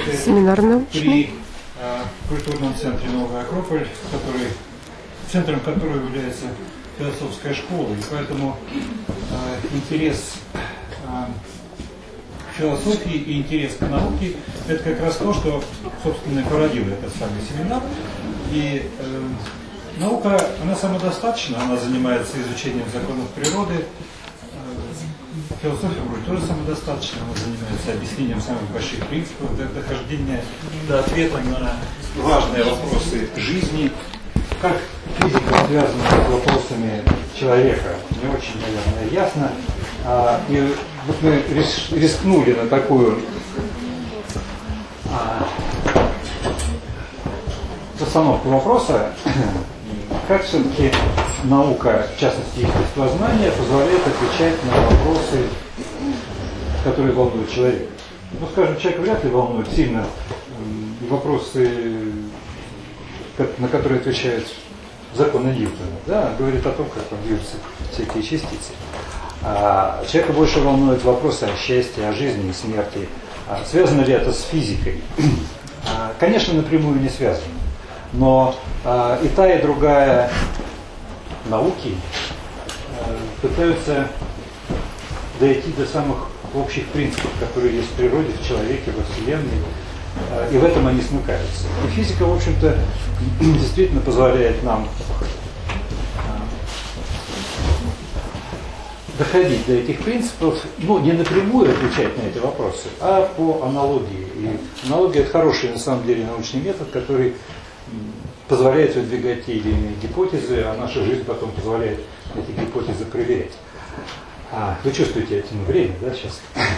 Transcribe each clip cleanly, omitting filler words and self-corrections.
Семинар научный. При культурном центре «Новая Акрополь», центром которого является философская школа. И поэтому интерес к философии и интерес к науке – это как раз то, что, собственно, и породило этот самый семинар. И наука, она самодостаточна, она занимается изучением законов природы. Философия вроде тоже самодостаточна, она занимается объяснением самых больших принципов, дохождения до ответа на важные вопросы жизни. Как физика связана с вопросами человека, не очень, наверное, ясно. И вот мы рискнули на такую постановку вопроса, как все-таки наука, в частности естествознание, позволяет отвечать на вопросы, которые волнуют человека. Ну, скажем, человек вряд ли волнует сильно вопросы, на которые отвечают законы Ньютона. Да, говорит о том, как там движутся всякие частицы. Человека больше волнуют вопросы о счастье, о жизни и смерти. Связано ли это с физикой? Конечно, напрямую не связано. Но и та, и другая науки пытаются дойти до самых общих принципов, которые есть в природе, в человеке, во Вселенной. И в этом они смыкаются. И физика, в общем-то, действительно позволяет нам доходить до этих принципов, ну, не напрямую отвечать на эти вопросы, а по аналогии. И аналогия – это хороший, на самом деле, научный метод, который позволяет выдвигать те или иные гипотезы, а наша жизнь потом позволяет эти гипотезы проверять. Вы чувствуете этим время, да, сейчас?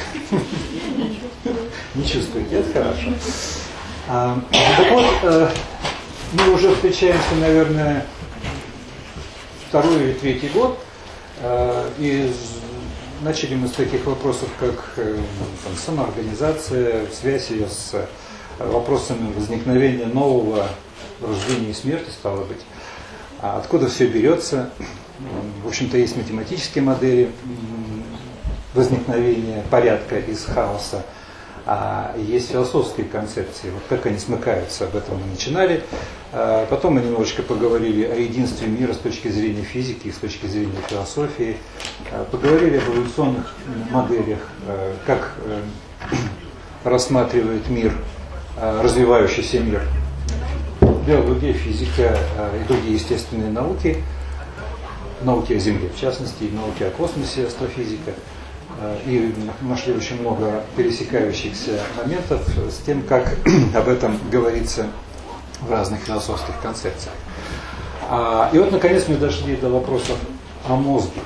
Не чувствуете, это хорошо. Так вот, мы уже встречаемся, наверное, второй или третий год, и начали мы с таких вопросов, как там, самоорганизация, связь ее с вопросами возникновения нового, рождения и смерти, стало быть. Откуда все берется? В общем-то, есть математические модели возникновения порядка из хаоса, а есть философские концепции. Вот как они смыкаются, об этом мы начинали. Потом мы немножечко поговорили о единстве мира с точки зрения физики, с точки зрения философии. Поговорили об эволюционных моделях, как рассматривает мир, развивающийся мир. Биология, физика и другие естественные науки, науки о Земле, в частности, и науки о космосе, астрофизика. И нашли очень много пересекающихся моментов с тем, как об этом говорится в разных философских концепциях. И вот, наконец, мы дошли до вопросов о мозге.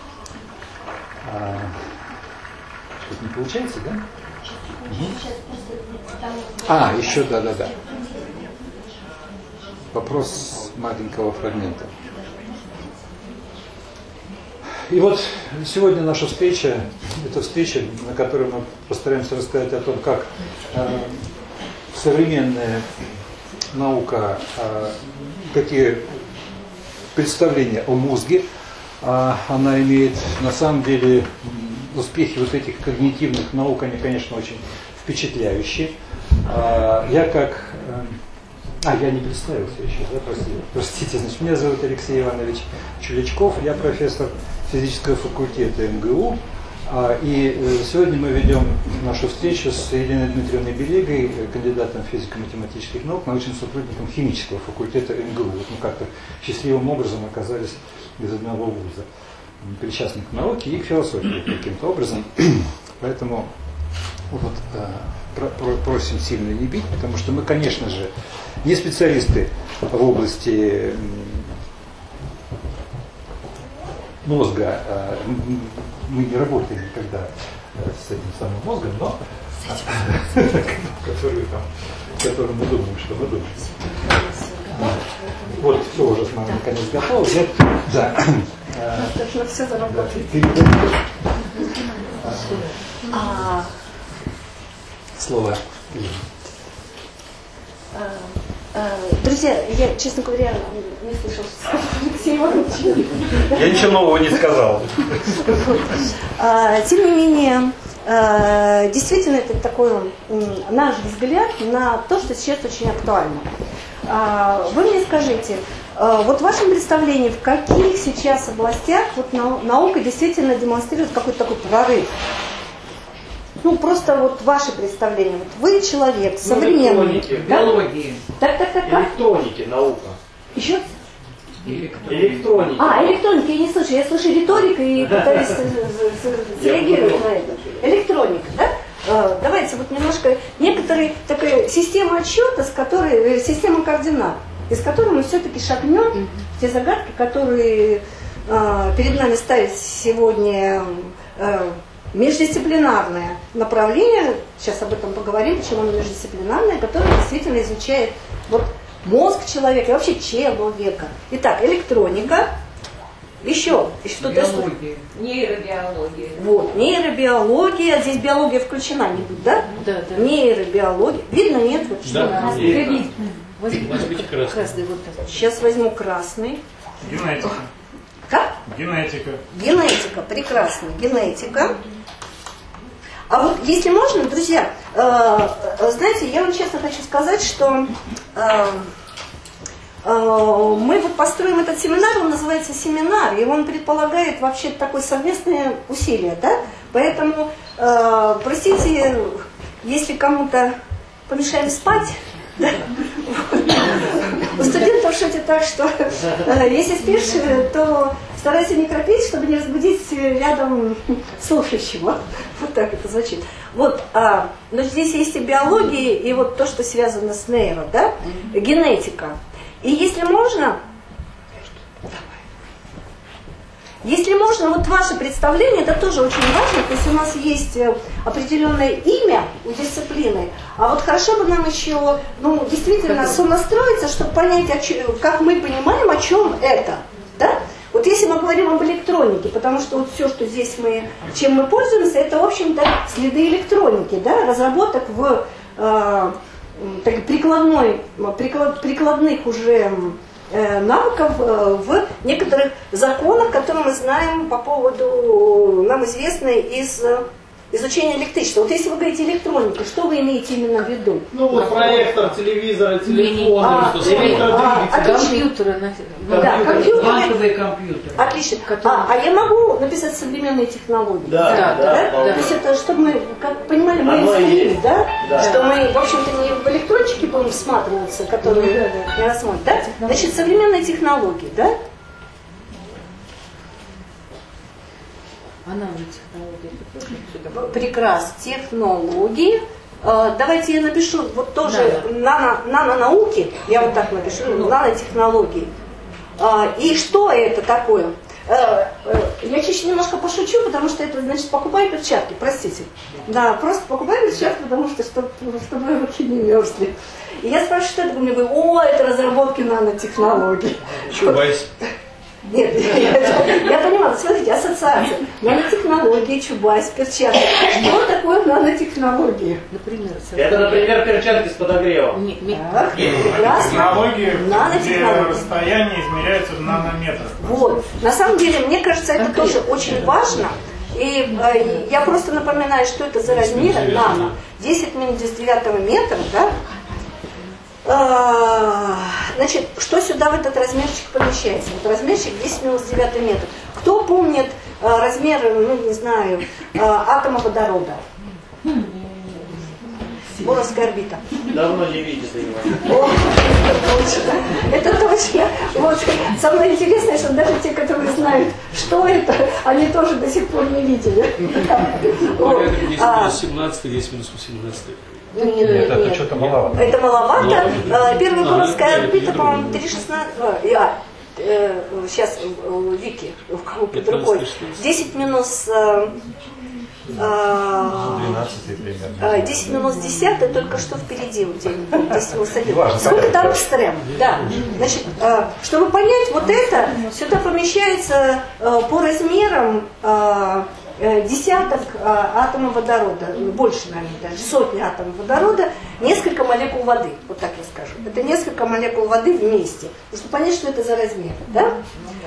Что-то не получается, да? Еще, да. Вопрос маленького фрагмента. И вот сегодня наша встреча, это встреча, на которой мы постараемся рассказать о том, как современная наука, какие представления о мозге она имеет. На самом деле успехи вот этих когнитивных наук, они, конечно, очень впечатляющие. Я не представился еще, да, простите. Значит, меня зовут Алексей Иванович Чуличков, я профессор физического факультета МГУ. И сегодня мы ведем нашу встречу с Еленой Дмитриевной Белегой, кандидатом физико-математических наук, научным сотрудником химического факультета МГУ. Вот мы как-то счастливым образом оказались из одного вуза, причастных к науке и к философии каким-то образом. Поэтому вот, просим сильно не бить, потому что мы, конечно же, не специалисты в области мозга, мы не работаем никогда с этим самым мозгом, но который мы думаем, что мы думаем. Вот, все уже с нами наконец готово. Да. Нужно все заработать. Слово. Друзья, я, честно говоря, не слышал, что сказал Алексей Иванович. Я ничего нового не сказал. Тем не менее, действительно это такой наш взгляд на то, что сейчас очень актуально. Вы мне скажите, вот в вашем представлении, в каких сейчас областях вот наука действительно демонстрирует какой-то такой прорыв? Ну, просто вот ваше представление. Вот вы человек, современный. Электроники, биологии. Так. Электроники, наука. Еще? Электроники. Электроника, я не слышу. Я слышу риторика и пытаюсь среагировать на это. Электроника, да? Давайте вот немножко, некоторые такая система отсчета, система координат, из которой мы все-таки шагнем в те загадки, которые перед нами ставит сегодня междисциплинарное направление, сейчас об этом поговорим, почему оно междисциплинарное, которое действительно изучает вот мозг человека и вообще человека. Итак, электроника, еще что-то. Биология. Нейробиология. Вот, нейробиология, здесь биология включена не будет, да? Да. Нейробиология. Видно, нет? Вот что? Да. Возьмите Красный. Вот так. Сейчас возьму красный. Генетика. Как? Генетика. Генетика, прекрасно, генетика. А вот если можно, друзья, знаете, я вам честно хочу сказать, что мы вот построим этот семинар, он называется семинар, и он предполагает вообще такое совместное усилие, да? Поэтому, простите, если кому-то помешаем спать, да? У студентов шутят так, что если спишь, то старайся не храпеть, чтобы не разбудить рядом слушающего. Вот так это звучит. Вот, но здесь есть и биология, и вот то, что связано с нейро, да? Генетика. И если можно, вот ваше представление, это тоже очень важно, то есть у нас есть определенное имя у дисциплины, а вот хорошо бы нам еще, действительно сонастроиться, чтобы понять, как мы понимаем, о чем это, да? Вот если мы говорим об электронике, потому что вот все, что здесь чем мы пользуемся, это, в общем-то, следы электроники, да, разработок в прикладных уже навыков в некоторых законах, которые мы знаем по поводу, нам известны из изучения электричества. Вот если вы говорите электроника, что вы имеете именно в виду? Ну вот проектор, телевизор, телефон, компьютеры. Да, компьютеры. Банковые компьютеры. Отлично. А я могу написать современные технологии? Да. То есть это, чтобы мы, как понимали, мейнстрим, да? Что мы, в общем-то, не в электрончике будем всматриваться, которые не рассмотрят, да? Значит, современные технологии, да? Прекрасно. Технологии. Давайте я напишу вот тоже нанонауки, я вот так напишу, нанотехнологии. И что это такое? Я чуть немножко пошучу, потому что это значит покупай перчатки, простите. Да, просто покупай перчатки, потому что чтобы руки не мерзли. И я спрашиваю, что это? Мне говорят, это разработки нанотехнологий. Чубайс. Нет, я понимаю, смотрите, ассоциация. Нанотехнологии, Чубайс, перчатки. Что такое нанотехнологии? Это, например, перчатки с подогревом. Прекрасно. Технологии, где расстояние измеряется в нанометрах. Вот. На самом деле, мне кажется, это тоже очень важно. И я просто напоминаю, что это за размеры нано. 10 минус 9 метра, да? Значит, что сюда в этот размерчик помещается? Вот размерчик 10 минус 9 метр. Кто помнит размеры, не знаю, атома водорода? Боровская орбита. Давно не видит его. Это точно. Вот. Самое интересное, что даже те, которые знают, что это, они тоже до сих пор не видели. 10 минус 17, 10 минус 18. Нет, это что-то маловато. Это маловато. Первая Боровская орбита, по-моему, 3,16. Сейчас Вики, кому под рукой. 10 минус 12 примерно. 10 минус 10 только что впереди у тебя. 10 минус 1. Сколько там экстрем? Да. Значит, чтобы понять, вот это сюда помещается по размерам десяток атомов водорода, больше, наверное, даже сотни атомов водорода, несколько молекул воды, вот так я скажу. Это несколько молекул воды вместе. Чтобы понять, что это за размеры, да?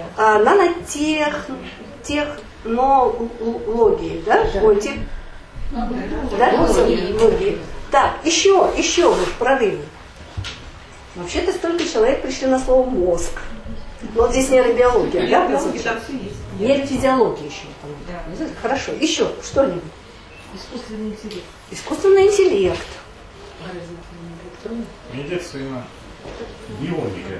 Нанотехнологии, да? Ой, Да? Многие. Так, еще вот прорывы. Вообще-то столько человек пришли на слово мозг. Но вот здесь нейробиология, да? Нейрофизиология еще. Да. Хорошо. Еще что-нибудь? Искусственный интеллект. Искусственный интеллект. Медицина. Бионика.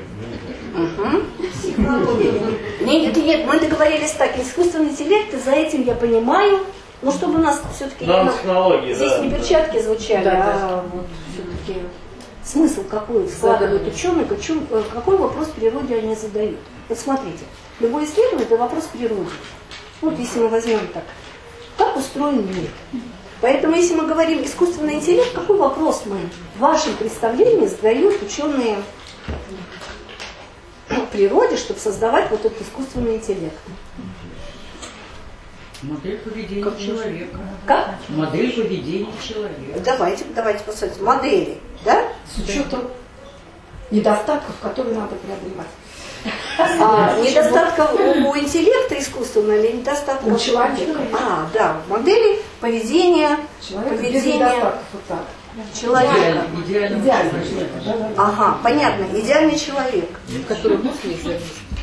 Нет, мы договорились так. Искусственный интеллект, и за этим я понимаю, ну, чтобы у нас все-таки здесь не перчатки звучали, а вот все-таки смысл какой вкладывают ученые, какой вопрос природе они задают. Вот смотрите, любой исследование – это вопрос природы. Вот если мы возьмем так, как устроен мир. Поэтому, если мы говорим искусственный интеллект, какой вопрос мы в вашем представлении задают ученые природе, чтобы создавать вот этот искусственный интеллект? Модель поведения человека. Как? Модель поведения человека. Давайте посмотрим. Модели, да? С учетом недостатков, которые надо преодолевать. Недостатков у интеллекта искусственного или недостатков у человека? Да, модели поведения, человека. Идеальный человек. Ага, понятно, идеальный человек. Который мысли.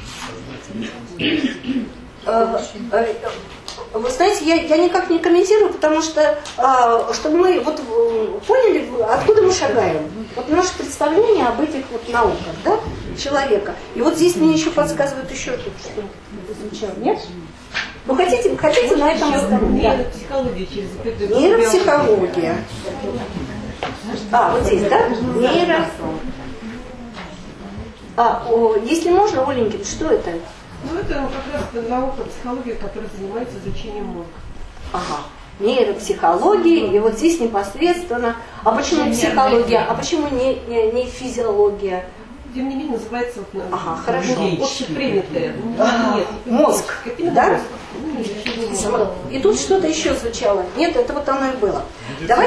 Вы знаете, я никак не комментирую, потому что, чтобы мы вот поняли, откуда мы шагаем. Вот наше представление об этих вот науках, да, человека. И вот здесь мне еще подсказывают еще тут, что звучало. Нет? Ну, хотите на этом остановиться? Нейропсихология через запятую. Нейропсихология. Вот здесь, да? Если можно, Оленькин, что это? Ну, это как раз наука, психология, которая занимается изучением мозга. Ага. Нейропсихология, и вот здесь непосредственно. А почему психология, а почему не физиология? Тем не менее, называется вот, хорошо. общепринятое. Мозг, да? И тут что-то еще звучало. Нет, это вот оно и было. Давай.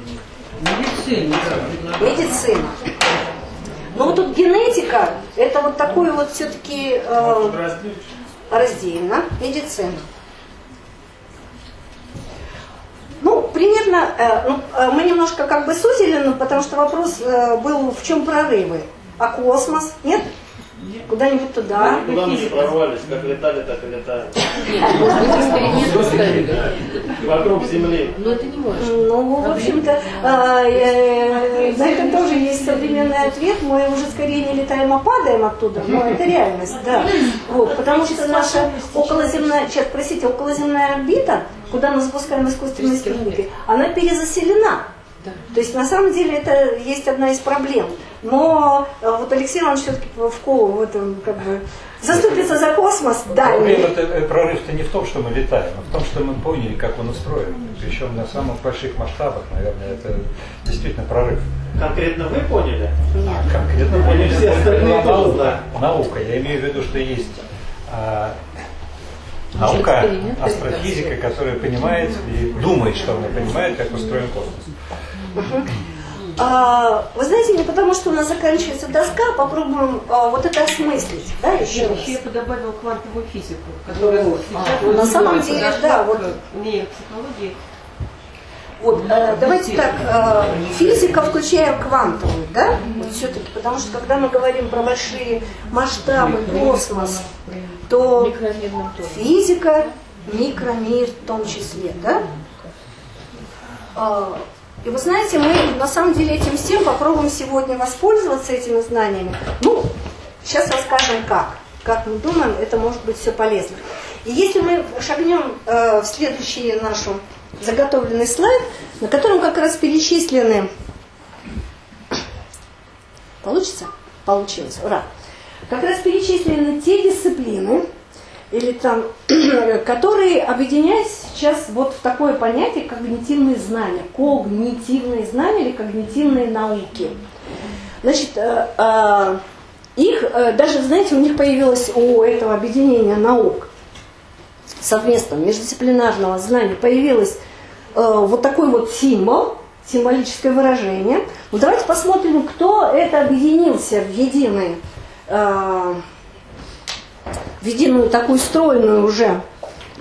Медицина. Но вот тут генетика, это вот такое вот все-таки раздельно. Медицина. Ну, примерно, мы немножко как бы сузили, потому что вопрос был, в чем прорывы. А космос? Нет? Куда-нибудь туда? Куда мы прорвались, как летали, так и летаем. Может быть, эксперимент ставили. Вокруг Земли. Но это не может. Ну, в общем-то, на это тоже есть современный ответ. Мы уже скорее не летаем, а падаем оттуда. Но это реальность, да. Вот, потому что наша околоземная орбита, куда мы запускаем искусственные спутники, она перезаселена. То есть, на самом деле, это есть одна из проблем. Но вот Алексей Иванович все-таки в этом как бы заступится за космос. Да. Прорыв-то не в том, что мы летаем, а в том, что мы поняли, как он устроен. Причем на самых больших масштабах, наверное, это действительно прорыв. Конкретно вы поняли? Нет. Конкретно поняли все остальные тоже знают. Наука. Я имею в виду, что есть наука, астрофизика, которая понимает и думает, что она понимает, как устроен космос. Вы знаете, не потому, что у нас заканчивается доска, попробуем вот это осмыслить, да, еще раз. Еще я бы добавила квантовую физику, которая сейчас на самом деле, да, вот нейропсихологии. Вот, давайте так, физика, включая квантовую, да, вот все-таки, потому что когда мы говорим про большие масштабы, космос, то физика, микромир в том числе, да. И вы знаете, мы на самом деле этим всем попробуем сегодня воспользоваться этими знаниями. Ну, сейчас расскажем как. Как мы думаем, это может быть все полезно. И если мы шагнем в следующий наш заготовленный слайд, на котором как раз перечислены... Получится? Получилось, ура! Как раз перечислены те дисциплины, или там, которые объединяются сейчас вот в такое понятие когнитивные знания. Когнитивные знания или когнитивные науки. Значит, их, даже, знаете, у них появилось, у этого объединения наук совместного междисциплинарного знания, появилось вот такой вот символ, символическое выражение. Ну, давайте посмотрим, кто это объединился в единую такую стройную уже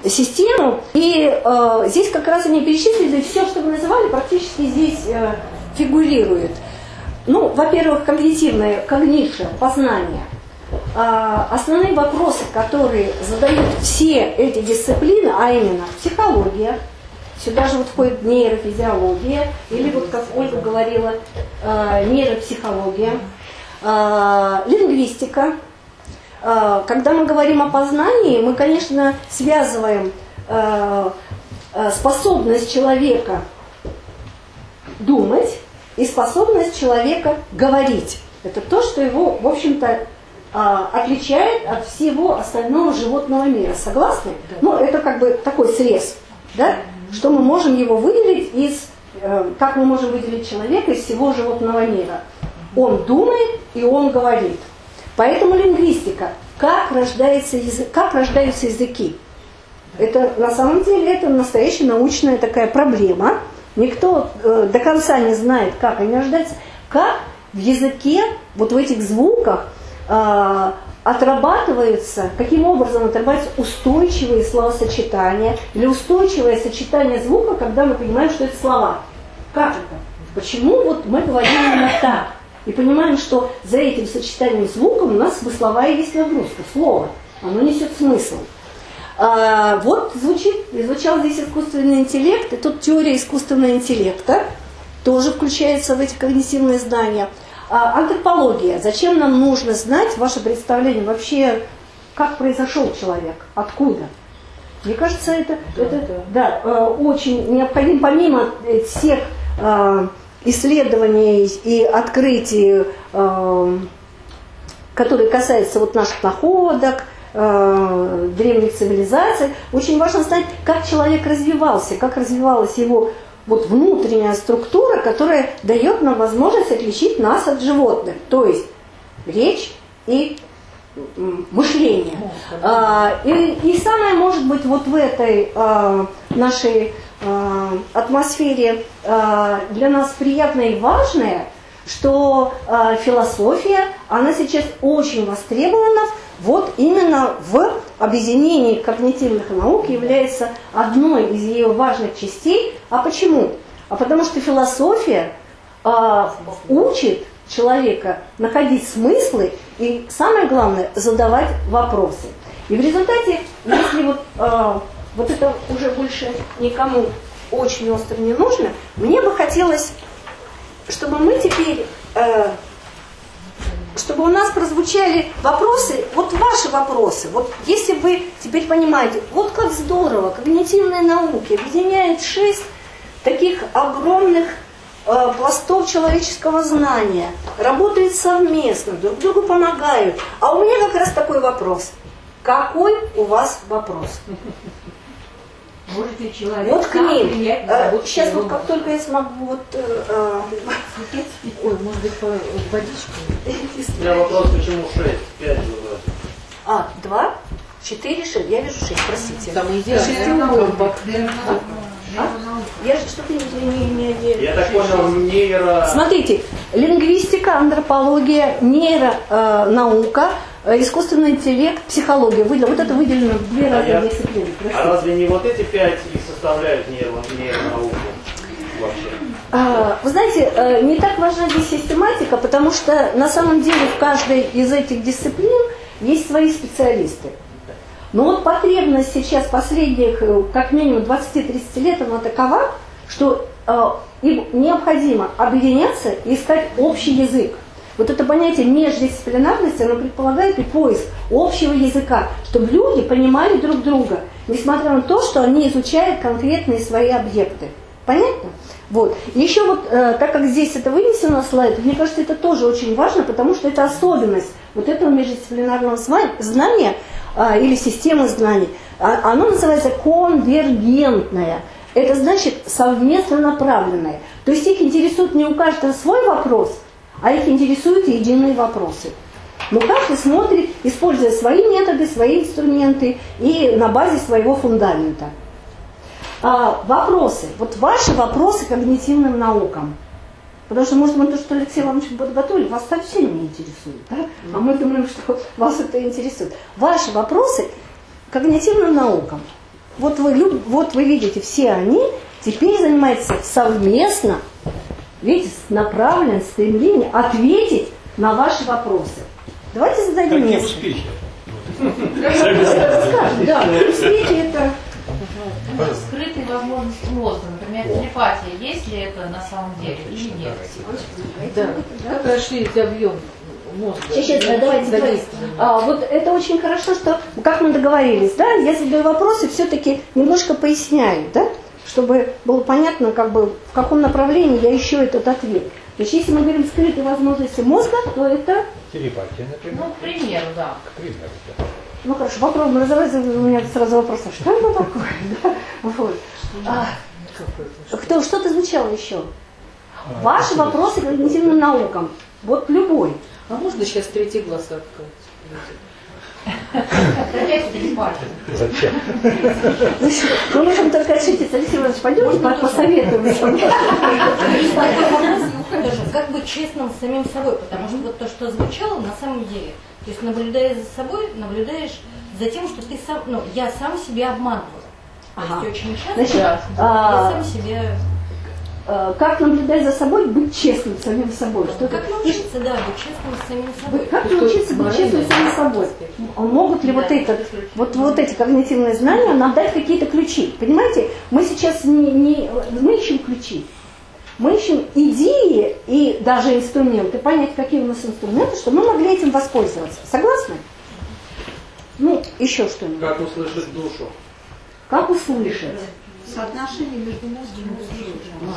систему. И здесь как раз они перечислили все, что вы называли, практически здесь фигурирует. Ну, во-первых, когнитивное, когниция, познание. Основные вопросы, которые задают все эти дисциплины, а именно психология, сюда же вот входит нейрофизиология, или вот, как Ольга говорила, нейропсихология, лингвистика. Когда мы говорим о познании, мы, конечно, связываем способность человека думать и способность человека говорить. Это то, что его, в общем-то, отличает от всего остального животного мира. Согласны? Ну, это как бы такой срез, да? Что мы можем его выделить из, как мы можем выделить человека из всего животного мира. Он думает и он говорит. Поэтому лингвистика. Как рождаются языки? Это на самом деле это настоящая научная такая проблема. Никто до конца не знает, как они рождаются. Как в языке, вот в этих звуках отрабатываются, каким образом отрабатываются устойчивые словосочетания или устойчивое сочетание звука, когда мы понимаем, что это слова. Как это? Почему вот мы говорим именно так? И понимаем, что за этим сочетанием звуком у нас смысловая есть нагрузка, слово. Оно несет смысл. Вот звучал здесь искусственный интеллект, и тут теория искусственного интеллекта тоже включается в эти когнитивные знания. Антропология. Зачем нам нужно знать ваше представление вообще, как произошел человек, откуда? Мне кажется, это очень необходимо, помимо всех исследований и открытий, которые касаются вот наших находок, древних цивилизаций, очень важно знать, как человек развивался, как развивалась его вот внутренняя структура, которая дает нам возможность отличить нас от животных, то есть речь и мышление. И самое, может быть, вот в этой нашей атмосфере для нас приятное и важное, что философия, она сейчас очень востребована, вот именно в объединении когнитивных наук является одной из ее важных частей. А почему? А потому что философия учит человека находить смыслы и, самое главное, задавать вопросы. И в результате, если вот это уже больше никому очень остро не нужно, мне бы хотелось, чтобы мы теперь, чтобы у нас прозвучали вопросы, вот ваши вопросы. Вот если вы теперь понимаете, вот как здорово, когнитивные науки объединяют 6 таких огромных пластов человеческого знания, работают совместно, друг другу помогают. А у меня как раз такой вопрос. Какой у вас вопрос? Может ли человек Вот к ним. Сейчас вот дома? как только я смогу вот... Ой, может быть, водичку? У меня вопрос, почему 6, 5 выбрать? 2, 4, 6. Я вижу 6, простите. Там идеально. Шестиугольник. Я же что-то не... Я так понял, нейро... Смотрите, лингвистика, антропология, нейронаука, искусственный интеллект, психология. Вот это выделено в 2 разные дисциплины. А разве не вот эти 5 и составляют нейронауку вообще? Вы знаете, не так важна здесь систематика, потому что на самом деле в каждой из этих дисциплин есть свои специалисты. Но вот потребность сейчас последних, как минимум 20-30 лет, она такова, что им необходимо объединяться и искать общий язык. Вот это понятие междисциплинарности, оно предполагает и поиск общего языка, чтобы люди понимали друг друга, несмотря на то, что они изучают конкретные свои объекты. Понятно? Вот. И еще вот, так как здесь это вынесено на слайд, мне кажется, это тоже очень важно, потому что это особенность вот этого междисциплинарного знания или системы знаний. Оно называется конвергентное. Это значит совместно направленное. То есть их интересует не у каждого свой вопрос, а их интересуют единые вопросы. Но каждый смотрит, используя свои методы, свои инструменты и на базе своего фундамента. Вопросы. Вот ваши вопросы когнитивным наукам. Потому что, может, мы то, что Алексей Иванович подготовили, вас совсем не интересует. Да? А мы думаем, что вас это интересует. Ваши вопросы когнитивным наукам. вот вы видите, все они теперь занимаются совместно, видите, с направленным стремлением ответить на ваши вопросы. Давайте зададим Какие несколько. успехи? Да, успехи это... Скрытые возможности мозга, например, телепатия, есть ли это на самом деле или нет? Да. Как расширить объем мозга? Сейчас, давайте. Вот это очень хорошо, что, как мы договорились, да, я задаю вопросы, все-таки немножко поясняю, да, чтобы было понятно, как бы, в каком направлении я ищу этот ответ. Значит, если мы говорим скрытые возможности мозга, то это... Телепатия, например. Ну, к примеру, да. К примеру, да. Ну хорошо, попробуем разобраться, у меня сразу вопрос, а что это такое? Да? Вот. Что-то звучало еще? Ваши вопросы к когнитивным наукам. Вот любой. А можно сейчас третий глаз открыть? Опять телепатия. Зачем? Мы можем только отшутиться. Алексей Иванович, пойдем посоветуемся. Как быть честным с самим собой, потому что вот то, что звучало, на самом деле, то есть наблюдая за собой, наблюдаешь за тем, что ты сам, ну, я сам себя обманываю. Ага. То есть очень часто Значит, я сам себя... Как наблюдать за собой, быть честным с самим собой? Что Как научиться, да, быть честным с самим собой? Как научиться быть честным с самим собой? Могут ли вот эти когнитивные знания нам дать какие-то ключи? Понимаете, мы сейчас мы ищем ключи. Мы ищем идеи и даже инструменты, понять, какие у нас инструменты, чтобы мы могли этим воспользоваться. Согласны? Ну, еще что-нибудь. Как услышать душу? Как услышать? Соотношение между мозгом и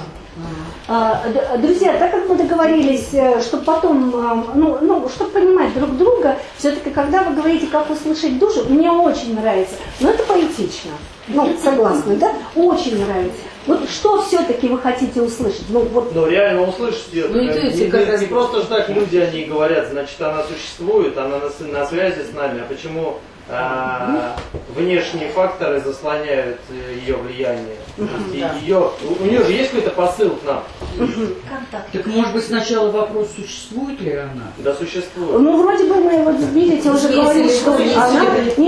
душой. Друзья, так как мы договорились, чтобы потом, чтобы понимать друг друга, все-таки, когда вы говорите, как услышать душу, мне очень нравится. Но это поэтично. Ну, согласны, да? Очень нравится. Вот что все-таки вы хотите услышать? Ну, реально услышать ее. Ну, интуиция как раз. Не просто же так люди о ней говорят, значит, она существует, она на связи с нами. А почему внешние факторы заслоняют ее влияние? У нее же есть какой-то посыл к нам? Так может быть сначала вопрос, существует ли она? Да, существует. Ну, вроде бы мы, вот видите, уже говорили, что она...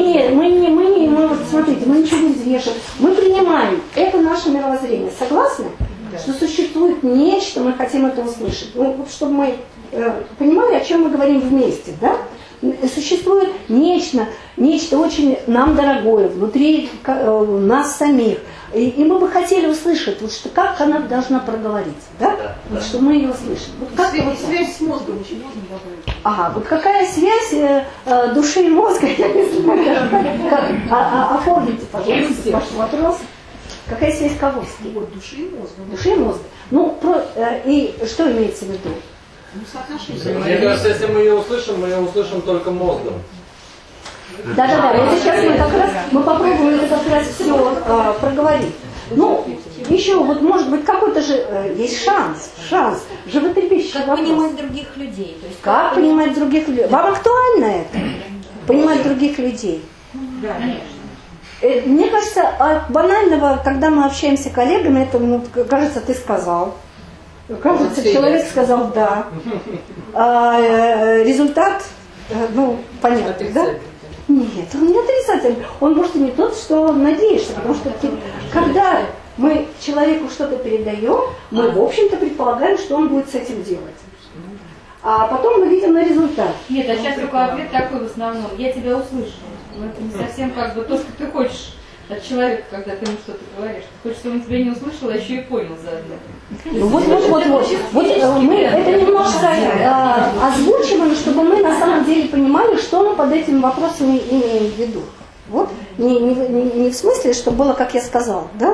мы вот смотрите, мы ничего не взвешиваем. Мы принимаем, это наше мировоззрение. Согласны? Да. Что существует нечто, мы хотим это услышать. Ну, вот чтобы мы понимали, о чем мы говорим вместе, да? Существует нечто очень нам дорогое, внутри нас самих. И мы бы хотели услышать, вот что, как она должна проговорить, да? Вот, чтобы мы ее услышали. Вот как связь с мозгом еще можно добавить? Ага, вот какая связь души и мозга, я не знаю, оформите, пожалуйста, ваш вопрос. Какая связь кого? Вот, души и мозга. Души и мозга. Ну, и что имеется в виду? Ну, соотношение. Мне кажется, если мы ее услышим только мозгом. Да, вот сейчас мы попробуем это как раз все проговорить. Ну, еще вот может быть какой-то же есть шанс, животрепещущий Как вопрос. понимать других людей? То есть, Как понимать других людей? Вам актуально это? Понимать других людей? Да, конечно. Мне кажется, от банального, когда мы общаемся с коллегами, это, кажется, ты сказал. Кажется, человек сказал «да». Результат, понятно, да? Нет, он не отрицательный. Он может и не тот, что надеешься. Потому что когда мы человеку что-то передаем, мы, в общем-то, предполагаем, что он будет с этим делать. А потом мы видим на результат. Нет, а сейчас только ответ такой в основном. Я тебя услышал. Но это не совсем как бы то, что ты хочешь от человека, когда ты ему что-то говоришь. Ты хочешь, чтобы он тебя не услышал, а еще и понял заодно. Вот мы это немножко озвучиваем, чтобы мы на самом деле понимали, что мы под этими вопросами имеем в виду. Вот. Не в смысле, что было, как я сказала, да?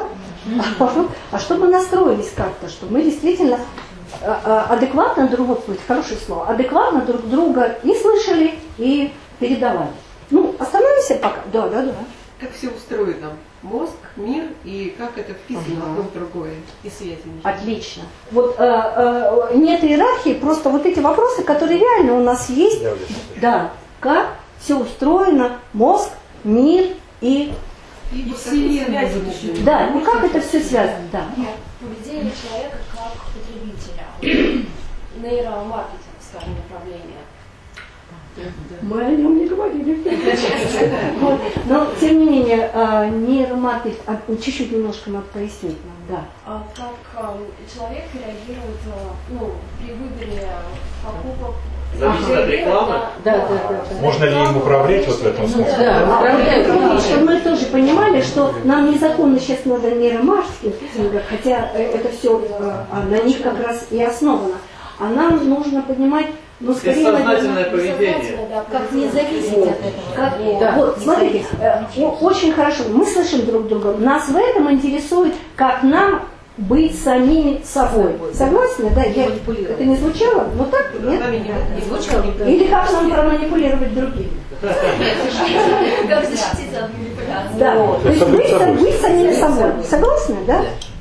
А чтобы настроились как-то, чтобы мы действительно адекватно хорошее слово, адекватно друг друга и слышали, и передавали. Ну, остановимся пока. Да. Как все устроено? Мозг, мир и как это вписано одно в другое и связи. Отлично. Вот нет иерархии, просто вот эти вопросы, которые реально у нас есть. Да. Как все устроено, мозг, мир и вселенная. Да, ну как это все связано? Да. Поведение человека как потребителя. Нейромаркетинг, скажем, направление. Мы о нем не говорили. Вот. Но, тем не менее, нейромаркетинг, чуть-чуть немножко надо пояснить нам, да. А как человек реагирует при выборе покупок? Зависит от рекламы? Да. Можно ли им управлять вот в этом смысле? Да, чтобы мы тоже понимали, что нам незаконно сейчас надо нейромаркетинг, хотя это все на них как раз и основано. А нам нужно понимать, скорее... Бессознательное поведение. Как не зависеть от этого. Вот, смотрите, очень хорошо, мы слышим друг друга. Нас в этом интересует, как нам быть самими собой. Согласны? Да? Это не звучало? Вот так? Нет? Не звучало. Или как нам проманипулировать другими? Как защититься от манипуляции? Да. То есть быть самими собой. Согласны? Да?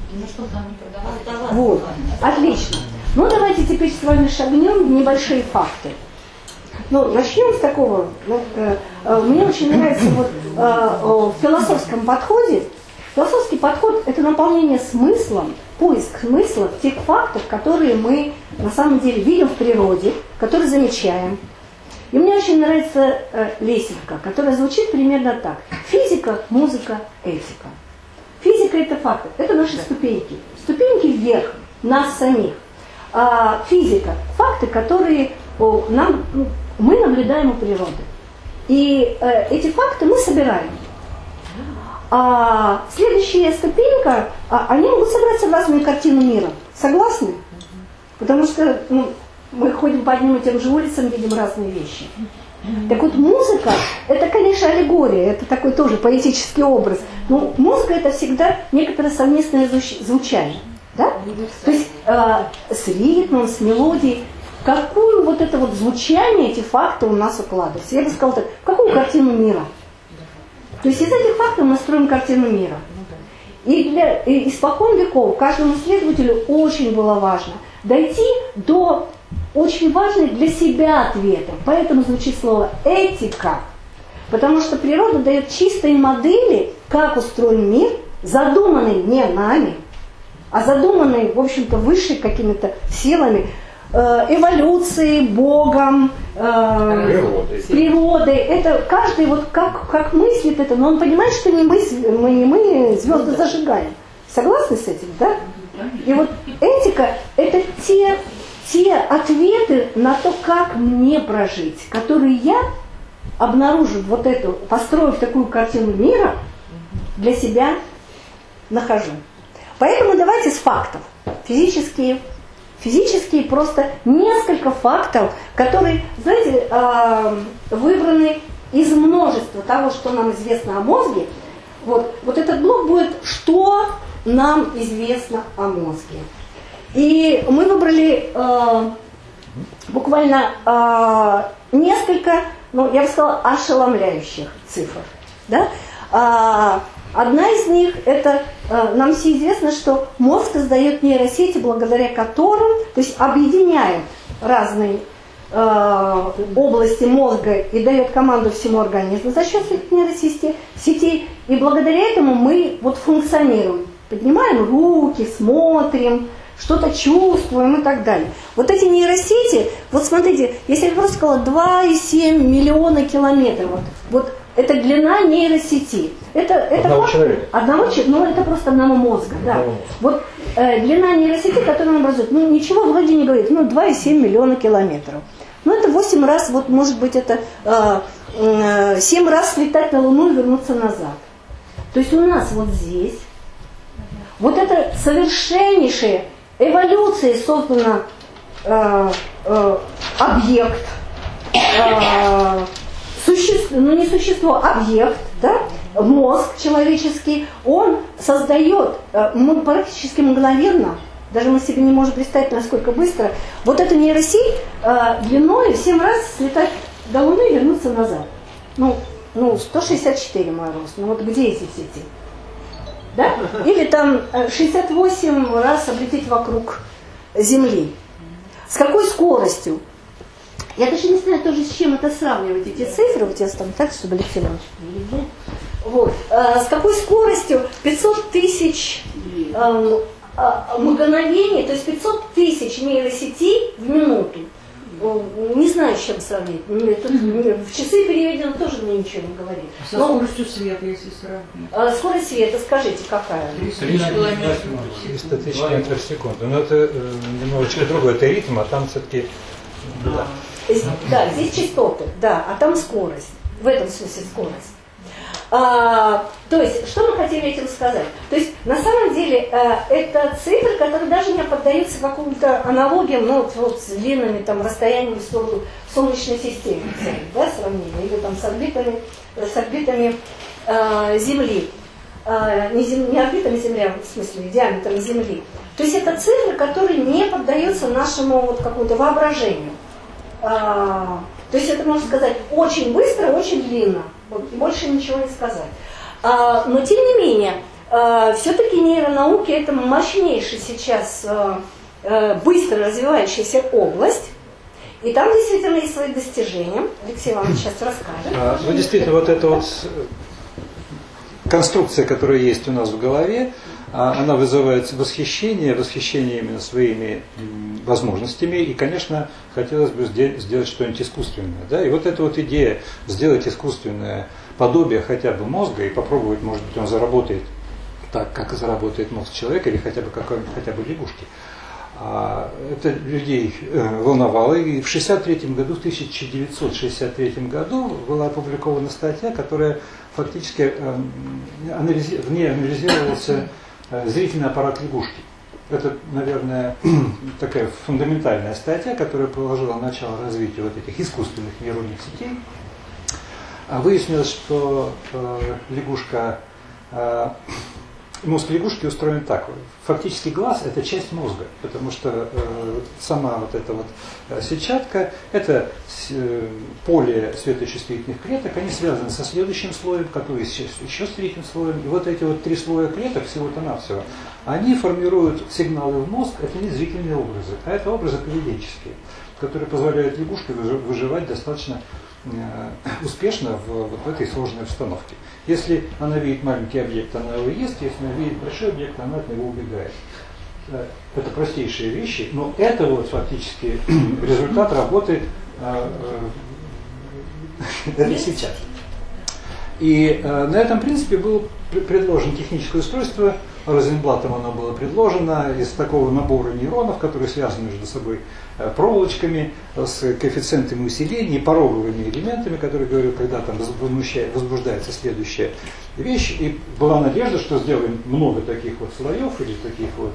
Вот. Отлично. Ну, давайте теперь с вами шагнем в небольшие факты. Начнем с такого. Мне очень нравится в философском подходе. Философский подход – это наполнение смыслом, поиск смысла тех фактов, которые мы на самом деле видим в природе, которые замечаем. И мне очень нравится лесенка, которая звучит примерно так. Физика, музыка, этика. Физика – это факты, это наши ступеньки. Ступеньки вверх, нас самих. Физика – факты, которые мы наблюдаем у природы. И эти факты мы собираем. Следующая ступенька, они могут собраться в разную картину мира. Согласны? Потому что мы ходим по одним и тем же улицам, видим разные вещи. Так вот, музыка – это, конечно, аллегория, это такой тоже поэтический образ. Но музыка – это всегда некоторое совместное звучание. Да? То есть с ритмом, с мелодией. В какую вот это вот звучание эти факты у нас укладываются? Я бы сказала так, в какую картину мира? То есть из этих фактов мы строим картину мира. И испокон веков каждому исследователю очень было важно дойти до очень важной для себя ответа. Поэтому звучит слово «этика». Потому что природа дает чистые модели, как устроен мир, задуманный не нами, а задуманный, в общем-то, высшими какими-то силами, эволюцией, Богом, природой. Это каждый вот как мыслит это, но он понимает, что не мы звезды зажигаем. Согласны с этим, да? И вот этика – это те ответы на то, как мне прожить, которые я обнаружив вот эту, построив такую картину мира, для себя нахожу. Поэтому давайте с фактов. Физические просто несколько фактов, которые, знаете, выбраны из множества того, что нам известно о мозге. Вот этот блок будет, что нам известно о мозге. И мы выбрали буквально несколько, я бы сказала, ошеломляющих цифр. Да? Одна из них, это нам все известно, что мозг создает нейросети, благодаря которым, то есть объединяет разные области мозга и дает команду всему организму за счет этих нейросетей. И благодаря этому мы функционируем. Поднимаем руки, смотрим, что-то чувствуем и так далее. Вот эти нейросети, смотрите, если я просто сказала 2,7 миллиона километров, это длина нейросети. Это одного человека. Это просто одного мозга. Да. Длина нейросети, которую он образует, ничего вроде не говорит, 2,7 миллиона километров. Это 8 раз, может быть, это 7 раз слетать на Луну и вернуться назад. То есть у нас здесь, это совершеннейшая эволюция создана объект, не существо, объект, да? Мозг человеческий, он создает практически мгновенно, даже мы себе не можем представить, насколько быстро, эта нейросеть длиной в 7 раз слетать до Луны и вернуться назад. 164 мой рост, где эти сети? Да? Или 68 раз облететь вокруг Земли. С какой скоростью? Я даже не знаю тоже, с чем это сравнивать, эти цифры. Я там так, чтобы Алексей Иванович. С какой скоростью 500 тысяч мгновений, то есть 500 тысяч нейросетей в минуту. Не знаю, чем сравнить. В часы переведено тоже мне ничего не говорит. Со скоростью света, если сравнить. Скорость света, скажите, какая? 300 километров. 300 тысяч метров в секунду. Но это немножечко другой, это ритм, а там все-таки... Да, здесь частоты, да, а там скорость. В этом смысле скорость. То есть, что мы хотели этим сказать? То есть, на самом деле, это цифры, которые даже не поддаются каким-то аналогиям, ну, вот с длинными там расстояниями в Солнечной системе, да, сравнение, или там с орбитами Земли. Не орбитами Земли, а в смысле диаметром Земли. То есть, это цифры, которые не поддаются нашему вот какому-то воображению. То есть, это, можно сказать, очень быстро, очень длинно. Вот, больше ничего не сказать. Но тем не менее, все-таки нейронауки это мощнейшая сейчас быстро развивающаяся область. И там действительно есть свои достижения. Алексей Иванович сейчас расскажет. Ну, действительно, вот эта вот конструкция, которая есть у нас в голове, она вызывает восхищение именно своими возможностями, и, конечно, хотелось бы сделать что-нибудь искусственное. Да? И вот эта вот идея сделать искусственное подобие хотя бы мозга и попробовать, может быть, он заработает так, как и заработает мозг человека, или хотя бы лягушки. Это людей волновало, и в 1963 году была опубликована статья, которая фактически в ней анализировался зрительный аппарат лягушки. Это, наверное, такая фундаментальная статья, которая положила начало развитию вот этих искусственных нейронных сетей. Выяснилось, что мозг лягушки устроен так. Фактически глаз – это часть мозга, потому что сама вот эта вот сетчатка – это поле светочувствительных клеток, они связаны со следующим слоем, который еще с третьим слоем. И вот эти вот 3 слоя клеток всего-то навсего, они формируют сигналы в мозг, это не зрительные образы, а это образы поведенческие, которые позволяют лягушке выживать достаточно успешно в этой сложной обстановке. Если она видит маленький объект, она его ест, если она видит большой объект, она от него убегает. Это простейшие вещи, но это вот фактически результат работы этой сетчатки. И на этом принципе было предложено техническое устройство, Розенблатом оно было предложено из такого набора нейронов, которые связаны между собой проволочками, с коэффициентами усиления, пороговыми элементами, которые, говорю, когда там возбуждается следующая вещь. И была надежда, что сделаем много таких вот слоев или таких вот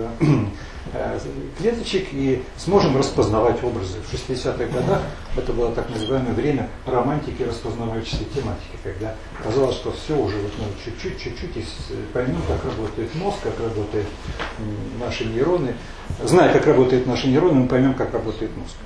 клеточек и сможем распознавать образы. В 60-х годах это было так называемое время романтики распознавательской тематики, когда казалось, что все уже вот, чуть-чуть и поймем, как работает мозг, как работают наши нейроны. Зная, как работают наши нейроны, мы поймем, как работает мозг.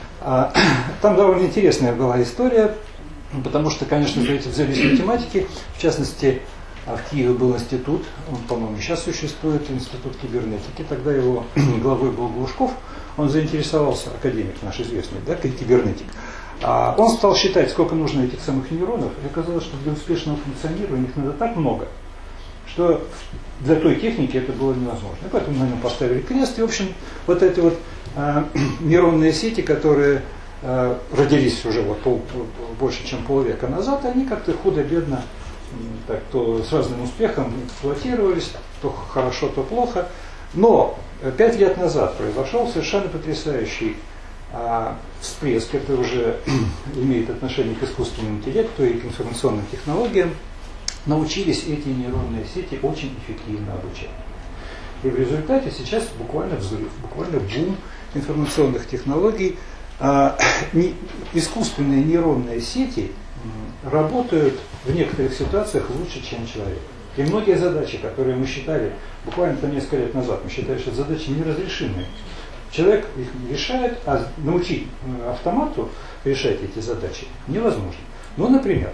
Там довольно интересная была история, потому что, конечно, эти взялись математики, в частности, в Киеве был институт, он, по-моему, сейчас существует, институт кибернетики, тогда его главой был Глушков, он заинтересовался, академик наш известный, да, кибернетик. Он стал считать, сколько нужно этих самых нейронов, и оказалось, что для успешного функционирования их надо так много, что для той техники это было невозможно. И поэтому на нем поставили крест, и, в общем, вот эти вот нейронные сети, которые родились уже вот больше, чем полвека назад, они как-то худо-бедно, так, то с разным успехом эксплуатировались, то хорошо, то плохо. Но 5 лет назад произошел совершенно потрясающий всплеск, это уже имеет отношение к искусственному интеллекту и к информационным технологиям. Научились эти нейронные сети очень эффективно обучать. И в результате сейчас буквально взрыв, буквально бум информационных технологий. Искусственные нейронные сети работают в некоторых ситуациях лучше, чем человек. И многие задачи, которые мы считали буквально там несколько лет назад, мы считали, что это задачи неразрешимые. Человек их решает, а научить автомату решать эти задачи невозможно. Ну, например,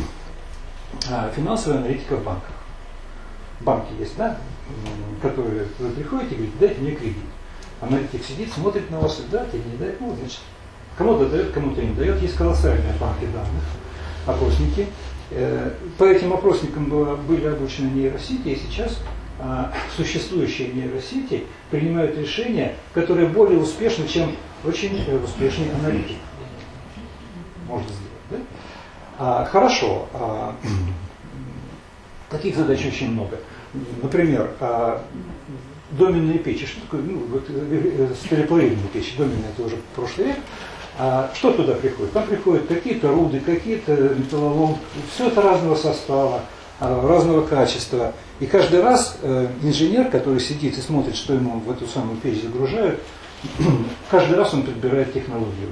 финансовая аналитика в банках. Банки есть, да, которые вы приходите и говорите, дайте мне кредит. Аналитик сидит, смотрит на вас, и дает, и не дает, ну, значит, кому-то дает, кому-то не дает. Есть колоссальные банки данных, опросники. По этим опросникам были обучены нейросети, и сейчас существующие нейросети принимают решения, которые более успешны, чем очень успешный аналитик. может сделать. Да? Хорошо. Таких задач очень много. Например, доменные печи. Что такое? Стереоплавильные печи. Доменные — это уже прошлый век. Что туда приходит? Там приходят какие-то руды, какие-то металлолом. Все это разного состава, разного качества. И каждый раз инженер, который сидит и смотрит, что ему в эту самую печь загружают, каждый раз он подбирает технологию.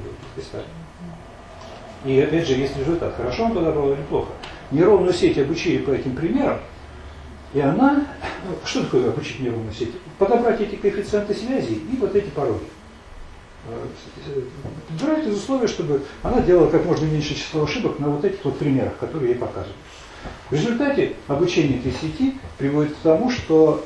И опять же есть результат. Хорошо он подобрал или плохо. Нейронную сеть обучили по этим примерам, и она... Что такое обучить нейронную сеть? Подобрать эти коэффициенты связи и вот эти пороги. Подбирать из условия, чтобы она делала как можно меньше числа ошибок на вот этих вот примерах, которые я показываю. В результате обучение этой сети приводит к тому, что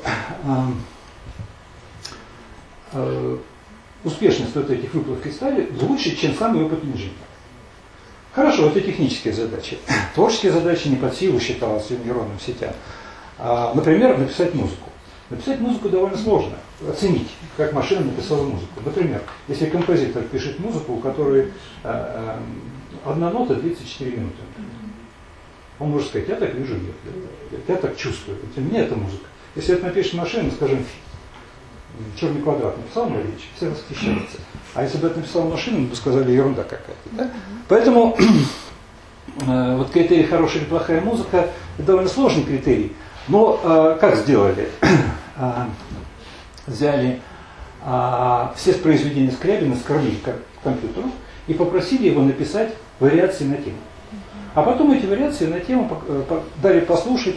успешность вот этих выплавки стали лучше, чем самый опытный инженер. Хорошо, это технические задачи. Творческие задачи не под силу считалось нейронным сетям. Например, написать музыку. Написать музыку довольно сложно. Оценить, как машина написала музыку. Например, если композитор пишет музыку, у которой одна нота длится 4 минуты. Он может сказать: я так вижу ее, я так чувствую. Для меня это музыка. Если это напишет машина, скажем, черный квадрат написал мою речь, все восхищаются. А если бы это написала машина, мы бы сказали: ерунда какая-то. Да? Поэтому вот критерий хорошая или плохая музыка — это довольно сложный критерий. Но как сделали? Взяли все произведения Скрябина, скормили к компьютеру и попросили его написать вариации на тему. А потом эти вариации на тему дали послушать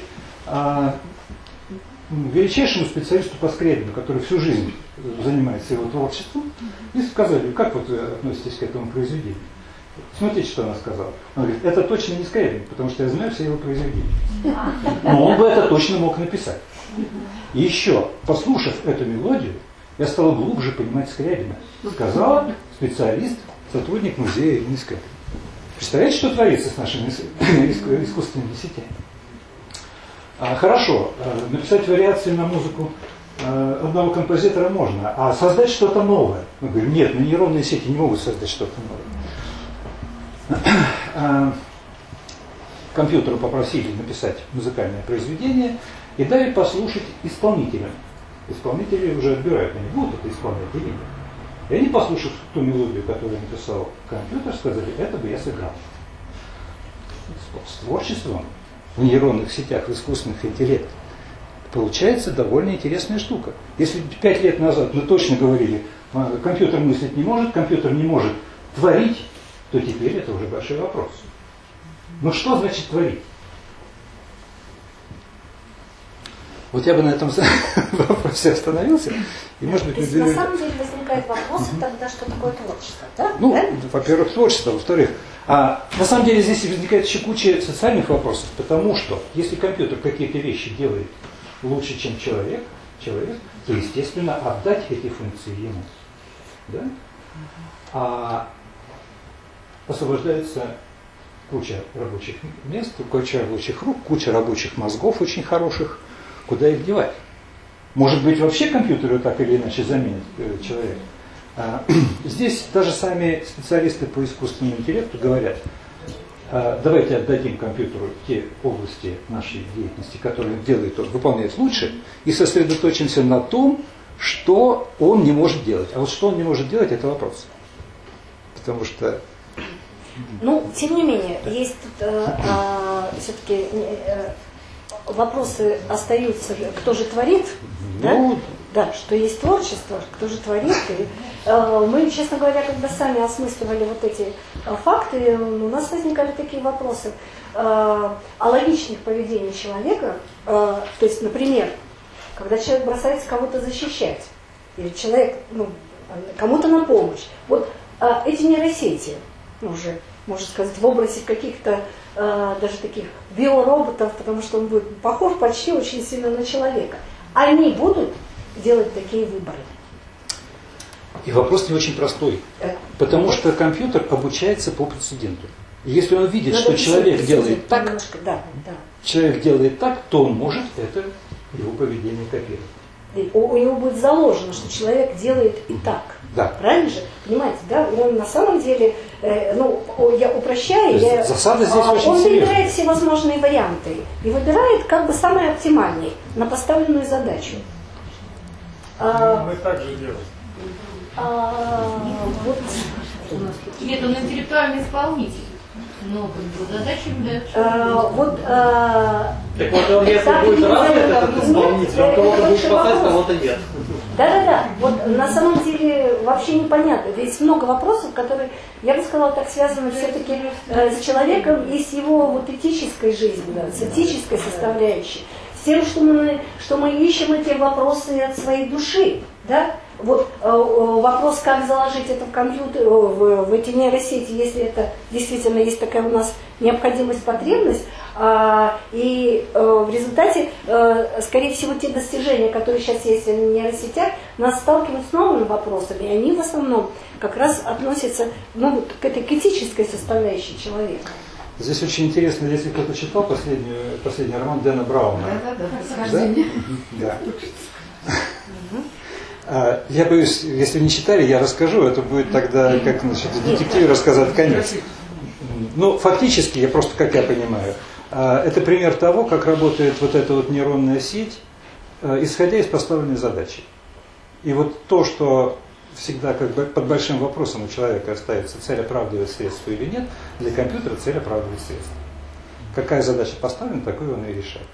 величайшему специалисту по Скрябину, который всю жизнь занимается его творчеством, и сказали: как вот вы относитесь к этому произведению? Смотрите, что она сказала. Она говорит: это точно не Скрябин, потому что я знаю все его произведения. Но он бы это точно мог написать. И еще, послушав эту мелодию, я стал глубже понимать Скрябина. Сказала специалист, сотрудник музея имени Скрябина. Представляете, что творится с нашими искусственными сетями? Хорошо, написать вариации на музыку одного композитора можно, а создать что-то новое? Мы говорим: нет, нейронные сети не могут создать что-то новое. Компьютеру попросили написать музыкальное произведение и дали послушать исполнителям. Исполнители уже отбирают, они будут это исполнять или нет. И они, послушав ту мелодию, которую написал компьютер, сказали: это бы я сыграл. С творчеством в нейронных сетях, в искусственных интеллектах получается довольно интересная штука. Если 5 лет назад мы точно говорили: компьютер мыслить не может, компьютер не может творить, то теперь это уже большой вопрос. Но что значит творить? Вот я бы на этом вопросе остановился. И, может быть, на самом деле возникает вопрос тогда, что такое творчество, да? Ну, да? Во-первых, творчество, во-вторых, на самом деле здесь возникает еще куча социальных вопросов, потому что если компьютер какие-то вещи делает лучше, чем человек, то, естественно, отдать эти функции ему. Да? А освобождается куча рабочих мест, куча рабочих рук, куча рабочих мозгов очень хороших. Куда их девать? Может быть, вообще компьютеры так или иначе заменят человека. Здесь даже сами специалисты по искусственному интеллекту говорят: давайте отдадим компьютеру те области нашей деятельности, которые делает он, выполняет лучше, и сосредоточимся на том, что он не может делать. А вот что он не может делать — это вопрос. Потому что... Ну, тем не менее, есть тут все-таки... вопросы остаются: кто же творит, ну, да, что есть творчество, кто же творит. И, мы, честно говоря, когда сами осмысливали вот эти факты, у нас возникали такие вопросы о логичных поведениях человека. То есть, например, когда человек бросается кого-то защищать, или человек кому-то на помощь. Вот эти нейросети, уже, можно сказать, в образе каких-то даже таких биороботов, потому что он будет похож почти очень сильно на человека. Они будут делать такие выборы. И вопрос не очень простой. Потому что компьютер обучается по прецеденту. И если он видит, что человек делает так, человек делает так, то он может это его поведение копировать. У него будет заложено, что человек делает и так. Да. Правильно же? Понимаете, да? Он на самом деле, я упрощаю, засада здесь очень он серьезная. выбирает всевозможные варианты и выбирает как бы самый оптимальный на поставленную задачу. Мы так же делаем. Вот. Нет, он интеллектуальный исполнитель. Но как бы задачи дает. Так вот, он если будет развит этот исполнитель, он кого-то будет спасать, кого-то нет. Да. Вот на самом деле вообще непонятно. Ведь много вопросов, которые, я бы сказала, так связаны все-таки с человеком и с его вот этической жизнью, да, с этической составляющей. С тем, что мы ищем эти вопросы от своей души. Да? Вот вопрос, как заложить это в компьютер, в эти нейросети, если это действительно есть такая у нас необходимость, потребность, и в результате, скорее всего, те достижения, которые сейчас есть в нейросетях, нас сталкивают с новыми вопросами, и они в основном как раз относятся к этой этической составляющей человека. Здесь очень интересно, если кто-то читал последний роман Дэна Брауна. Да. Я боюсь, если не читали, я расскажу, это будет тогда, как в детективе рассказать конец. Ну, фактически, как я понимаю, это пример того, как работает вот эта вот нейронная сеть, исходя из поставленной задачи. И вот то, что всегда как бы под большим вопросом у человека остается, цель оправдывает средства или нет, для компьютера цель оправдывает средства. Какая задача поставлена, такую он и решает.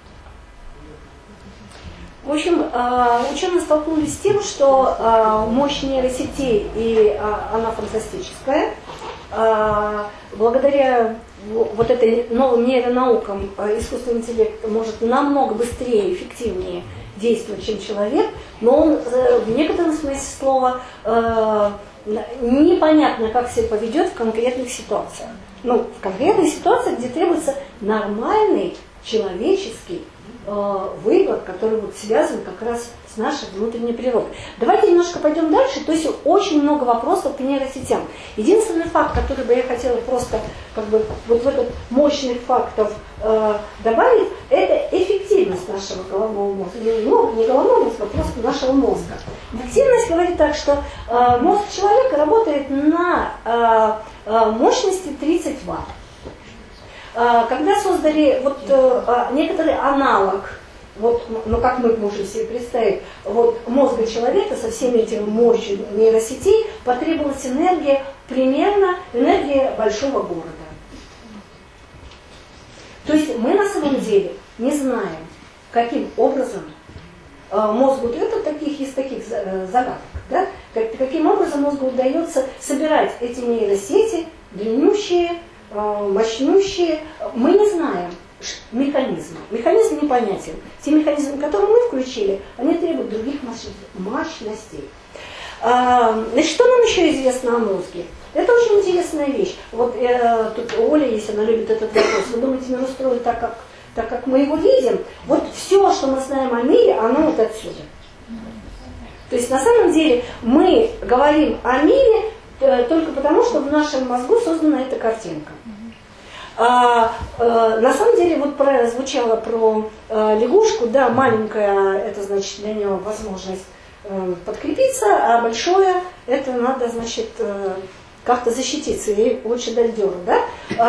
В общем, ученые столкнулись с тем, что мощь нейросетей, и она фантастическая, благодаря вот этой новым нейронаукам искусственный интеллект может намного быстрее, эффективнее действовать, чем человек, но он в некотором смысле слова непонятно, как себя поведет в конкретных ситуациях. В конкретных ситуациях, где требуется нормальный человеческий выбор, который связан как раз с нашей внутренней природой. Давайте немножко пойдем дальше. То есть очень много вопросов к нейросетям. Единственный факт, который бы я хотела просто вот в этот мощных фактов добавить, это эффективность нашего головного мозга. Не головного мозга, а просто нашего мозга. Эффективность говорит так, что мозг человека работает на мощности 30 Вт. Когда создали некоторый аналог, как мы можем себе представить, мозга человека со всеми этими мощью нейросетей, потребовалась энергия, примерно энергия большого города. То есть мы на самом деле не знаем, каким образом мозгу, это из таких загадок, да? Каким образом мозгу удается собирать эти нейросети, длиннющие, мощнющие, мы не знаем механизма. Механизм непонятен. Те механизмы, которые мы включили, они требуют других мощностей. Значит, что нам еще известно о мозге? Это очень интересная вещь. Тут Оля, если она любит этот вопрос, вы думаете, мир устроен так, как мы его видим? Все, что мы знаем о мире, оно отсюда. То есть на самом деле мы говорим о мире только потому, что в нашем мозгу создана эта картинка. На самом деле, звучало про лягушку, да, маленькая, это значит для нее возможность подкрепиться, а большое, это надо, значит, как-то защититься, и лучше дать дёру, да?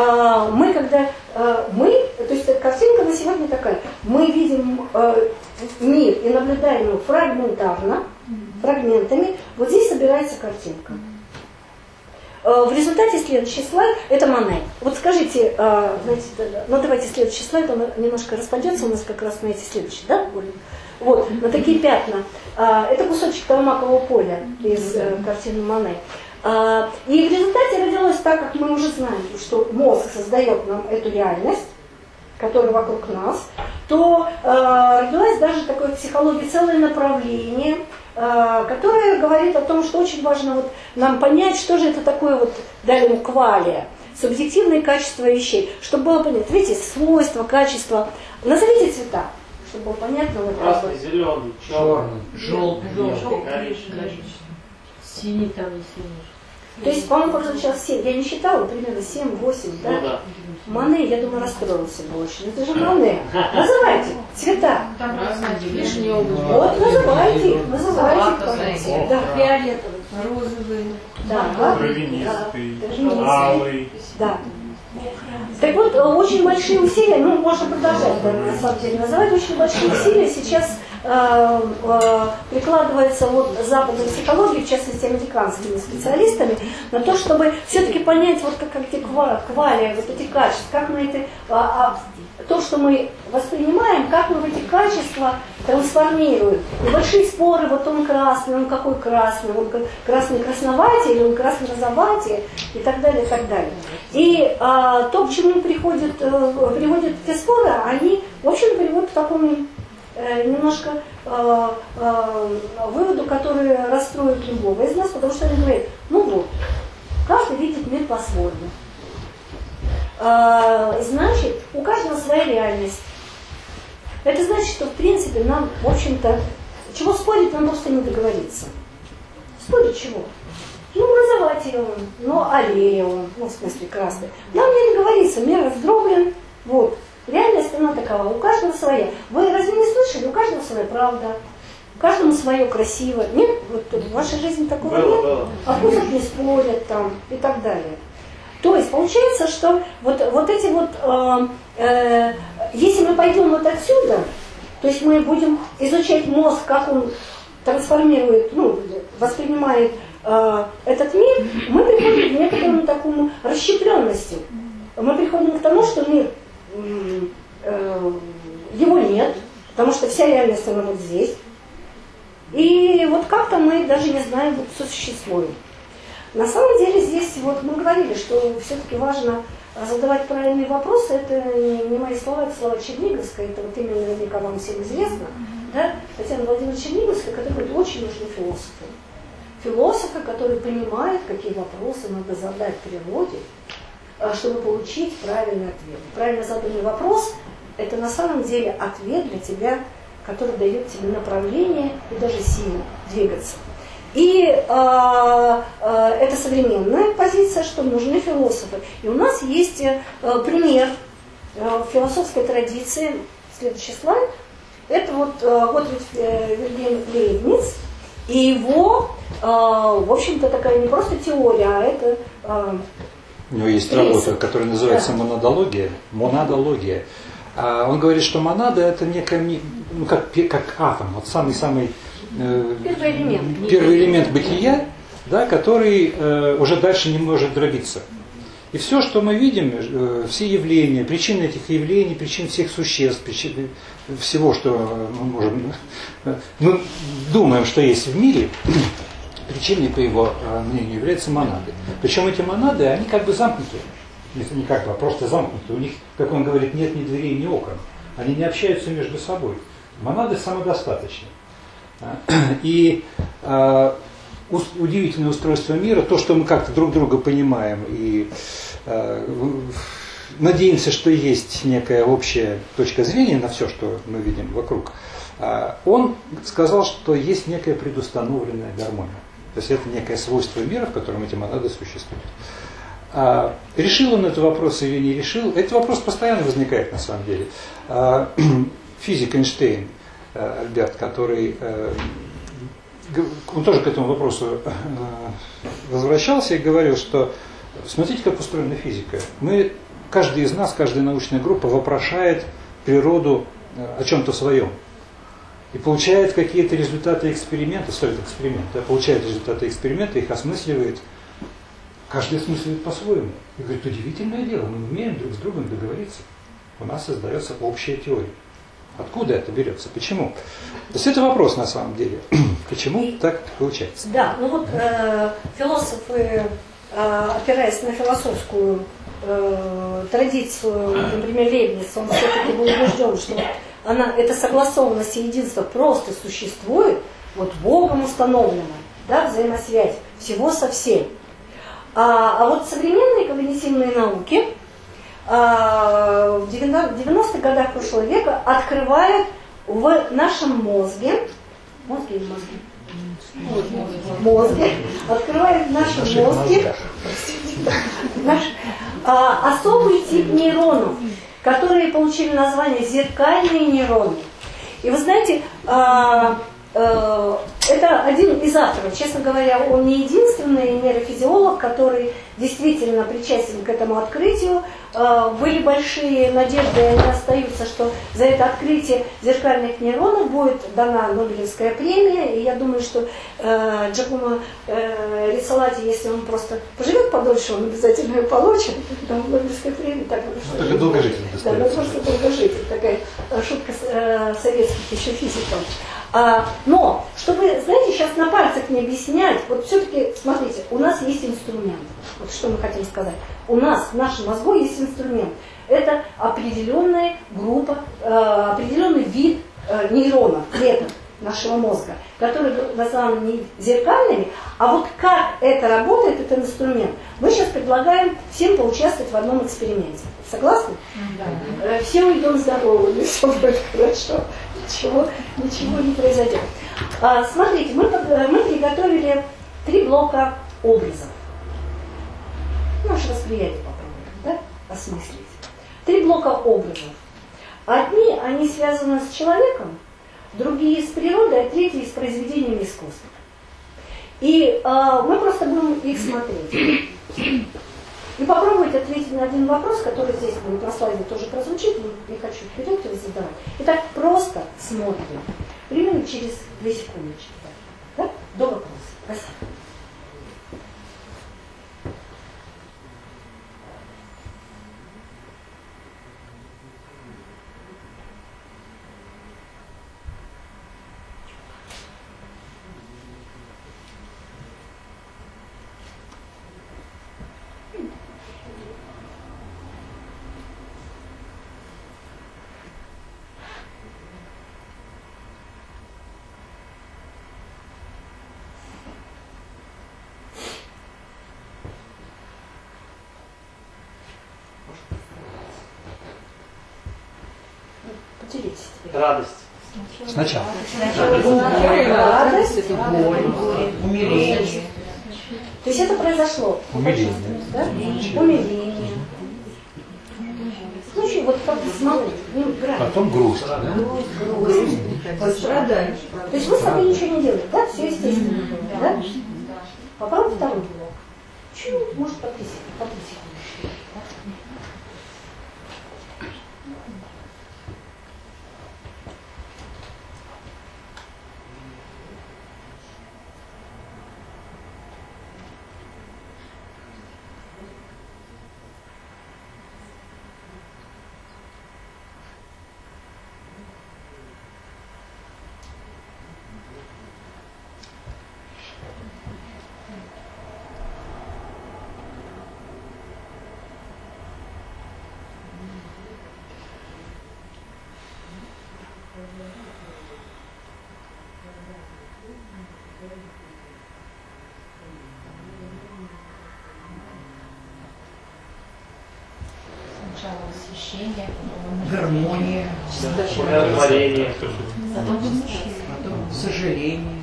То есть картинка на сегодня такая, мы видим мир и наблюдаем его фрагментами, вот здесь собирается картинка. В результате следующий слайд – это Мане. Скажите, давайте следующий слайд, он немножко распадется у нас как раз на эти следующие, да? На такие пятна. Это кусочек Толмакового поля из картины Мане. И в результате родилось так, как мы уже знаем, что мозг создает нам эту реальность, которая вокруг нас, то родилось даже такое в психологии целое направление, которое говорит о том, что очень важно нам понять, что же это такое далее квалия, субъективные качества вещей, чтобы было понятно. Видите, свойства, качества. Назовите цвета, чтобы было понятно. Красный, зеленый, черный, желтый, коричневый, синий там и синий. То есть, по-моему, сейчас 7, я не считала, примерно 7-8, да? Да. Мане, я думаю, расстроился бы очень. Это же Мане. Называйте цвета. Там разные, вишневый. Называйте. Да. Фиолетовый. Розовый. Да. Травянистый, Да. алый. Да. Так вот, очень большие усилия, ну, можно продолжать, да, на самом деле, называть, очень большие усилия сейчас прикладывается вот западной психологией, в частности, американскими специалистами, на то, чтобы все-таки понять, вот как эти квали, вот эти качества, как мы это, то, что мы воспринимаем, как мы эти качества трансформируем. И большие споры, вот он красный, он какой красный, он красный красноватый, или он красный розоватый, и так далее, и так далее. И то, к чему приводят эти споры, они, в общем, приводят к такому немножко выводу, который расстроит любого из нас, потому что они говорят, ну вот, каждый видит мир по-своему. Значит, у каждого своя реальность. Это значит, что в принципе нам, в общем-то, чего спорить, нам просто не договориться. Спорить чего? Ну, розоватый он, ну, аллея он, ну, в смысле красный. Нам не договориться, мир раздроблен, вот. Реальность она такова, у каждого своя. Вы разве не слышали? У каждого своя правда, каждому свое красиво. Нет? Вот в вашей жизни такого нет? О вкусах не спорят там и так далее. То есть получается, что вот эти вот, если мы пойдем вот отсюда, то есть мы будем изучать мозг, как он трансформирует, ну, воспринимает этот мир, мы приходим к некоторому такому расщепленности. Мы приходим к тому, что мир его нет, потому что вся реальность она вот здесь. И вот как-то мы даже не знаем, вот сосуществуем. На самом деле здесь вот мы говорили, что все-таки важно задавать правильные вопросы. Это не мои слова, это слова Черниговской, это вот именно наверняка вам всем известно. Да? Татьяна Владимировна Черниговская, которая говорит, очень нужны философы. Философы, которые понимают, какие вопросы надо задать природе, чтобы получить правильный ответ. Правильно заданный вопрос – это на самом деле ответ для тебя, который дает тебе направление и даже силу двигаться. И это современная позиция, что нужны философы. И у нас есть пример философской традиции. Следующий слайд. Это вот Готфрид Вильгельм Лейбниц. И его, в общем-то, такая не просто теория, а это... У него есть работа, которая называется монадология. Монадология. Он говорит, что монада это некая, ну, как атом, вот самый первый элемент бытия, да, который уже дальше не может дробиться. И все, что мы видим, все явления, причины этих явлений, причины всех существ, причины всего, что мы думаем, что есть в мире, причиной, по его мнению, являются монады. Причем эти монады, они как бы замкнуты. Не как бы, а просто замкнуты. У них, как он говорит, нет ни дверей, ни окон. Они не общаются между собой. Монады самодостаточны. И удивительное устройство мира, то, что мы как-то друг друга понимаем и надеемся, что есть некая общая точка зрения на все, что мы видим вокруг, он сказал, что есть некая предустановленная гармония. То есть это некое свойство мира, в котором эти монады существуют. Решил он этот вопрос или не решил? Этот вопрос постоянно возникает на самом деле. Физик Эйнштейн, Альберт, который он тоже к этому вопросу возвращался и говорил, что смотрите, как устроена физика. Каждый из нас, каждая научная группа вопрошает природу о чем-то своем. И получает какие-то результаты эксперимента, ставит эксперимент, получает результаты эксперимента, их осмысливает. Каждый осмысливает по-своему. И говорит, удивительное дело, мы умеем друг с другом договориться. У нас создается общая теория. Откуда это берется? Почему? То есть это вопрос на самом деле. Почему так получается? Да, ну вот философы, опираясь на философскую традицию, например, Лейбниц, он все-таки был убежден, что эта согласованность и единство просто существует, вот Богом установлена, да, взаимосвязь всего со всем. А вот современные когнитивные науки в 90-х годах прошлого века открывают в нашем мозге, открывают в нашем мозге особый тип нейронов, которые получили название зеркальные нейроны. И вы знаете, это это один из авторов. Честно говоря, он не единственный нейрофизиолог, который действительно причастен к этому открытию. Были большие надежды, и они остаются, что за это открытие зеркальных нейронов будет дана Нобелевская премия. И я думаю, что Джакомо Риццолати, если он просто поживет подольше, он обязательно ее получит. Нобелевская премия. Так, только долгожитель достается. Да, просто долгожитель. Такая шутка советских еще физиков. Но, чтобы, знаете, сейчас на пальцах не объяснять, вот все-таки, смотрите, у нас есть инструмент. Вот что мы хотим сказать. У нас, в нашем мозгу есть инструмент. Это определенная группа, определенный вид нейронов, клеток нашего мозга, которые названы не зеркальными, а вот как это работает, этот инструмент, мы сейчас предлагаем всем поучаствовать в одном эксперименте. Согласны? Да. Все уйдем здоровыми, все будет хорошо. Ничего не произойдет. Смотрите, мы приготовили 3 блока образов. Наше восприятие попробуем, да, осмыслить. 3 блока образов. Одни, они связаны с человеком, другие с природой, а третьи с произведениями искусства. И мы просто будем их смотреть. И попробуйте ответить на один вопрос, который здесь будет на слайде тоже прозвучит, но не хочу вперед его задавать. Итак, просто смотрим. Примерно через 2 секундочки. Да? До вопроса. Спасибо. Радость. Сначала. Радость, это боль, умиление. То есть это произошло. Умиление. Да? Умиление. Ну еще вот как смотрите. Потом грусть. Да? Грусть. Страдание. То есть вы с собой ничего не делаете, да? Все естественно. Да? Попробуйте второй блок. Чуть, может, по 3 секунды. Сначала восхищение, Гармония, Умиротворение. потом сожаление,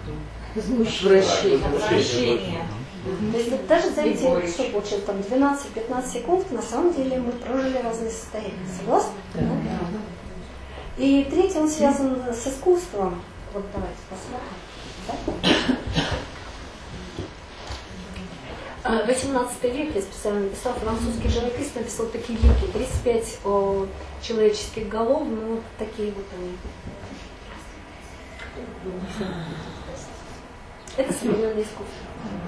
возвращение. То есть даже за эти, что получилось, там 12-15 секунд, на самом деле мы прожили разные состояния. Согласны? Да. И третий, он связан с искусством. Вот давайте посмотрим. Да? 18 век, я специально написал, французский живописец написал такие лики, 35 человеческих голов, но вот такие вот они. Это современное искусство.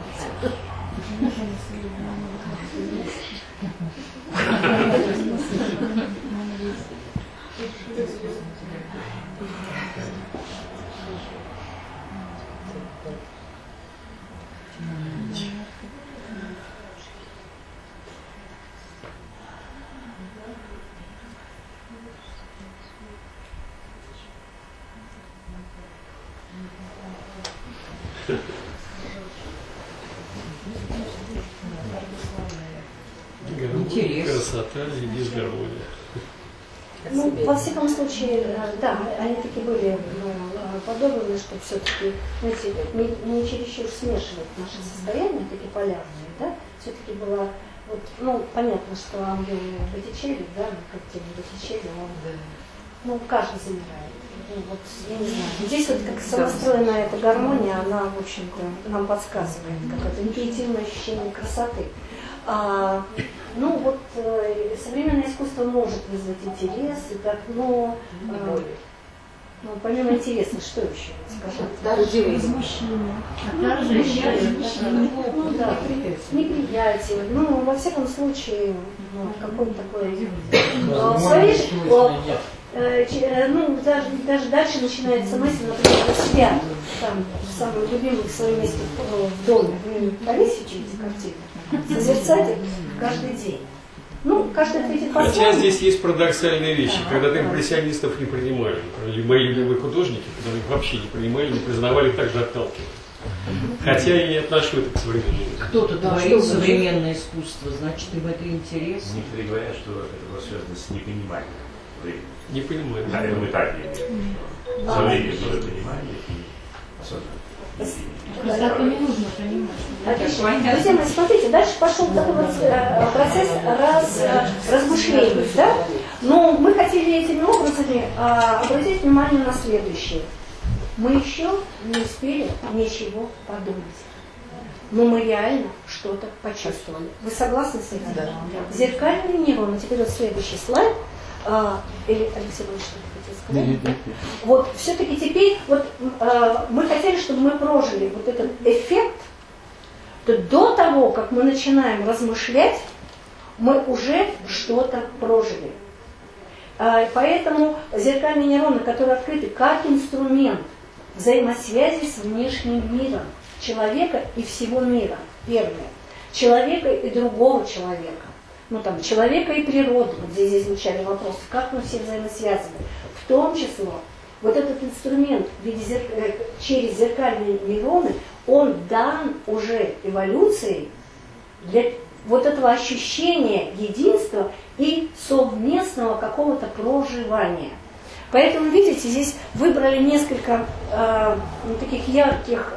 Красота и дисгармония. Ну, во всяком случае, да, они такие были подобраны, что все-таки, знаете, не чересчур смешивать наши состояния, такие полярные, да, все-таки было, вот, ну, понятно, что ангел Боттичелли, да, как тем Боттичелли, он ну, каждый замирает. Ну, вот, я не знаю. Здесь вот как самостроенная эта гармония, она, в общем-то, нам подсказывает, какое-то интуитивное ощущение красоты. Ну вот современное искусство может вызвать интерес, и так, но помимо интереса, что еще? Скажем, возмущение. Неприятие. Ну, во всяком случае, какой-то такой. Даже дальше начинается мысль, например, про себя, там, в самом любимом своем месте в доме. Вы повесите эти картины, созерцать их каждый день. Ну, каждый ответит по-своему. Хотя здесь есть парадоксальные вещи. Когда-то импрессионистов не принимали. Например, мои любимые художники, которые их вообще не принимали, не признавали, также отталкивали. Хотя я не отношу это к современному. Кто-то говорит современное искусство, значит, им это интересно. Некоторые говорят, что это было связано с непониманием. Не понимаю. На этом этапе. Со временем было понимание и осознанность. Красоту не нужно понимать. Друзья мои, смотрите, дальше пошел такой вот процесс размышлений, да? Но мы хотели этими образами обратить внимание на следующее. Мы еще не успели ничего подумать. Но мы реально что-то почувствовали. Вы согласны с этим? Да. Зеркальные нейроны. Теперь вот следующий слайд. Или Алексей Иванович, что ты хотел сказать? Нет. Вот все-таки теперь вот мы хотели, чтобы мы прожили вот этот эффект, то до того, как мы начинаем размышлять, мы уже что-то прожили. Поэтому зеркальные нейроны, которые открыты как инструмент взаимосвязи с внешним миром человека и всего мира, первое, человека и другого человека. Ну, там, человека и природы, вот здесь звучали вопросы, как мы все взаимосвязаны. В том числе, вот этот инструмент в виде через зеркальные нейроны, он дан уже эволюцией для вот этого ощущения единства и совместного какого-то проживания. Поэтому, видите, здесь выбрали несколько таких ярких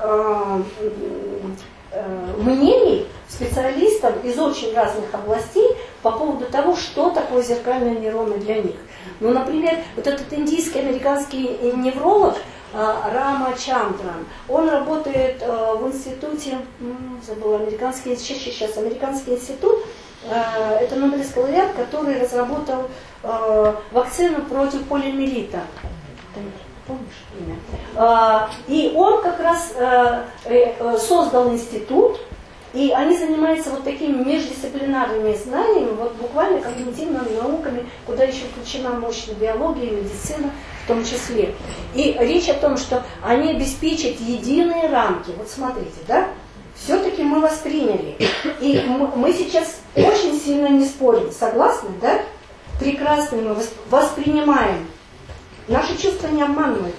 мнений специалистов из очень разных областей по поводу того, что такое зеркальные нейроны для них. Ну, например, вот этот индийский-американский невролог Рама Чандран, он работает в институте, забыла, американский институт, это Нобелевский лауреат, который разработал вакцину против полиомиелита. Помнишь имя? И он как раз создал институт, и они занимаются вот такими междисциплинарными знаниями, вот буквально когнитивными науками, куда еще включена мощная биология, медицина в том числе. И речь о том, что они обеспечат единые рамки. Вот смотрите, да? Все-таки мы восприняли. И мы сейчас очень сильно не спорим. Согласны, да? Прекрасно мы воспринимаем. Наши чувства не обманывают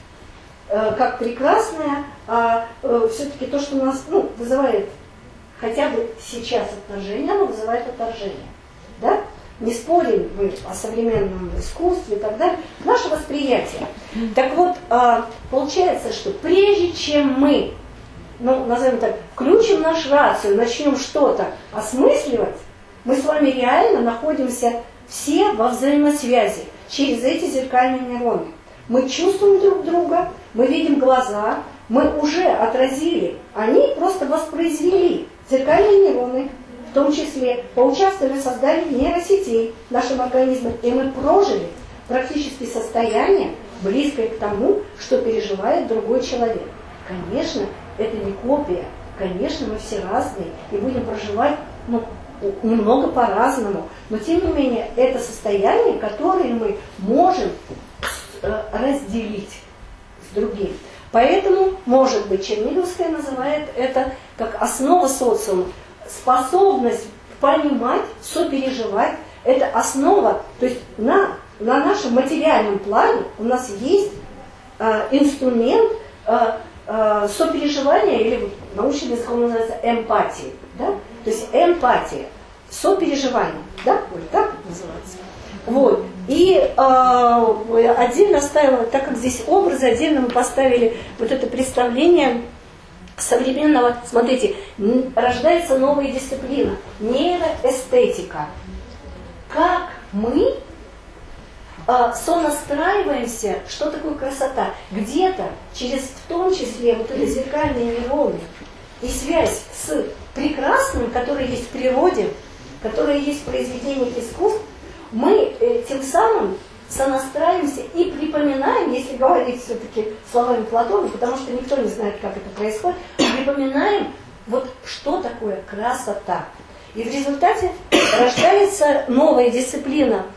нас. Как прекрасное, все-таки то, что нас вызывает хотя бы сейчас отторжение, оно вызывает отторжение. Да? Не спорим мы о современном искусстве и так далее. Наше восприятие. Так вот, получается, что прежде чем мы, назовем так, включим нашу рацию, начнем что-то осмысливать, мы с вами реально находимся все во взаимосвязи через эти зеркальные нейроны. Мы чувствуем друг друга, мы видим глаза, мы уже отразили, они просто воспроизвели зеркальные нейроны, в том числе поучаствовали в создании нейросетей в нашем организме, и мы прожили практически состояние, близкое к тому, что переживает другой человек. Конечно, это не копия, конечно, мы все разные и будем проживать немного по-разному, но тем не менее это состояние, которое мы можем разделить с другим. Поэтому, может быть, Черниговская называет это как основа социума. Способность понимать, сопереживать, это основа, то есть на нашем материальном плане у нас есть инструмент сопереживания, или научным языком называется эмпатия. Да? То есть эмпатия, сопереживание, да, вот так называется. Вот. И отдельно ставила, так как здесь образы, отдельно мы поставили вот это представление современного, смотрите, рождается новая дисциплина, нейроэстетика. Как мы сонастраиваемся, что такое красота. Где-то через, в том числе, вот это зеркальные нейроны и связь с прекрасным, которое есть в природе, которое есть в произведениях искусств, мы тем самым сонастраиваемся и припоминаем, если говорить все-таки словами Платона, потому что никто не знает, как это происходит, припоминаем, вот что такое красота. И в результате рождается новая дисциплина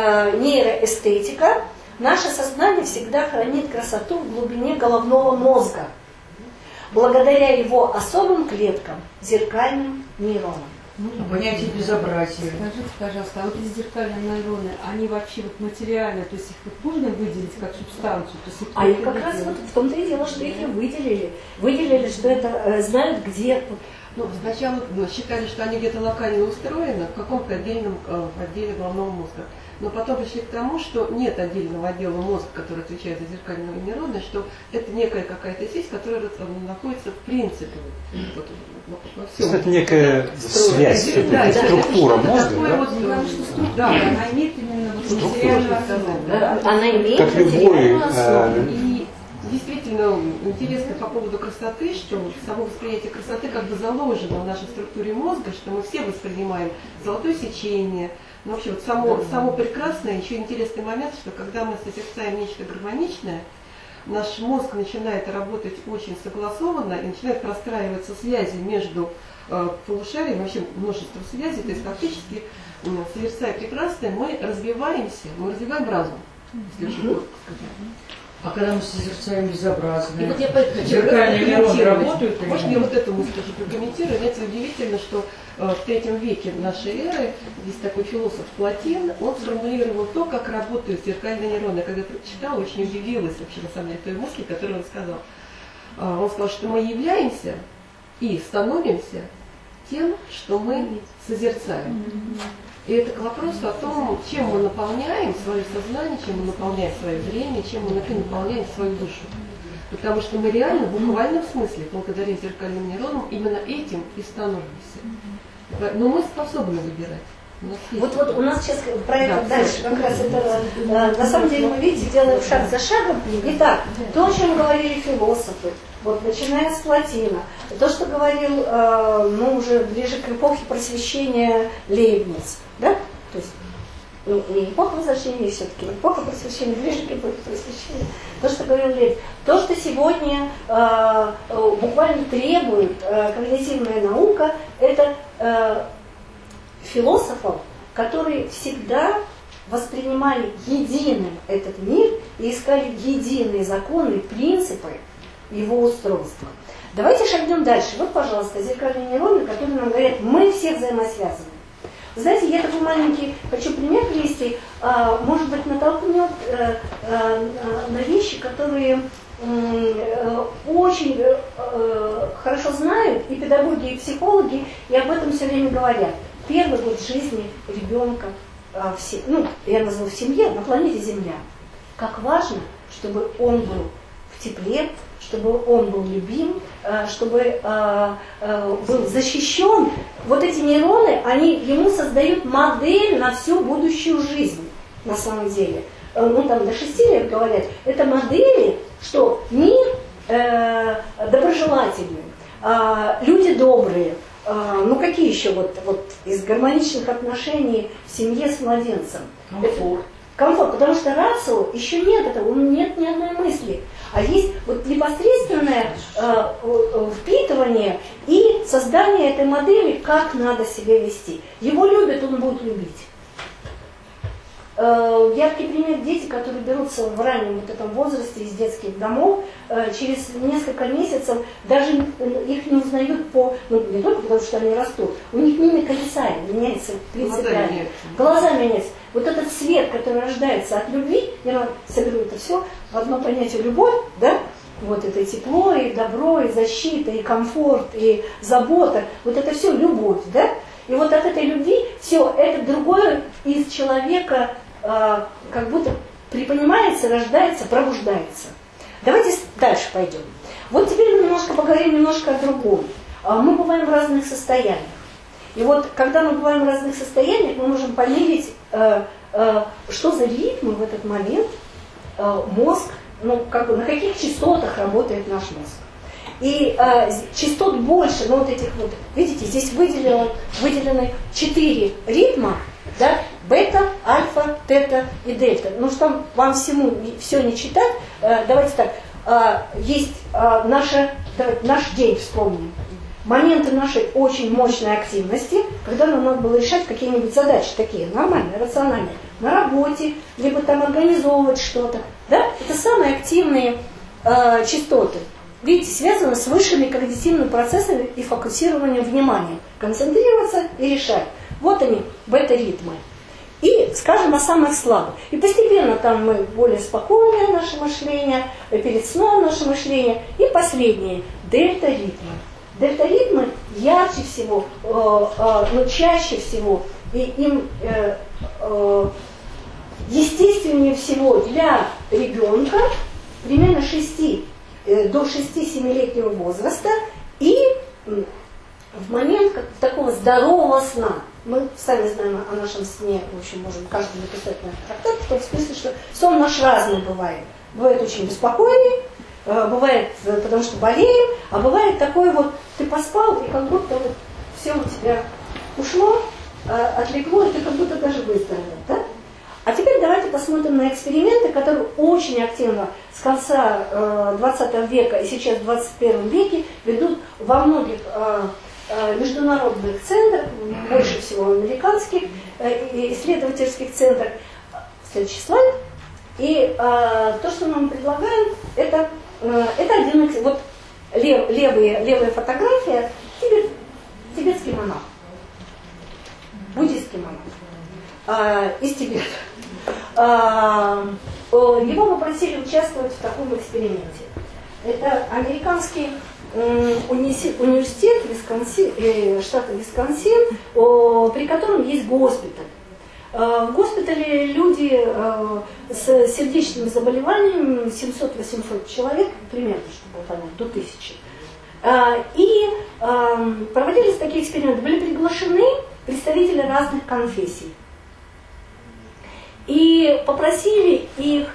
нейроэстетика. Наше сознание всегда хранит красоту в глубине головного мозга, благодаря его особым клеткам, зеркальным нейронам. Понятие безобразия. Скажите, пожалуйста, а вот эти зеркальные нейроны, они вообще вот материально, то есть их вот можно выделить как субстанцию? То есть Они как раз вот в том-то и дело, что их и выделили. Выделили, что это знают где. Ну, сначала считали, что они где-то локально устроены в каком-то отдельном отделе головного мозга. Но потом пришли к тому, что нет отдельного отдела мозга, который отвечает за зеркальные нейроны, что это некая какая-то сеть, которая находится в принципе во всем. Это некая связь, да, структура мозга, да? Она имеет именно вот материальную основу. Она имеет как любой. И действительно интересно по поводу красоты, что само восприятие красоты как бы заложено в нашей структуре мозга, что мы все воспринимаем золотое сечение. Но вообще вот само прекрасное, еще интересный момент, что когда мы созерцаем нечто гармоничное, наш мозг начинает работать очень согласованно и начинает простраиваться связи между полушариями, вообще множество связей, то есть фактически, созерцая прекрасное, мы развиваемся, мы развиваем разум, если очень коротко сказать. А когда мы созерцаем безобразное, вот я зеркальные нейроны работают? Можно я вот эту мысль тоже прокомментирую? Знаете, удивительно, что в III веке нашей эры есть такой философ Платин, он сформулировал то, как работают зеркальные нейроны. Когда я прочитала, очень удивилась вообще на самом деле той мысли, которую он сказал. Он сказал, что мы являемся и становимся тем, что мы созерцаем. И это к вопросу о том, чем мы наполняем свое сознание, чем мы наполняем свое зрение, чем мы наполняем свою душу. Потому что мы реально, в буквальном смысле, благодаря зеркальным нейронам, именно этим и становимся. Но мы способны выбирать. Вот у нас сейчас про это дальше как раз это, на самом деле мы, видите, делаем шаг за шагом. Итак, то, о чем говорили философы, вот начиная с Платина, то, что говорил, уже ближе к эпохе просвещения Лейбниц, да, то есть не эпоха Возрождения, все-таки эпоха просвещения, ближе к эпохе просвещения, то, что говорил Лейбниц, то, что сегодня буквально требует когнитивная наука, это философов, которые всегда воспринимали единым этот мир и искали единые законы, принципы его устройства. Давайте шагнем дальше. Вот, пожалуйста, зеркальные нейроны, которые нам говорят, мы все взаимосвязаны. Вы знаете, я такой маленький хочу пример привести, может быть, натолкнет на вещи, которые очень хорошо знают и педагоги, и психологи, и об этом все время говорят. Первый год жизни ребенка, я назову в семье, на планете Земля. Как важно, чтобы он был в тепле, чтобы он был любим, чтобы был защищен. Вот эти нейроны, они ему создают модель на всю будущую жизнь, на самом деле. Там до 6 лет говорят, это модели, что мир доброжелательный, люди добрые. Какие еще вот из гармоничных отношений в семье с младенцем? Комфорт, потому что рацио еще нет этого, нет ни одной мысли. А есть вот непосредственное впитывание и создание этой модели, как надо себя вести. Его любят, он будет любить. Яркий пример — дети, которые берутся в раннем вот этом возрасте из детских домов, через несколько месяцев даже их не узнают не только потому, что они растут, у них мимика лица меняется принципиально. Глаза меняются. Вот этот свет, который рождается от любви, я соберу это все в одно понятие любовь, да? Вот это тепло, и добро, и защита, и комфорт, и забота, вот это все любовь, да? И вот от этой любви все это другое из человека как будто приподнимается, рождается, пробуждается. Давайте дальше пойдем. Вот теперь мы поговорим немножко о другом. Мы бываем в разных состояниях. И вот когда мы бываем в разных состояниях, мы можем померить что за ритмы в этот момент мозг, ну, как бы на каких частотах работает наш мозг. И частот больше, ну вот этих вот, видите, здесь выделены 4 ритма, да, бета, альфа, тета и дельта. Ну что вам всему все не читать, давайте так, есть наш день вспомним. Моменты нашей очень мощной активности, когда нам надо было решать какие-нибудь задачи такие, нормальные, рациональные, на работе, либо там организовывать что-то, да, это самые активные частоты. Видите, связано с высшими когнитивными процессами и фокусированием внимания. Концентрироваться и решать. Вот они, бета-ритмы. И скажем о самых слабых. И постепенно там мы более спокойное наше мышление, перед сном наше мышление. И последние, дельта-ритмы. Дельта-ритмы ярче всего, но чаще всего, и им естественнее всего для ребенка примерно до 6-7-летнего возраста и в момент такого здорового сна. Мы сами знаем о нашем сне, в общем, можем каждый написать на трактат, в том смысле, что сон наш разный бывает. Бывает очень беспокойный, бывает, потому что болеем, а бывает такой вот, ты поспал, и как будто вот все у тебя ушло, отлегло, и ты как будто даже выздоровел, да? А теперь давайте посмотрим на эксперименты, которые очень активно с конца 20 века и сейчас в 21 веке ведут во многих международных центрах, больше всего американских исследовательских центрах. Следующий слайд. И то, что нам предлагают, это один, вот левая фотография, тибетский монах, буддийский монах из Тибета. Его попросили участвовать в таком эксперименте. Это американский университет штата Висконсин, при котором есть госпиталь. В госпитале люди с сердечными заболеваниями, 700-800 человек, примерно, чтобы было понятно, до 1000. И проводились такие эксперименты. Были приглашены представители разных конфессий. И попросили их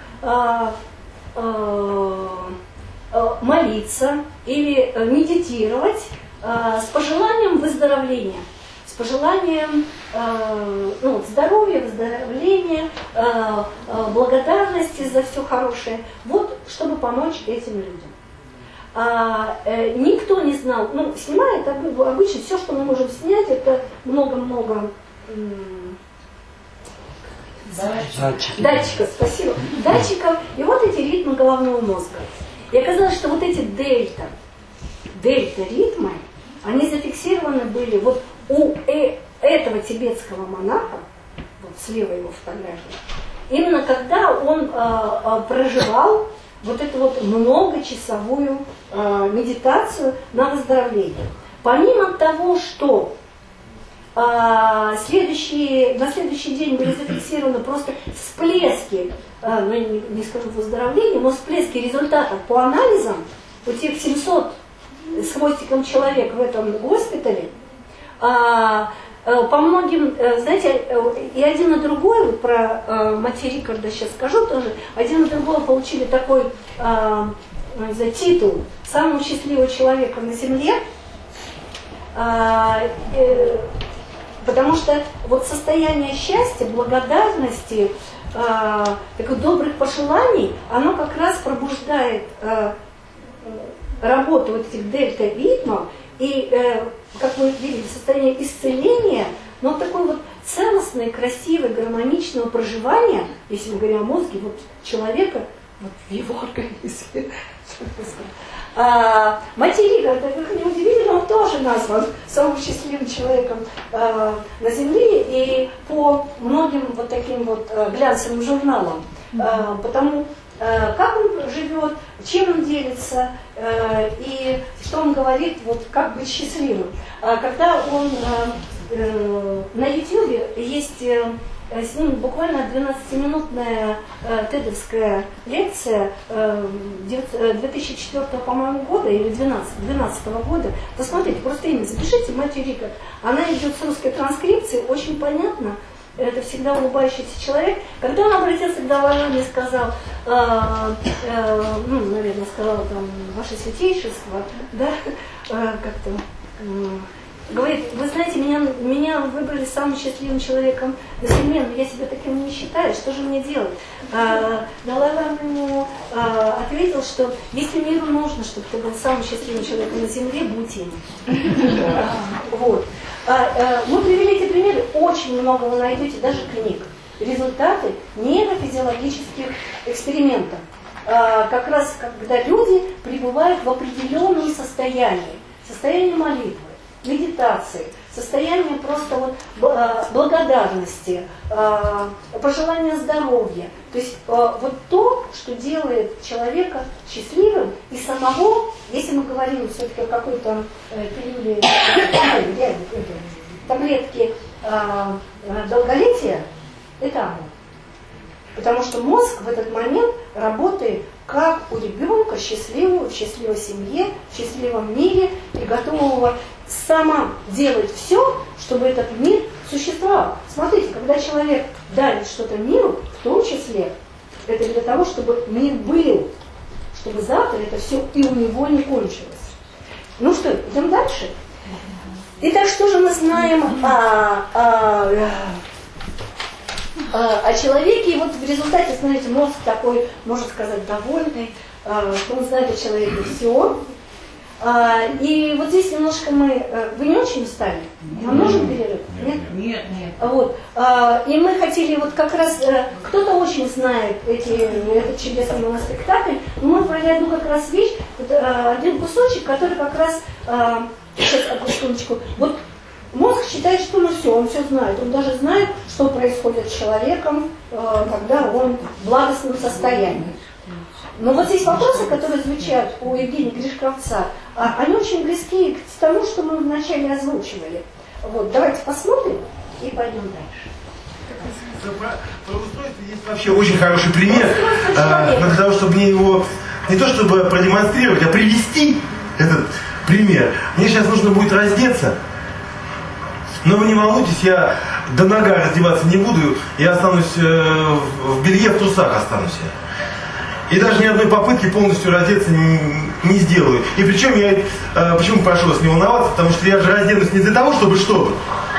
молиться или медитировать с пожеланием выздоровления, с пожеланием здоровья, выздоровления, благодарности за все хорошее, вот, чтобы помочь этим людям. Никто не знал, снимает обычно все, что мы можем снять, это много-много датчиков, спасибо, датчиков, и вот эти ритмы головного мозга. И оказалось, что вот эти дельта-ритмы, они зафиксированы были вот у этого тибетского монаха, вот слева его фотография, именно когда он проживал вот эту вот многочасовую медитацию на выздоровление. Помимо того, что на следующий день были зафиксированы просто всплески, не скажу выздоровления, но всплески результатов по анализам у тех 700 с хвостиком человек в этом госпитале, по многим, знаете, и один и другой, вот про Матью Рикарда сейчас скажу тоже, один и другой получили такой титул самого счастливого человека на Земле, потому что вот состояние счастья, благодарности, таких добрых пожеланий, оно как раз пробуждает работу вот этих дельта-ритмов, и, как вы видели, состояние исцеления, но такой вот целостное, красивое, гармоничного проживания, если мы говорим о мозге, вот человека, вот в его организме. Матью Рикард, как не удивительно, он тоже назван самым счастливым человеком на Земле и по многим вот таким вот глянцевым журналам. Потому как он живет, чем он делится и что он говорит, вот как быть счастливым. Когда он на YouTube есть с ним буквально 12-минутная тедовская лекция 2004, по-моему, года или 2012 года. Посмотрите, просто имя запишите, Матью Рикард. Она идет с русской транскрипцией, очень понятно, это всегда улыбающийся человек. Когда он обратился к Далай-ламе и сказал, наверное, сказал там, ваше святейшество, да, как-то, говорит, вы знаете, меня выбрали самым счастливым человеком на земле, но я себя таким не считаю, что же мне делать? Далай-лама ему ответил, что если миру нужно, чтобы ты был самым счастливым человеком на земле, будь им. Вот. Мы привели эти примеры, очень много вы найдете, даже книг. Результаты нейрофизиологических экспериментов. Как раз когда люди пребывают в определенном состоянии, состоянии молитвы, медитации, состояние просто вот благодарности, пожелания здоровья. То есть вот то, что делает человека счастливым и самого, если мы говорим все-таки о какой-то пилюле, таблетке долголетия, это оно. Потому что мозг в этот момент работает как у ребенка, счастливого, в счастливой семье, в счастливом мире, и готового сама делать все, чтобы этот мир существовал. Смотрите, когда человек дарит что-то миру, в том числе, это для того, чтобы мир был, чтобы завтра это все и у него не кончилось. Ну что, идем дальше? Итак, что же мы знаем о человеке? И вот в результате, знаете, мозг такой, можно сказать, довольный, что он знает о человеке все. И вот здесь немножко мы... Вы не очень устали? Вам нужен перерыв? Нет. Вот. И мы хотели вот как раз... Кто-то очень знает этот чудесный моноспектакль, но мы брали одну как раз вещь, вот, один кусочек, который как раз... Сейчас, одну секундочку. Вот мозг считает, что он все знает. Он даже знает, что происходит с человеком, когда он в благостном состоянии. Но вот здесь вопросы, которые звучат у Евгения Гришковца, они очень близки к тому, что мы вначале озвучивали. Вот, давайте посмотрим и пойдем дальше. Про устройство есть вообще очень хороший пример, для того, чтобы мне его не то чтобы продемонстрировать, а привести этот пример. Мне сейчас нужно будет раздеться, но вы не волнуйтесь, я до нога раздеваться не буду, я останусь в белье, в трусах останусь я. И даже ни одной попытки полностью раздеться не сделаю. И причем я, почему прошу вас не волноваться, потому что я же разденусь не для того, чтобы что-то,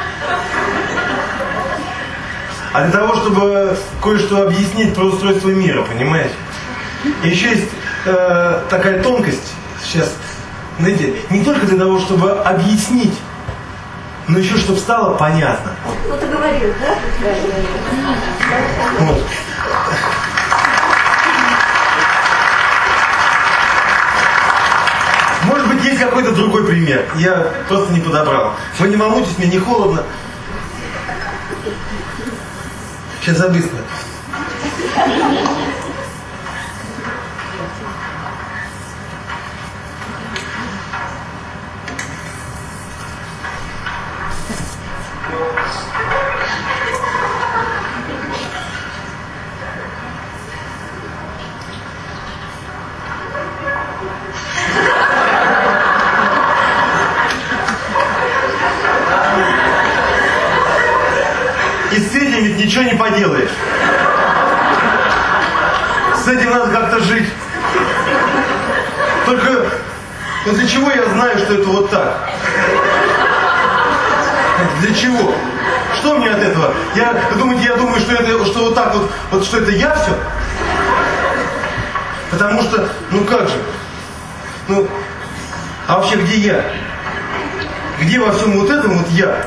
а для того, чтобы кое-что объяснить про устройство мира, понимаете? И еще есть такая тонкость сейчас, знаете, не только для того, чтобы объяснить, но еще чтобы стало понятно. Кто-то говорил, да? Вот. Может быть, есть какой-то другой пример. Я просто не подобрал. Вы не волнуйтесь, мне не холодно. Сейчас я быстро. И с этим ведь ничего не поделаешь. С этим надо как-то жить. Только для чего я знаю, что это вот так? Для чего? Что мне от этого? Я думаю, что вот так вот, что это я все? Потому что, ну как же? Ну, а вообще где я? Где во всем вот этом вот я?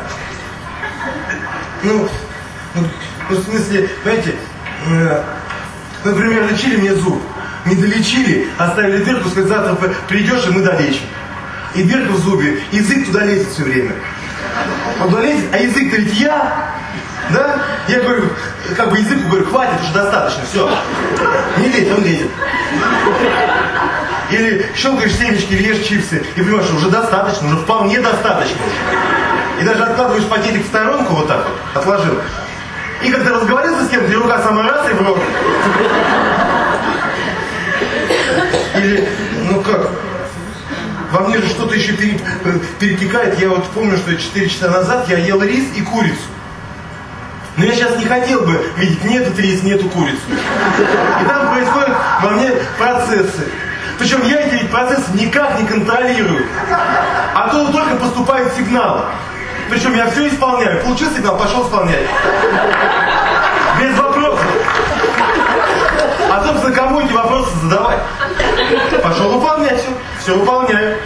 Ну, в смысле, понимаете, например, лечили мне зуб, не долечили, оставили дырку, сказать, завтра придешь, и мы долечим. И дырка в зубе, язык туда лезет все время. Он туда лезет, а язык-то ведь я, да? Я говорю, как бы языку говорю, хватит, уже достаточно, все. Не лезь, он лезет. Или щелкаешь семечки, или ешь чипсы, и понимаешь, что уже достаточно, уже вполне достаточно. И даже откладываешь пакетик в сторонку вот так вот, отложил. И когда разговаривался с кем-то, и рука самая раз и в рот. Или, ну как, во мне же что-то еще перетекает. Я вот помню, что 4 часа назад я ел рис и курицу. Но я сейчас не хотел бы видеть ни этот рис, ни эту курицу. И там происходят во мне процессы. Причем я эти процессы никак не контролирую. А то только поступает сигнал. Причем я все исполняю. Получил сигнал, пошел исполнять. Без вопросов. А собственно, кому эти вопросы задавать? Пошел выполнять все выполняю.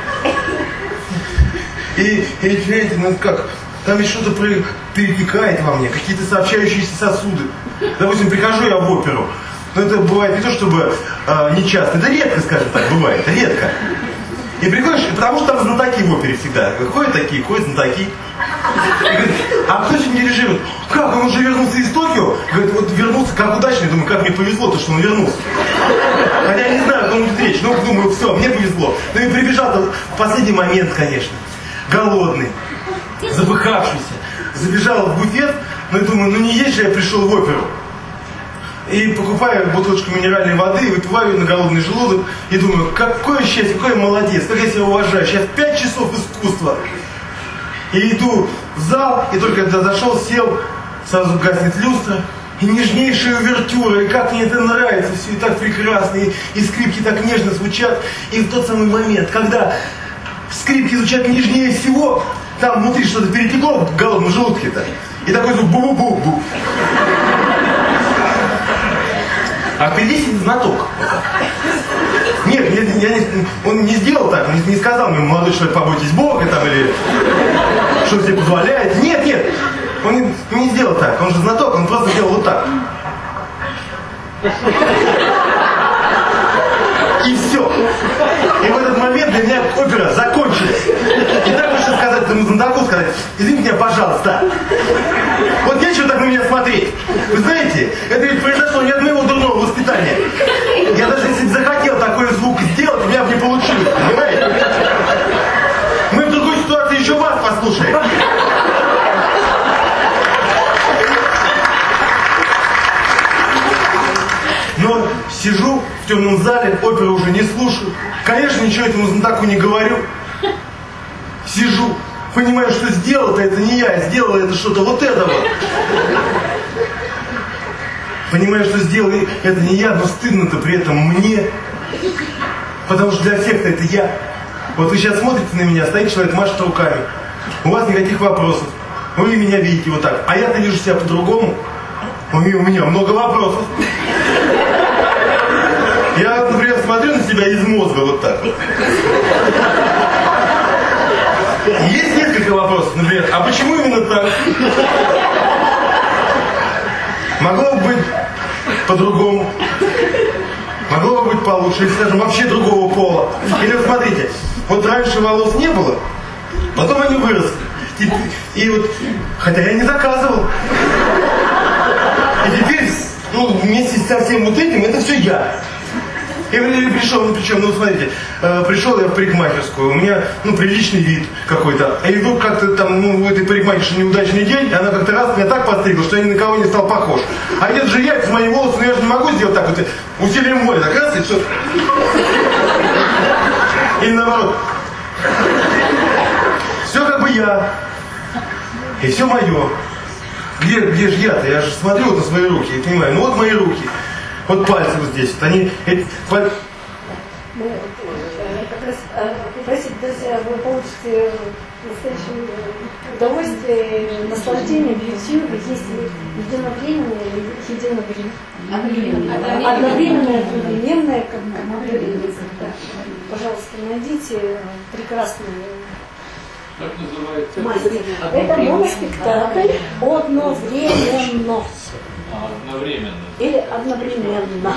И видите, ну как, там ведь что-то перетекает во мне, какие-то сообщающиеся сосуды. Допустим, прихожу я в оперу. Но это бывает не то чтобы не часто, это редко, скажем так, бывает, редко. И приходишь, потому что там знатоки в опере всегда. Ходят такие, ходят знатоки. И говорит, а кто сегодня дирижирует? Как, он уже вернулся из Токио? Говорит, вот вернулся, как удачно. Я думаю, как мне повезло, то, что он вернулся. Хотя я не знаю, о ком идет речь. Ну, думаю, все, мне повезло. Ну и прибежал в последний момент, конечно. Голодный, запыхавшийся. Забежал в буфет, но я думаю, ну не есть же я пришел в оперу. И покупаю бутылочку минеральной воды, и выпиваю ее на голодный желудок. И думаю, какое счастье, какой я молодец, как я себя уважаю. Сейчас 5 часов искусства. И иду в зал, и только когда зашел, сел, сразу гаснет люстра. И нежнейшая увертюра, и как мне это нравится, все и так прекрасно, и скрипки так нежно звучат. И в тот самый момент, когда скрипки звучат нежнее всего, там внутри что-то перетекло в голодном желудке-то. И такой звук бу-бу-бу-бу. А впереди сидит знаток. Нет, он не сделал так, он не сказал мне, молодой человек, побойтесь Бога, там, или что себе позволяет. Нет, он не сделал так, он же знаток, он просто сделал вот так. И все. И в этот момент для меня опера закончилась. И так можно сказать этому знатоку, сказать, извините меня, пожалуйста. Вот нечего так на меня смотреть. Вы знаете, это ведь произошло не от моего дурного воспитания. Я даже если бы захотел такой звук сделать, у меня бы не получилось, понимаете? Мы в другой ситуации еще вас послушаем. Но сижу в темном зале, оперу уже не слушаю. Конечно, ничего этому знатоку не говорю. Сижу, понимаю, что сделал-то это не я, сделал это что-то вот это вот. Понимаю, что сделал это не я, но стыдно-то при этом мне. Потому что для всех-то это я. Вот вы сейчас смотрите на меня, стоит человек, машет руками. У вас никаких вопросов. Вы меня видите вот так. А я-то вижу себя по-другому. У меня много вопросов. Я, например, смотрю на себя из мозга вот так. Есть несколько вопросов, например, а почему именно так? Могло бы быть по-другому. Могло бы быть получше, или, скажем, вообще другого пола. Или вот смотрите, вот раньше волос не было, потом они выросли. И вот, хотя я не заказывал. И теперь, вместе со всем вот этим, это все я. И пришел, причем, смотрите, пришел я в парикмахерскую, у меня, приличный вид какой-то. И вдруг как-то там, у этой парикмахерши неудачный день, она как-то раз меня так постригла, что я ни на кого не стал похож. А это же я, это мои волосы, но я же не могу сделать так вот, усилием воли, так раз, и все. Или наоборот. Все как бы я. И все мое. Где же я-то? Я же смотрю вот на свои руки и понимаю, вот мои руки. Вот пальцы вот здесь. Вот они, как раз попросить, друзья, вы получите настоящее удовольствие, наслаждение в YouTube. Есть единовременное или одновременное, одновременное, как говорится. Пожалуйста, найдите прекрасную мастер. Это моноспектакль одновременно. Одновременно. Или одновременно.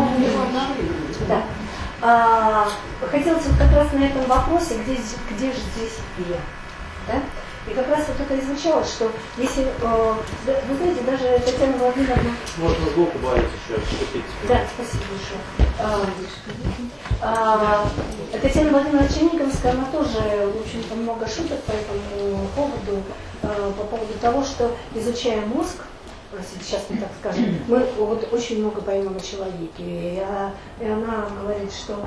Да. Хотелось вот как раз на этом вопросе, где же здесь я. Да? И как раз вот это и звучало, что если, вы знаете, даже Татьяна Владимировна... Можно звук убавить еще. Да, спасибо большое. Татьяна Владимировна Черниговская, она тоже, в общем-то, много шуток по этому поводу, по поводу того, что, изучая мозг, сейчас мы так скажем, мы вот очень много поймем о человеке. И она говорит, что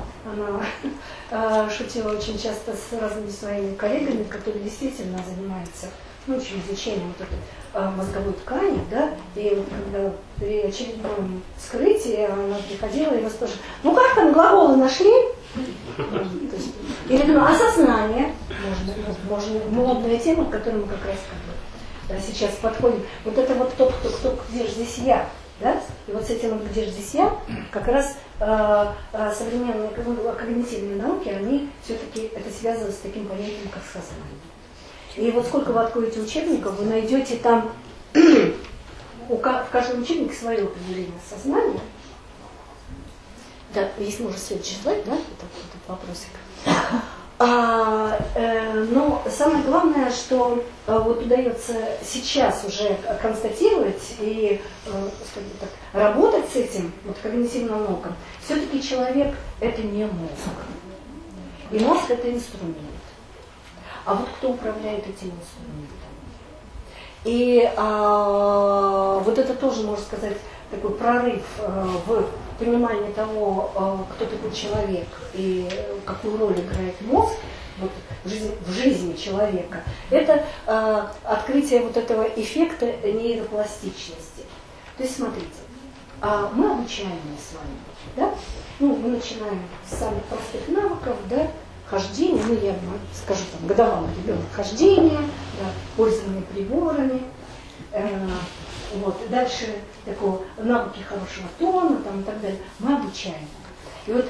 она шутила очень часто с разными своими коллегами, которые действительно занимаются ну, в общем, изучение вот этой мозговой ткани, да, и вот когда при очередном вскрытии она приходила и вас тоже, ну как там глаголы нашли? Или ну, осознание, можно, модная тема, к которой мы как раз сейчас подходим. Вот это вот кто где же здесь я, да? И вот с этим вот где же здесь я, как раз современные когнитивные науки, они все-таки это связано с таким понятием, как сознание. И вот сколько вы откроете учебников, вы найдете там в каждом учебнике свое определение сознания. Да, если можно следующий слайд, да, этот вопросик. Но самое главное, что вот удается сейчас уже констатировать и скажем так, работать с этим вот, когнитивным науком, все-таки человек это не мозг. И мозг это инструмент. А вот кто управляет этим инструментом? И вот это тоже, можно сказать, такой прорыв в понимании того, кто такой человек и какую роль играет мозг вот, в жизни человека, это открытие вот этого эффекта нейропластичности. То есть, смотрите, мы обучаемые с вами, да? Ну, мы начинаем с самых простых навыков, да, хождение, ну, я скажу, там, годовалый ребенок хождение, да, пользование приборами, вот, дальше такого навыки хорошего тона там, и так далее. Мы обучаем. И вот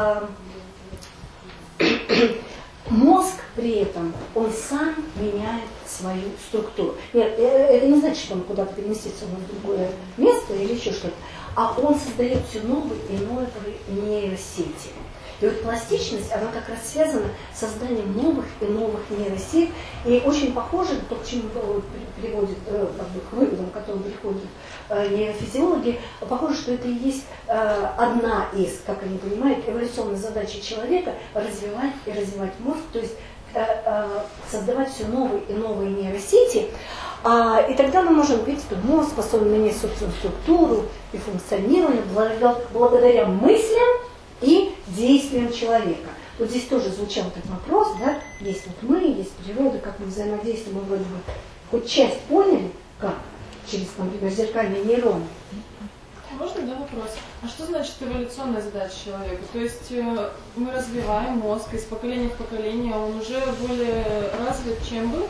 мозг при этом, он сам меняет свою структуру. Нет, это не значит, что он куда-то переместится в другое место или еще что-то, а он создает все новые и новые нейросети. И вот пластичность, она как раз связана с созданием новых и новых нейросетей. И очень похоже, то, к чему приводит, как бы, к выводам, к которым приходят нейрофизиологи, похоже, что это и есть одна из, как они понимают, эволюционной задачи человека развивать и развивать мозг, то есть создавать все новые и новые нейросети. И тогда мы можем видеть, что мозг способен менять собственную структуру и функционирование благодаря мыслям и действиям человека. Вот здесь тоже звучал этот вопрос, да, есть вот мы, есть природа, как мы взаимодействуем, мы вроде бы хоть часть поняли, как, через, например, зеркальные нейроны. Можно, да, вопрос? А что значит эволюционная задача человека? То есть мы развиваем мозг из поколения в поколение, он уже более развит, чем был?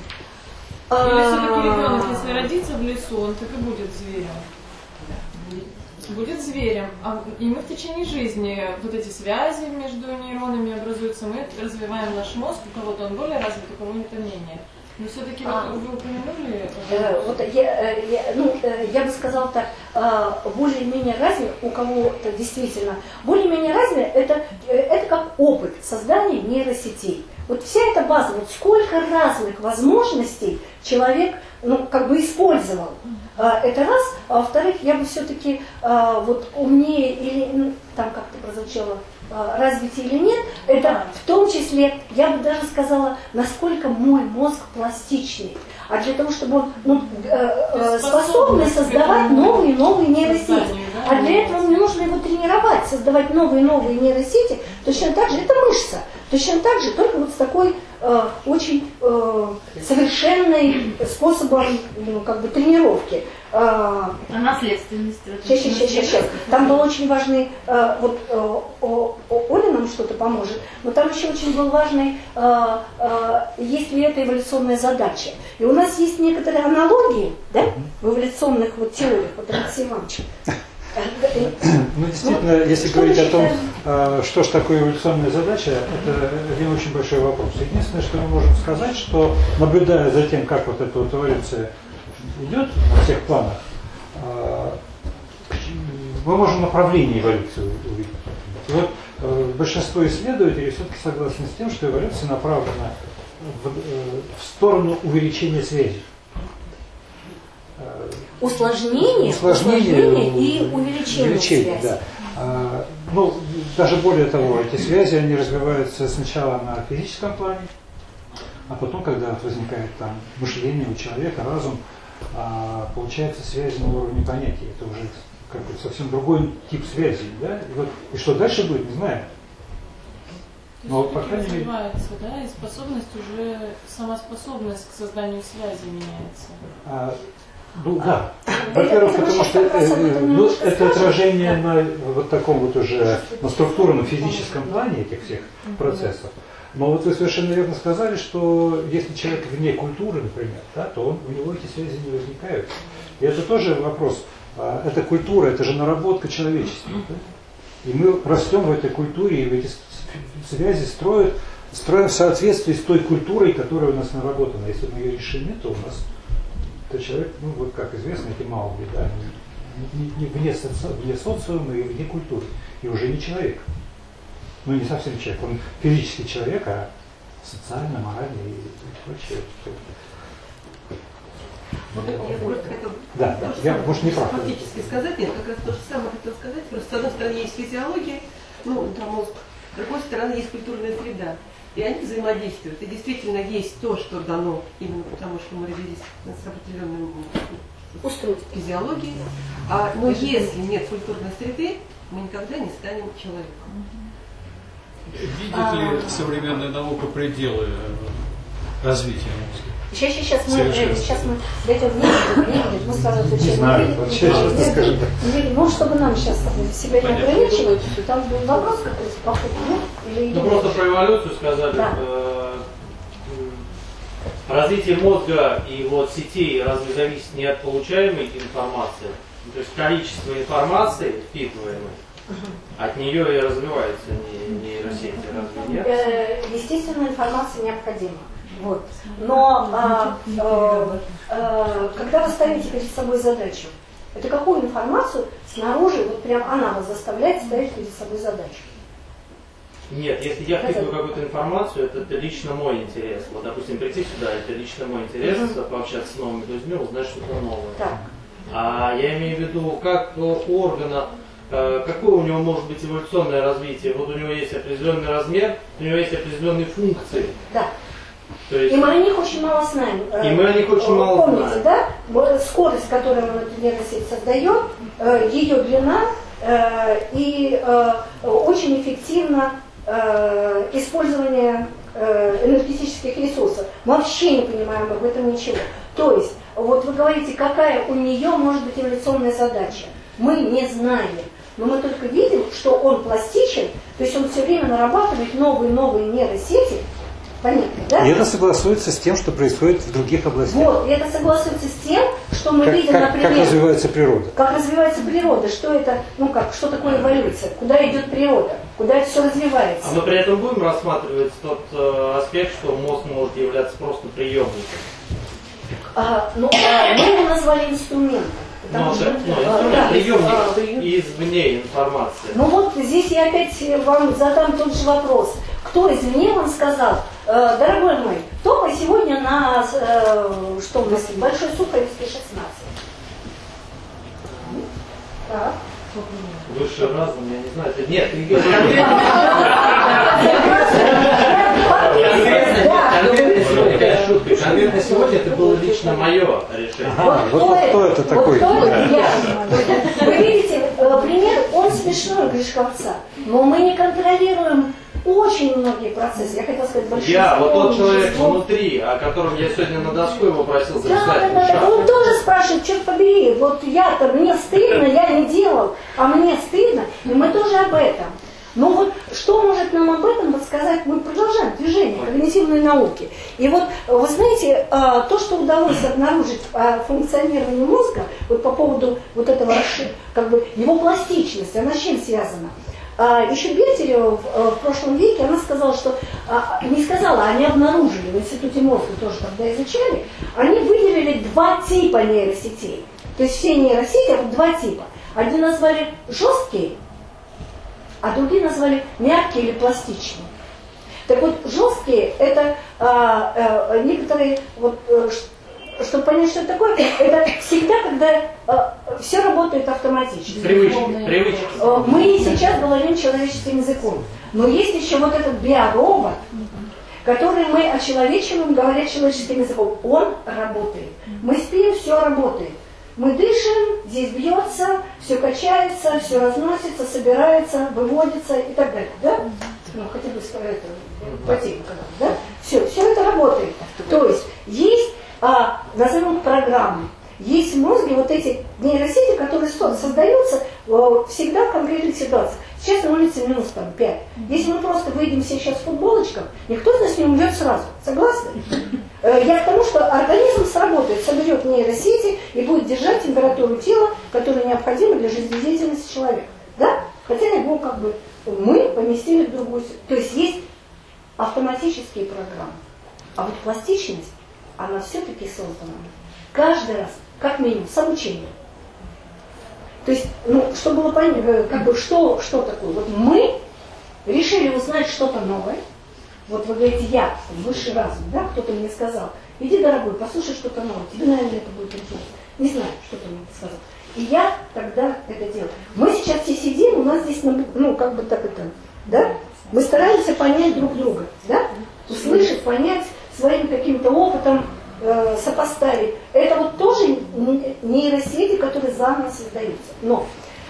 Или все-таки ребенок, если родится в лесу, он так и будет зверем? Будет зверем. И мы в течение жизни, вот эти связи между нейронами образуются, мы развиваем наш мозг, у кого-то он более развит, у кого-то менее. Но все-таки вы упомянули... Вот я бы сказала так, более-менее развит, у кого-то действительно, более-менее развит, это как опыт создания нейросетей. Вот вся эта база, вот сколько разных возможностей человек, ну, как бы использовал. Это раз. А во-вторых, я бы все-таки вот умнее или там как-то прозвучало развитие или нет, это в том числе, я бы даже сказала, насколько мой мозг пластичный. А для того, чтобы он способный создавать новые и новые нейросети. А для этого мне нужно его тренировать, создавать новые и новые нейросети. Точно так же, это мышца. Точно так же, только вот с такой очень совершенным способом, ну, как бы, тренировки. Наследственность. Сейчас. Там был очень важный, вот Оля нам что-то поможет, но там еще очень был важный, есть ли это эволюционная задача. И у нас есть некоторые аналогии, да, в эволюционных вот теориях, вот Алексей Иванович. Ну, действительно, если говорить о том, что же такое эволюционная задача, это один очень большой вопрос. Единственное, что мы можем сказать, что наблюдая за тем, как вот эта вот эволюция идет на всех планах, мы можем направление эволюции увидеть. И вот большинство исследователей все-таки согласны с тем, что эволюция направлена в сторону увеличения связи. Усложнение и увеличение связи. Да. Ну, даже более того, эти связи, они развиваются сначала на физическом плане, а потом, когда возникает там мышление у человека, разум, получается связь на уровне понятий. Это уже как бы совсем другой тип связи. Да? И что дальше будет, не знаю. Но, по крайней мере, развивается, да, и способность уже, сама способность к созданию связи меняется. Ну да. Во-первых, потому что это отражение на вот таком вот уже на структурном физическом плане этих всех процессов. Но вот вы совершенно верно сказали, что если человек вне культуры, например, да, то у него эти связи не возникают. И это тоже вопрос. Это культура, это же наработка человечества. Да? И мы растем в этой культуре, и в эти связи строим в соответствии с той культурой, которая у нас наработана. Если мы ее решим, то у нас то человек, ну вот как известно, эти Маугли, да, не вне социума и вне культуры. И уже не человек. Ну не совсем человек, он физический человек, а социально, морально и прочее. Я просто хотела да, я, может, не прав. фактически сказать, нет, как раз то же самое хотел сказать. Просто с одной стороны есть физиология, ну, там мозг, с другой стороны есть культурная среда. И они взаимодействуют. И действительно есть то, что дано именно потому, что мы родились с определенным физиологией. Но если нет культурной среды, мы никогда не станем человеком. Видит ли современная наука пределы развития мозга? Сейчас мы дойдем вниз, мы сразу изучаем. Ну, чтобы нам сейчас себя не ограничивать, там был вопрос какой-то по ходу, или... Ну, просто про эволюцию сказали. Да. Развитие мозга и вот сетей разве зависит не от получаемой информации? То есть количество информации, впитываемой, от нее и развиваются нейросети, разве нет? Естественно, информация необходима. Вот. Но когда вы ставите перед собой задачу, это какую информацию снаружи, вот прям она вас заставляет ставить перед собой задачу? Нет, если я впитываю какую-то информацию, это лично мой интерес. Вот, допустим, прийти сюда, это лично мой интерес, пообщаться с новыми людьми, узнать что-то новое. Так. А я имею в виду, как у органа, какое у него может быть эволюционное развитие. Вот у него есть определенный размер, у него есть определенные функции. Да. То есть, и мы о них очень мало знаем. И мы о них очень мало знаем. Помните, да? Скорость, которую он эту нейросеть создает, ее длина и очень эффективно использование энергетических ресурсов. Мы вообще не понимаем об этом ничего. То есть, вот вы говорите, какая у нее может быть эволюционная задача. Мы не знаем. Но мы только видим, что он пластичен, то есть он все время нарабатывает новые нейросети. Понятно, да? И это согласуется с тем, что происходит в других областях. Вот, и это согласуется с тем, что мы видим, например... Как развивается природа. Как развивается природа, что это, что такое эволюция, куда идет природа, куда это все развивается. А мы при этом будем рассматривать тот аспект, что мозг может являться просто приемником. Мы его назвали инструментом. Приемник извне информации. Ну вот здесь я опять вам задам тот же вопрос. Кто извне вам сказал, дорогой мой, топай сегодня на, что у нас, Большой Сухаревский 16. Так. Высший разум, я не знаю, это нет. Конкретно сегодня это было лично мое решение. Вот кто это такой? Вы видите, пример, он смешной, Гришковца, но мы не контролируем очень многие процессы. Я хотела сказать большинство. Я, вот тот человек внутри, о котором я сегодня на доску его просил записать. Да, он тоже спрашивает, черт побери, вот я-то, мне стыдно, я не делал, а мне стыдно, и мы тоже об этом. Но вот что может нам об этом подсказать? Мы продолжаем движение когнитивной науки. И вот, вы знаете, то, что удалось обнаружить о функционировании мозга, вот по поводу вот этого, его пластичности, она с чем связана? Еще Бертерева в прошлом веке, она сказала, что, не сказала, они обнаружили, в Институте мозга тоже тогда изучали, они выделили 2 типа нейросетей. То есть все нейросети, вот 2 типа. Одни назвали жесткие, а другие назвали мягкие или пластичные. Так вот, жесткие, это некоторые, вот, чтобы понять, что это такое, это всегда, когда все работает автоматически. Привычки. Мы сейчас говорим человеческим языком. Но есть еще вот этот биоробот, который мы очеловечиваем, говоря человеческим языком. Он работает. Мы спим, все работает. Мы дышим, здесь бьется, все качается, все разносится, собирается, выводится и так далее. Да? ну, хотя бы по теме, да? Все это работает. То есть есть, назовем программы, есть в мозге вот эти нейросети, которые создаются всегда в конкретных ситуациях. Сейчас на улице минус 5. Если мы просто выйдем все сейчас в футболочках, никто из нас не умрет сразу. Согласны? Я к тому, что организм сработает, соберет нейросети и будет держать температуру тела, которая необходима для жизнедеятельности человека. Да? Хотя его как бы мы поместили в другую ситуацию. То есть есть автоматические программы. А вот пластичность, она все-таки создана каждый раз, как минимум, с обучением. То есть, чтобы было понятно, как бы, что такое. Вот мы решили узнать что-то новое. Вот вы говорите, я, высший разум, да, кто-то мне сказал, иди, дорогой, послушай что-то новое, тебе, наверное, это будет интересно. Не знаю, что ты мне сказал. И я тогда это делаю. Мы сейчас все сидим, у нас здесь, как бы так это, да? Мы стараемся понять друг друга, да? Услышать, понять, своим каким-то опытом сопоставить. Это вот тоже нейросети, которые заново создаются. Но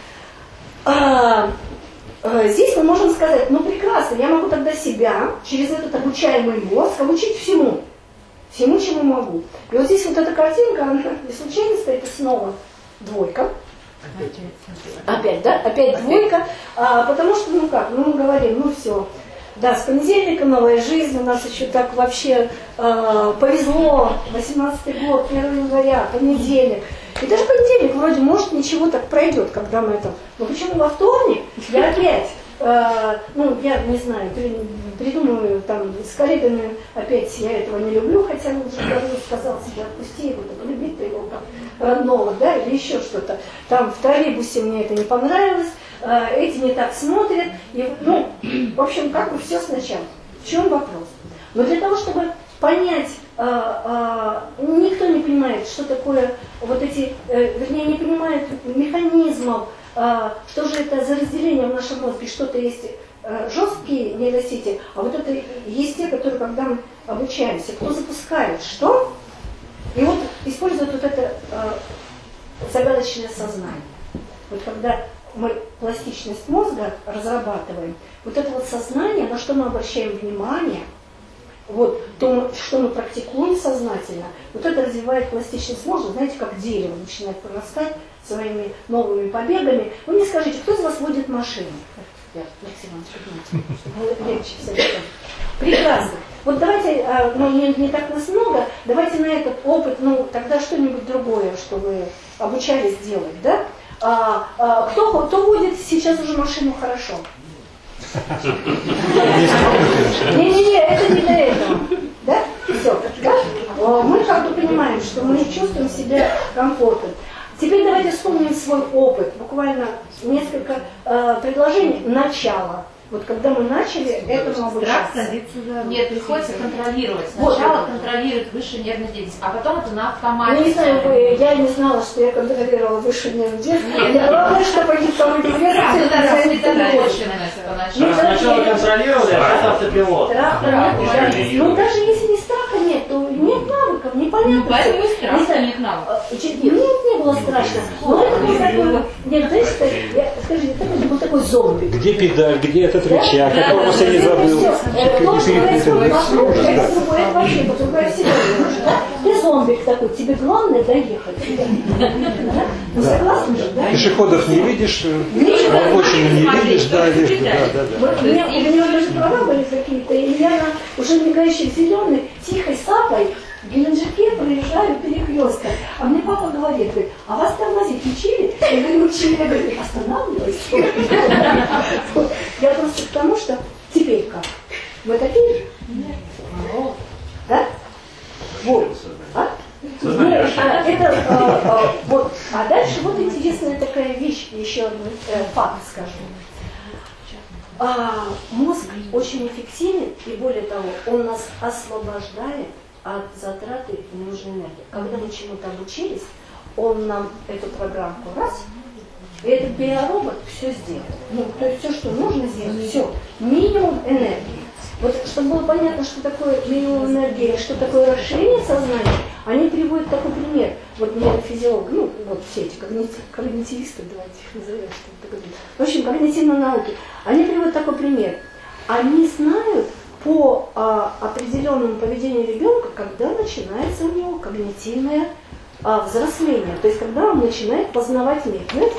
здесь мы можем сказать, прекрасно, я могу тогда себя через этот обучаемый мозг обучить всему, чему могу. И вот здесь вот эта картинка, она не случайно стоит, и снова двойка. Опять, да? Опять двойка. Потому что, мы говорим, все. Да, с понедельника новая жизнь, у нас еще так вообще повезло, 18-й год, 1 января, понедельник. И даже понедельник вроде, может, ничего так пройдет, когда мы это... Но почему во вторник я опять, я не знаю, придумываю там с коллегами, опять я этого не люблю, хотя он уже давно сказал себе, отпусти его, полюби ты его как родного, да, или еще что-то. Там в троллейбусе мне это не понравилось, эти не так смотрят, и, в общем, как бы все сначала. В чем вопрос? Но для того, чтобы понять, никто не понимает, что такое вот эти, вернее, не понимает механизмов, что же это за разделение в нашем мозге, что-то есть жесткие нейросети, а вот это есть те, которые, когда мы обучаемся, кто запускает что, и вот используют вот это загадочное сознание. Вот когда мы пластичность мозга разрабатываем, вот это вот сознание, на что мы обращаем внимание, вот то, что мы практикуем сознательно, вот это развивает пластичность мозга, знаете, как дерево начинает прорастать своими новыми побегами. Вы мне скажите, кто из вас водит машину? Я, Алексей Иванович, чтобы легче все. Прекрасно. Вот давайте, не так нас много, давайте на этот опыт, тогда что-нибудь другое, что вы обучались делать, да? Кто водит сейчас уже машину хорошо? Не, это не для этого. Да? Все. Да? Мы как бы понимаем, что мы чувствуем себя комфортно. Теперь давайте вспомним свой опыт. Буквально несколько предложений. Начало. Вот когда мы начали этому обучаться. Нет, приходится контролировать. Сначала контролирует высшую нервную деятельность, а потом это на автомате. Не знаю, я не знала, что я контролировала высшую нервную деятельность. Главное, чтобы они там сначала контролировали, а сейчас автопилот. Даже если не страха нет, то нет навыков, непонятно. Поэтому и страха нет навыков. Нет, не было страшно. Но это был такой, нет, знаешь, скажите, это был такой зомби. Где педаль, где этот рычаг, я просто не забыл. Это вообще другая вселенная. Ты зомбик такой, тебе главное доехать. Вы согласны же, да? Пешеходов не видишь, обочину не видишь, да. У меня даже права были какие-то, и я уже мигающий зеленый, тихой сапой в Геленджике проезжаю перекресток. А мне папа говорит, а вас тормозить учили? Я говорю, учили. Я говорю, останавливайся. Я просто к тому, что теперь как? Вы такие же? Нет. Да? Вот. А дальше вот интересная такая вещь, еще один факт скажу. Мозг очень эффективен, и более того, он нас освобождает от затраты ненужной энергии. Когда мы чему-то обучились, он нам эту программку раз, и этот биоробот все сделает. То есть все, что нужно сделать, все. Минимум энергии. Вот чтобы было понятно, что такое минимум энергии, что такое расширение сознания, они приводят такой пример. Вот нейрофизиолог, вот все эти когнитивисты, давайте их назовем, что это такое. В общем, когнитивные науки. Они приводят такой пример. они знают по определенному поведению ребенка, когда начинается у него когнитивное взросление, то есть когда он начинает познавать мир. Знаете,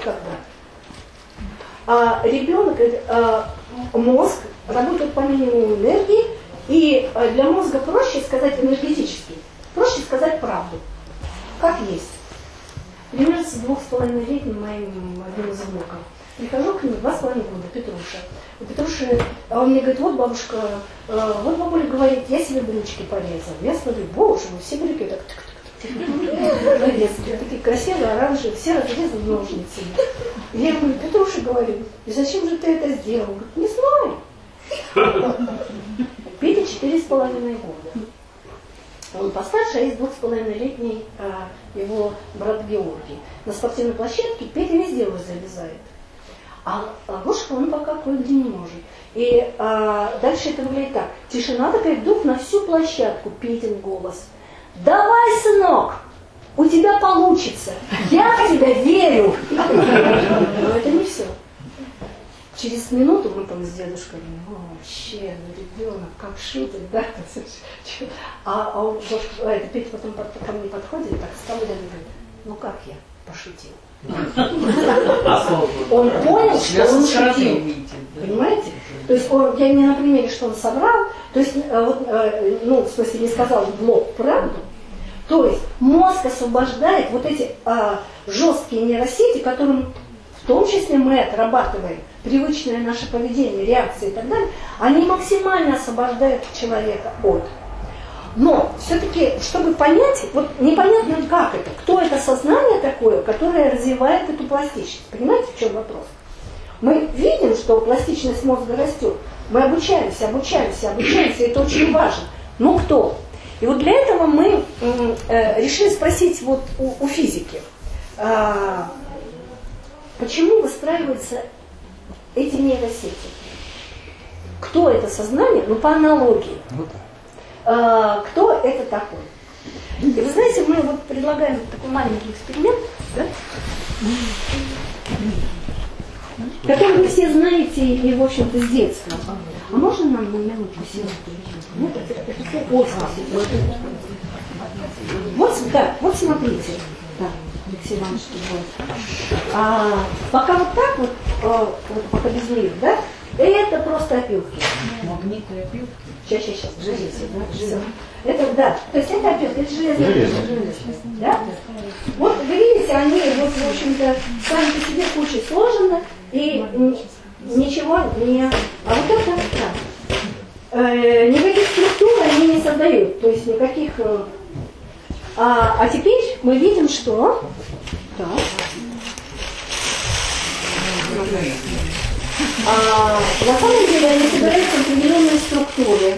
когда? Ребенок, мозг работает по минимуму энергии, и для мозга проще сказать энергетически, проще сказать правду, как есть. Пример с 2,5-летним моим одним из внуков. Прихожу к нему, 2,5 года, Петруша. У Петруши, он мне говорит, вот бабушка, вот бабуля говорит, я себе брючки порезал. Я смотрю, боже мой, все брюки так нарезали, такие красивые, оранжевые, все разрезаны ножницами. Я говорю, Петруша, говорю, и зачем же ты это сделал? Он говорит, не знаю. Пете 4,5 года. Он постарше, а есть 2,5-летний его брат Георгий. На спортивной площадке Петя везде уже залезает. А Гошка он пока кое-где не может. И дальше это выглядит так. Тишина такая, вдруг на всю площадку Петин голос. Давай, сынок, у тебя получится. Я в тебя верю. Но это не все. Через минуту мы там с дедушкой говорим, вообще, ребенок, как шутит, да? А это Петя потом ко мне подходит, так стал и говорит, ну как я пошутил? Он понял, что он шутил. Понимаете? То есть я не на примере, что он соврал, то есть, в смысле, не сказал в лоб правду. То есть мозг освобождает вот эти жесткие нейросети, которым в том числе мы отрабатываем привычное наше поведение, реакции и так далее, они максимально освобождают человека от. Но все-таки, чтобы понять, вот непонятно как это, кто это сознание такое, которое развивает эту пластичность. Понимаете, в чем вопрос? Мы видим, что пластичность мозга растет, мы обучаемся, это очень важно. Но кто? И вот для этого мы решили спросить вот у физики, почему выстраиваются эти нейросети? Кто это сознание? Ну, по аналогии. Кто это такой? И вы знаете, мы вот предлагаем такой маленький эксперимент, да? Который вы все знаете и, в общем-то, с детства. А можно нам на минутку сесть? Вот смотрите. Да, Алексей Иванович, пока вот так вот, пока без них, да? Это просто опилки. Магнитные опилки? Сейчас, железо, да? Это, да, то есть это опилки, это железо. Да? Вот вы видите, они, вот, в общем-то, сами по себе кучей сложены, и ничего не... А вот это, да. Никаких структур они не создают, то есть никаких... А теперь мы видим, что... Так. На самом деле они собираются в определенной структуре.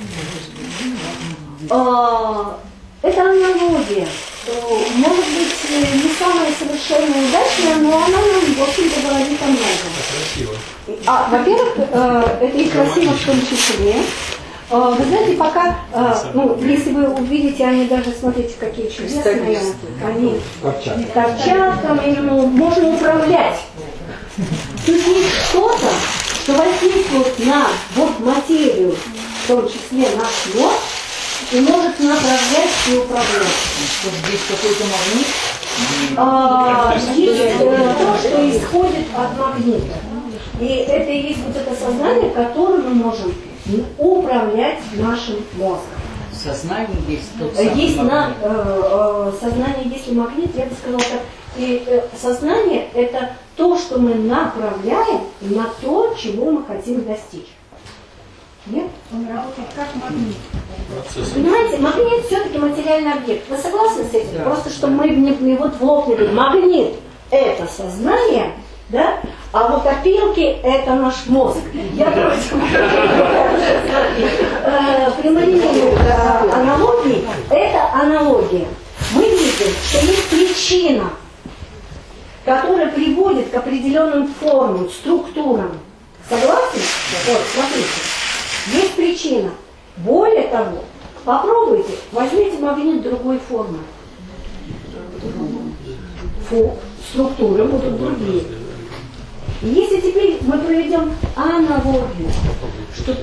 Это аналогия. Может быть, не самая совершенно удачная, но она нам, в общем-то, говорит о многом. Во-первых, это и красиво в том числе. Вы знаете, пока, если вы увидите, они даже, смотрите, какие чудесные, они торчат, там, можно управлять. То есть есть что-то, что воздействует на вот материю, в том числе наш мозг, и может направлять и управлять. Вот здесь какой-то магнит? Есть то, что исходит от магнита. И это и есть вот это сознание, которым мы можем управлять нашим мозгом. Сознание есть тот самый есть магнит. Сознание, если магнит, я бы сказала так. И сознание – это то, что мы направляем на то, чего мы хотим достичь. Нет? Он работает как магнит. Понимаете, магнит все-таки материальный объект. Вы согласны с этим? Да. Просто, чтобы мы не вот в лоб не говорили. Магнит – это сознание, да? А вот опилки – это наш мозг. Я против прямолинейных аналогий. Это аналогия. Мы видим, что есть причина, которая приводит к определенным формам, структурам. Согласны? Вот, смотрите. Есть причина. Более того, попробуйте, возьмите магнит другой формы. Структуры будут другие. И если теперь мы проведем аналогию, что...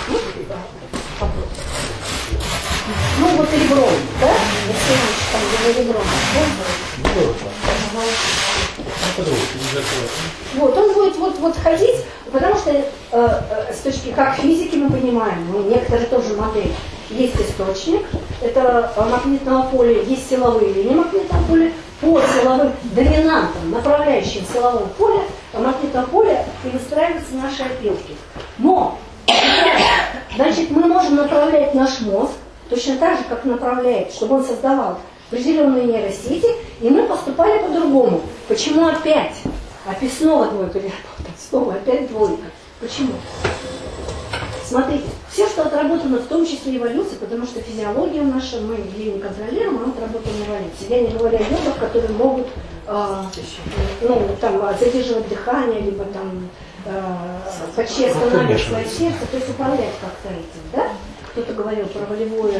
Ну вот ребром, да? Если раньше там было ребром, вот он будет вот ходить, потому что с точки как физики мы понимаем, ну, некоторые тоже модели. Есть источник, это магнитного поля, есть силовые линии магнитного поля, по силовым доминантам, направляющим силового поля, магнитного поля и выстраиваются наши опилки. Но, значит, мы можем направлять наш мозг точно так же, как направляет, чтобы он создавал определенные нейросети, и мы поступали по-другому. Почему опять? Опять снова двойка переработать, снова опять двойка. Почему? Смотрите, все, что отработано, в том числе эволюция, потому что физиология наша, мы ее не контролируем, она отработана эволюцией. Я не говорю о йогах, которые могут задерживать дыхание, либо там почти останавливать свое сердце, то есть управлять как-то этим, да? Кто-то говорил про волевое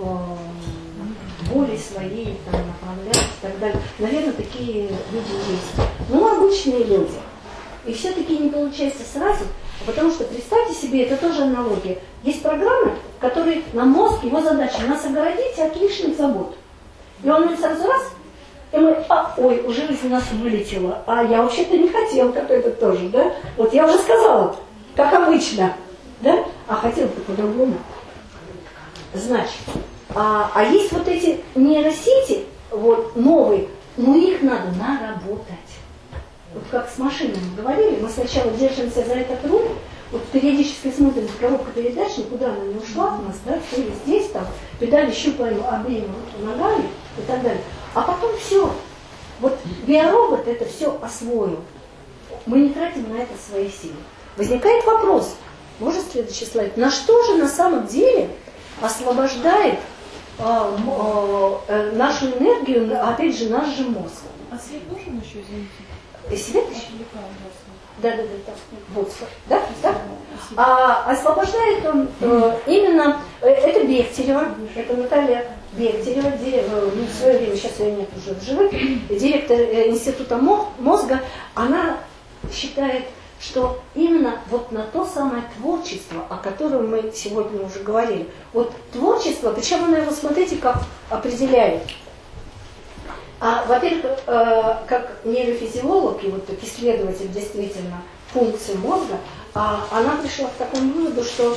боли своей, там, направлять и так далее. Наверное, такие люди есть. Но обычные люди. И все-таки не получается сразу, потому что, представьте себе, это тоже аналогия. Есть программы, которые на мозг, его задача нас огородить от лишних забот. И он сразу раз, и мы, ой, уже из нас вылетело, а я вообще-то не хотел, как это тоже, да? Вот я уже сказала, как обычно, да? А хотел-то по-другому. Значит, а есть вот эти нейросети, вот новые, но их надо наработать. Вот как с машинами говорили, мы сначала держимся за этот руль, вот периодически смотрим коробку передач, никуда она не ушла у нас, да, или здесь, там, педали щупаем обеими ногами и так далее. А потом все. Вот биоробот это все освоил. Мы не тратим на это свои силы. Возникает вопрос, может следующий слайд, на что же на самом деле освобождает нашу энергию, опять же, наш же мозг? А свет нужен еще, извините? Свет еще? Да. Вот, да? Освобождает он именно, это Бехтерева, это Наталья Бехтерева, в свое время, сейчас ее нет уже в живых, директор Института мозга, она считает, что именно вот на то самое творчество, о котором мы сегодня уже говорили, вот творчество, причем она его, смотрите, как определяет. Во-первых, как нейрофизиолог и вот как исследователь действительно функций мозга, она пришла к такому выводу, что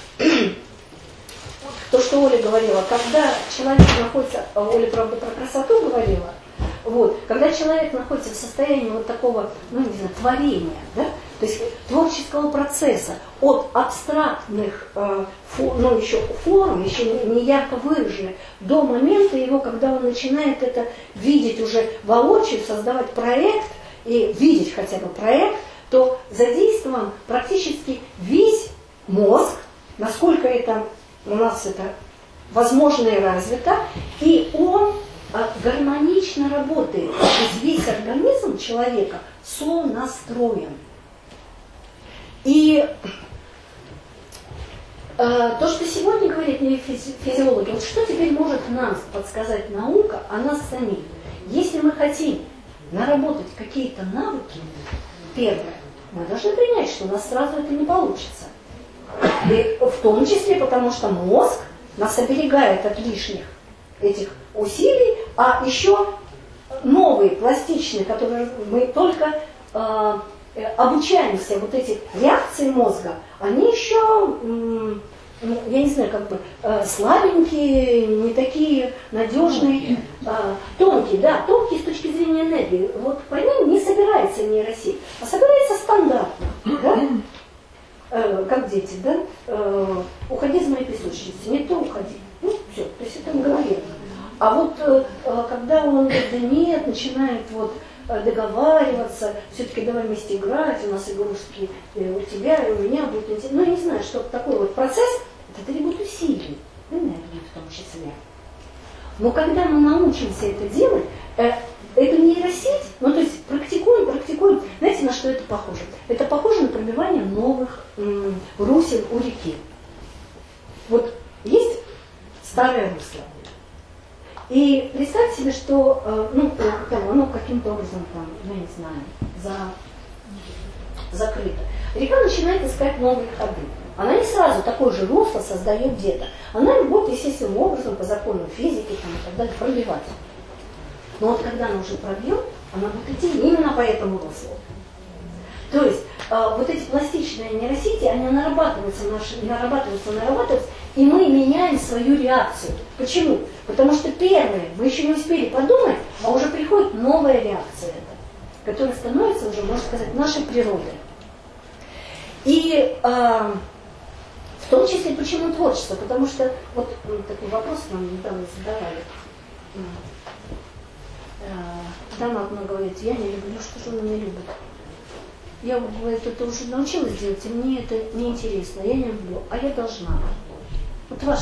то, что Оля говорила, когда человек находится, Оля, правда, про красоту говорила, вот, когда человек находится в состоянии вот такого, ну, не знаю, творения, да, то есть творческого процесса, от абстрактных еще форм, еще не ярко выраженных, до момента его, когда он начинает это видеть уже воочию, создавать проект и видеть хотя бы проект, то задействован практически весь мозг, насколько это у нас это возможно и развито, и он гармонично работает. То есть весь организм человека сонастроен. И то, что сегодня говорят нейрофизиологи, вот что теперь может нам подсказать наука о нас самих? Если мы хотим наработать какие-то навыки, первое, мы должны принять, что у нас сразу это не получится. И в том числе потому, что мозг нас оберегает от лишних этих усилий, а еще новые, пластичные, которые мы только обучаемся, вот эти реакции мозга, они еще, я не знаю, как бы слабенькие, не такие надежные, тонкие, да, тонкие с точки зрения энергии. Вот по ним не собирается нейросеть, а собирается стандартно, да? Как дети, да? Уходи из моей песочницы, не то уходи. Ну, все, то есть это мы говорим. А вот когда он говорит, да нет, начинает вот договариваться, все-таки давай вместе играть, у нас игрушки у тебя и у меня будет интересно. Ну, я не знаю, что такой вот процесс, это требует усилий, энергии в том числе. Но когда мы научимся это делать, эту нейросеть, ну то есть практикуем, знаете, на что это похоже? Это похоже на пробивание новых русел у реки. Вот есть старое русло. И представьте себе, что оно каким-то образом, там, я не знаю, за закрыто. Река начинает искать новые ходы. Она не сразу такое же русло создает где-то. Она будет естественным образом по закону физики там, и так далее пробивать. Но вот когда она уже пробьет, она будет идти именно по этому руслу. То есть вот эти пластичные нейросети, они нарабатываются, и мы меняем свою реакцию. Почему? Потому что первое, мы еще не успели подумать, а уже приходит новая реакция, которая становится уже, можно сказать, нашей природой. И в том числе почему творчество? Потому что вот такой вопрос нам недавно задавали. Дама одна говорит, я не люблю, что же она не любит? Я, говорит, это уже научилась делать, и мне это неинтересно, я не люблю, а я должна. Вот ваш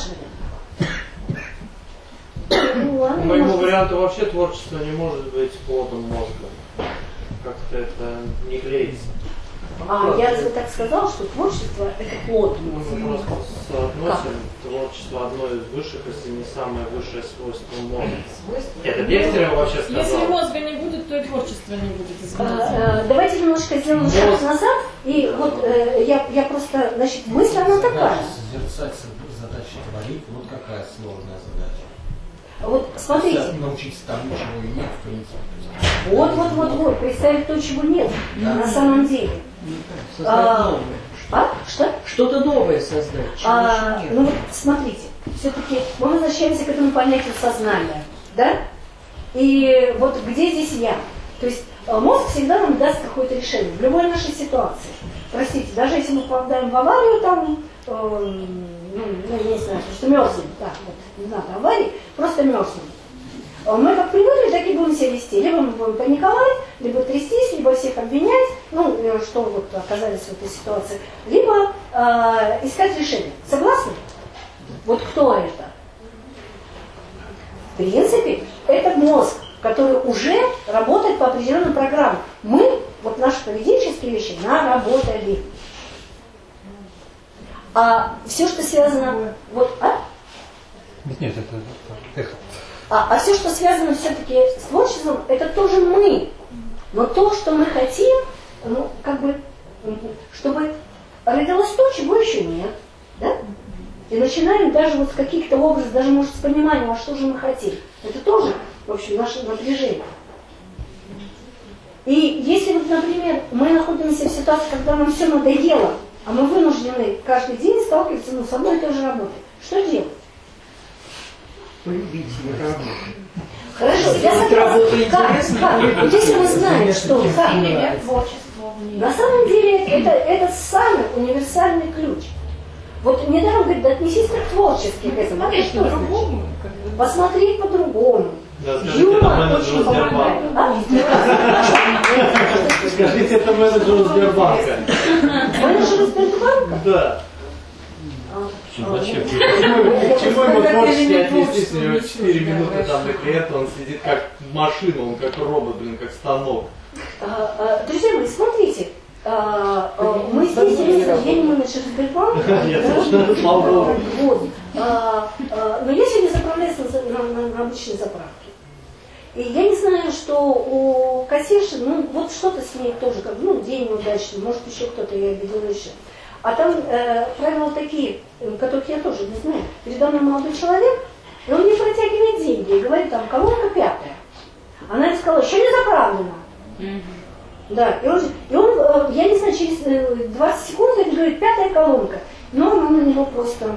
вариант. По моему варианту вообще творчество не может быть плодом мозга. Как-то это не клеится. Я так сказала, что творчество – это плод мозга. Мы просто соотносим творчество одно из высших, если не самое высшее свойство мозга. Это Бехтерев вообще сказал. Если мозга не будет, то и творчества не будет. Давайте немножко сделаем шаг назад. И вот я просто, значит, мысль она такая. Созерцать задачи творить, вот какая сложная задача. Вот смотрите. Научиться тому, чего и нет, в принципе. Вот, представить то, чего нет на самом деле. Создать новое. Что? Что-то новое создать. Ну вот смотрите, все-таки мы возвращаемся к этому понятию сознания, да? И вот где здесь я? То есть мозг всегда нам даст какое-то решение в любой нашей ситуации. Простите, даже если мы попадаем в аварию, там, я не знаю, что мерзнем, да, вот, не надо аварии, просто мерзнем. Мы как привыкли, так и будем себя вести. Либо мы будем паниковать, либо трястись, либо всех обвинять, что вот оказались в этой ситуации, либо искать решение. Согласны? Вот кто это? В принципе, это мозг, который уже работает по определенным программам. Мы, вот наши поведенческие вещи, наработали. А все, что связано... Нет, это эхо. А все, что связано все-таки с творчеством, это тоже мы. Но то, что мы хотим, чтобы родилось то, чего еще нет. Да? И начинаем даже вот с каких-то образов, даже может с пониманием, а что же мы хотим. Это тоже, в общем, наше напряжение. И если вот, например, мы находимся в ситуации, когда нам все надоело, а мы вынуждены каждый день сталкиваться с одной и той же работой, что делать? Полюбить ее работу. Хорошо, я согласна. Как? Вот если мы знаем, что на самом деле это самый универсальный ключ. Вот недаром говорит, отнесись как творчески к этому. Смотреть по-другому. Посмотреть по-другому. Да, Юмор очень помогает. Скажите, это менеджеру Сбербанка. Менеджеру Сбербанка? Да. Зачем? К чему ему творчески отнестись? У него 4 минуты там на клиента, он сидит как машина, он как робот, как станок. Друзья мои, смотрите. Мы здесь, я не менеджер Сбербанка. Нет, слава Богу. Но я сегодня заправляюсь на обычной заправке. И я не знаю, что у кассирши, вот что-то с ней тоже, день неудачный, может еще кто-то, я видела еще. А там правила такие, которых я тоже не знаю. Передо мной молодой человек, и он мне протягивает деньги и говорит, там, колонка 5. Она ему сказала, еще не заправлена. Да, и он, я не знаю, через 20 секунд он говорит, 5 колонка. Но он на него просто,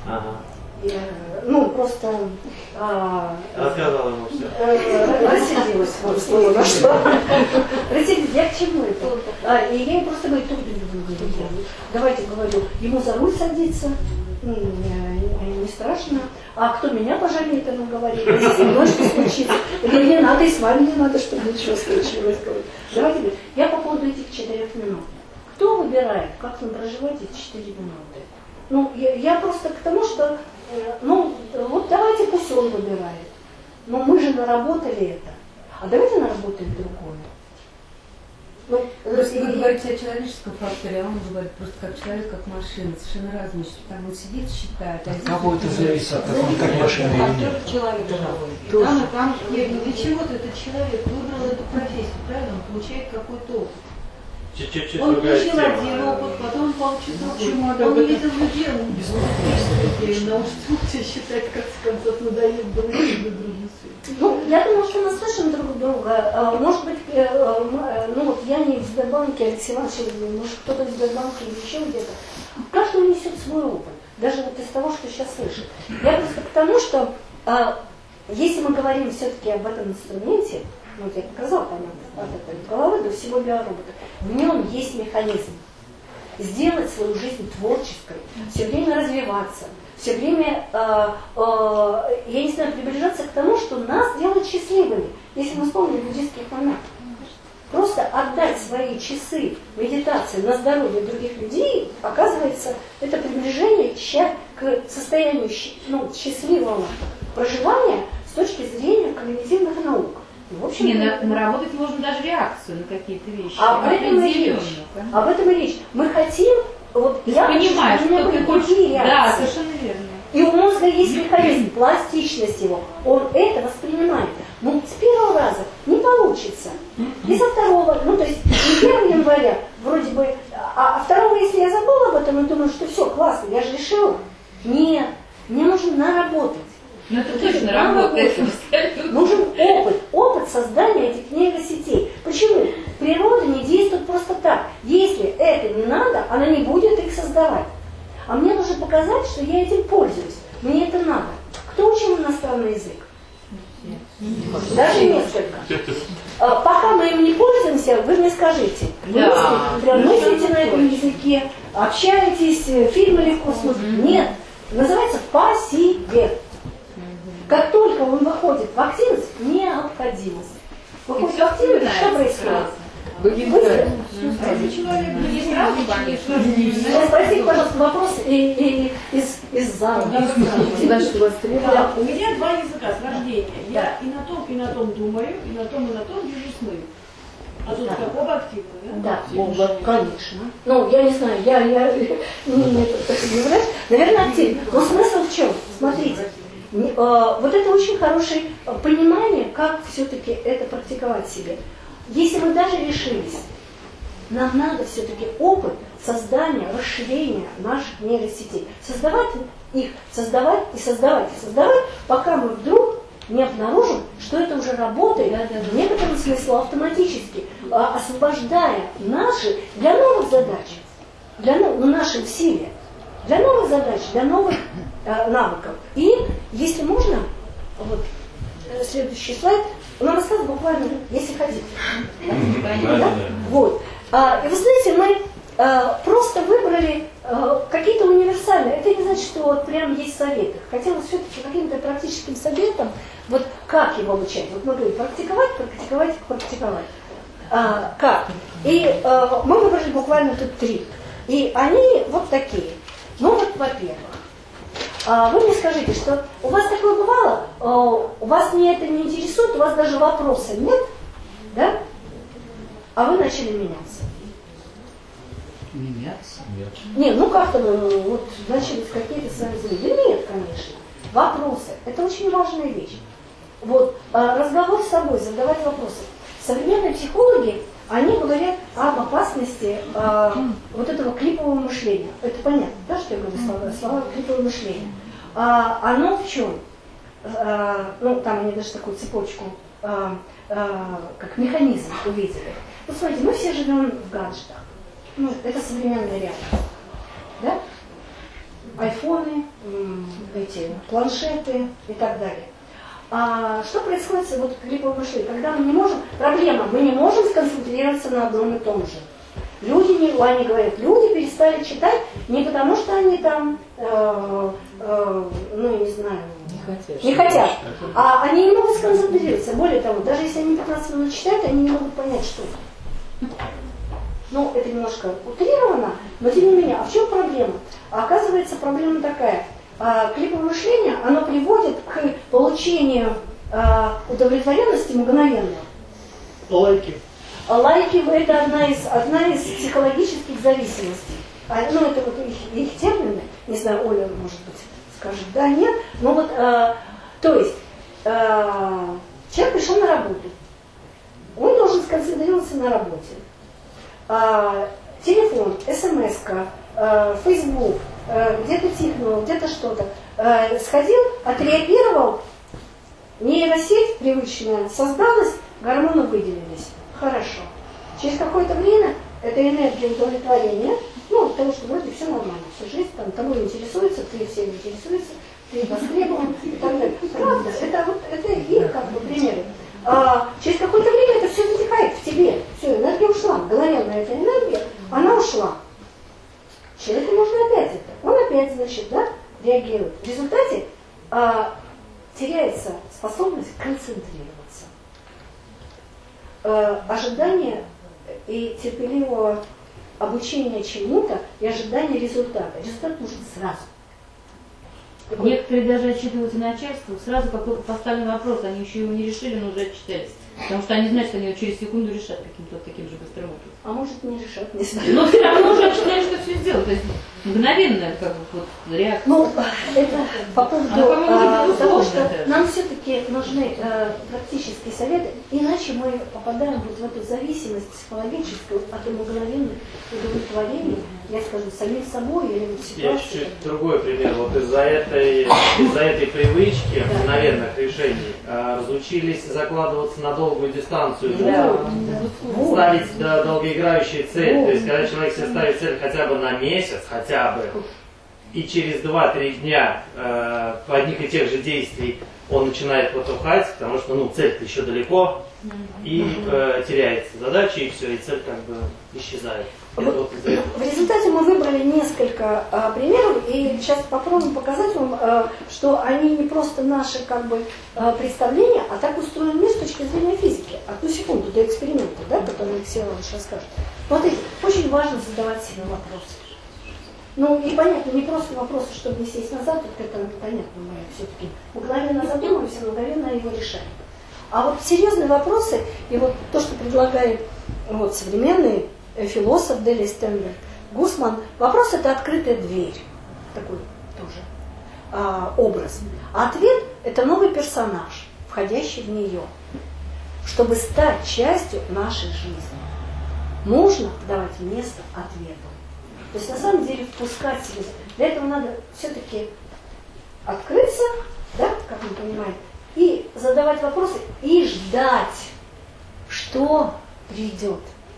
рассказала ему все. Рассердилась, слово нашла. Рассердилась, я к чему это? И я ей просто говорю, давайте, говорю, ему за руль садиться, не страшно. А кто меня пожалеет, она говорит, если со мной что случится. Я говорю, не надо, и с вами не надо, чтобы ничего случилось. Давайте, я по поводу этих 4 минут. Кто выбирает, как нам проживать эти 4 минуты? Я просто к тому, что, вот давайте пусть он выбирает. Но мы же наработали это. А давайте наработаем другое. Просто вы говорите о человеческом факторе, а он говорит просто как человек, как машина, совершенно разные. Там он сидит, считает. Кого это зависит от того, как машина или нет? Человек там, для чего-то этот человек выбрал эту профессию, правильно? Он получает какой-то опыт. чуть-чуть Он другая получил тема. один опыт, потом он получил другой. Он увидел людей, он научился считать, как в конце надоест было другим светом. Ну, я думаю, что мы слышим друг друга. Может быть, ну вот я не в Сбербанке, Алексей Иванович, может кто-то в Сбербанке или еще где-то. Каждый несет свой опыт, даже вот из того, что сейчас слышит. Я просто к тому, что если мы говорим все-таки об этом инструменте, вот я показала там от этой головы до всего биоробота, в нем есть механизм сделать свою жизнь творческой, все время развиваться, все время, я не знаю, приближаться к тому, что нас делает счастливыми. Если мы вспомним буддийских монахов, просто отдать свои часы медитации на здоровье других людей, оказывается, это приближение к состоянию счастливого проживания с точки зрения когнитивных наук. В общем, наработать можно даже реакцию на какие-то вещи. Об этом и речь. Об этом и речь. Мы хотим, вот я понимаю, что ты хочешь. Да, совершенно верно. И у мозга есть механизм, пластичность его. Он это воспринимает. Но с первого раза не получится. И со второго, ну то есть не 1 января, вроде бы, а 2, если я забыла об этом и думаю, что все, классно, я же решила. Нет, мне нужно наработать. Но это точно работает. Нужен опыт создания этих нейросетей. Почему? Природа не действует просто так. Если это не надо, она не будет их создавать. А мне нужно показать, что я этим пользуюсь. Мне это надо. Кто учил иностранный язык? Даже несколько. Пока мы им не пользуемся, вы мне скажите. Вы мыслите на этом языке, общаетесь, фильмы легко смотрите. Нет. Называется по-себе. Как только он выходит в активность, необходимость. Выходит в активность, что происходит? Спросите, пожалуйста, вопрос из зала. У меня 2 языка с рождения. Я и на том думаю, и на том вижу сны. А тут как оба активны, да? Да, конечно. Ну, я не знаю, я не являюсь, наверное, активен. Но смысл в чем? Смотрите. Вот это очень хорошее понимание, как все-таки это практиковать себе. Если мы даже решились, нам надо все-таки опыт создания, расширения наших нейросетей. Создавать их, создавать и создавать, и создавать, пока мы вдруг не обнаружим, что это уже работает в некотором смысле автоматически, освобождая наши для новых задач, для нашей силе, для новых задач, для новых навыков. И, если можно, вот следующий слайд, нам осталось буквально, если хотите. Да? Вот. И вы знаете, мы просто выбрали какие-то универсальные. Это не значит, что вот прям есть советы. Хотелось все-таки каким-то практическим советом, вот как его обучать. Вот мы говорим, практиковать. Как? И мы выбрали буквально тут 3. И они вот такие. Ну вот, во-первых, вы мне скажите, что у вас такое бывало, у вас мне это не интересует, у вас даже вопроса нет, да? А вы начали меняться. Меняться? Нет. Нет, ну как-то вот начались какие-то свои взгляды. Нет, конечно. Вопросы. Это очень важная вещь. Вот, разговор с собой, задавать вопросы. Современные психологи, они говорят об опасности вот этого клипового мышления. Это понятно, да, что я говорю, слова клиповое мышление. Оно в чем? Ну, там они даже такую цепочку, как механизм увидели. Вот смотрите, мы все живем в гаджетах. Ну, это современная реальность. Да? Айфоны, эти планшеты и так далее. Что происходит с вот клиповым мышлением? Когда мы не можем, проблема, мы не можем сконцентрироваться на одном и том же. Они говорят, люди перестали читать не потому, что они там, ну, не знаю, не хотят, а они не могут сконцентрироваться. Более того, даже если они 15 минут читают, они не могут понять, что. Ну, это немножко утрировано, но тем не менее, а в чем проблема? Оказывается, проблема такая. Клиповое мышление, оно приводит к получению удовлетворенности мгновенной. Лайки. Лайки – это одна из психологических зависимостей. Ну, это вот их термины, не знаю, Оля, может быть, скажет, да, нет. Ну вот, то есть, человек пришел на работу. Он должен сконцентрироваться на работе. телефон, смс-ка, Facebook, где-то тикнул, где-то что-то, сходил, отреагировал, нейросеть привычная создалась, гормоны выделились. Хорошо. Через какое-то время эта энергия удовлетворения, ну, того, что вроде все нормально, всю жизнь, там, тобой интересуется, ты всем интересуется, ты востребован и так далее. Правда, это и как бы примеры. Через какое-то время это все затихает в тебе. Все, энергия ушла. Мгновенная эта энергия, она ушла. Человеку нужно опять это. Он опять, значит, да, реагирует. В результате теряется способность концентрироваться. Ожидание и терпеливого обучения чему-то и ожидание результата. Результат нужен сразу. Некоторые даже отчитываются начальству, сразу как только поставлен вопрос, они еще его не решили, но уже отчитались. Потому что они знают, что они его через секунду решат каким-то таким же быстрым образом. А может не решат, не знаю. Но все равно уже считают, что все сделают. То есть мгновенная как бы вот реакция. Ну, это по поводу того, что нам все-таки нужны практические советы, иначе мы попадаем вот в эту зависимость психологическую от мгновенных удовлетворений, я скажу, самим собой или в ситуации. Я чуть-чуть другой пример. Вот из-за этой привычки мгновенных решений разучились закладываться на долгую дистанцию. Да. Ставить долгоиграющие цели. То есть, когда человек себе ставит цель хотя бы на месяц, хотя бы, и через 2-3 дня по одних и тех же действий он начинает потухать, потому что цель-то еще далеко, и теряется задача, и все, и цель как бы исчезает. В результате мы выбрали несколько примеров, и сейчас попробуем показать вам, что они не просто наши как бы представления, а так устроен мир с точки зрения физики. Одну секунду до эксперимента, да, который Алексей Иванович расскажет. Смотрите, очень важно задавать себе вопросы. Ну и понятно, не просто вопросы, чтобы не сесть назад, вот это понятно, мы все-таки мгновенно задумываемся, мгновенно его решаем. А вот серьезные вопросы, и вот то, что предлагает вот современный философ Дели Стенберг, Гусман, вопрос — это открытая дверь, такой тоже образ. А ответ — это новый персонаж, входящий в нее. Чтобы стать частью нашей жизни, нужно давать место ответу. То есть на самом деле впускать себя. Для этого надо все-таки открыться, да, как мы понимаем, и задавать вопросы, и ждать, что придет.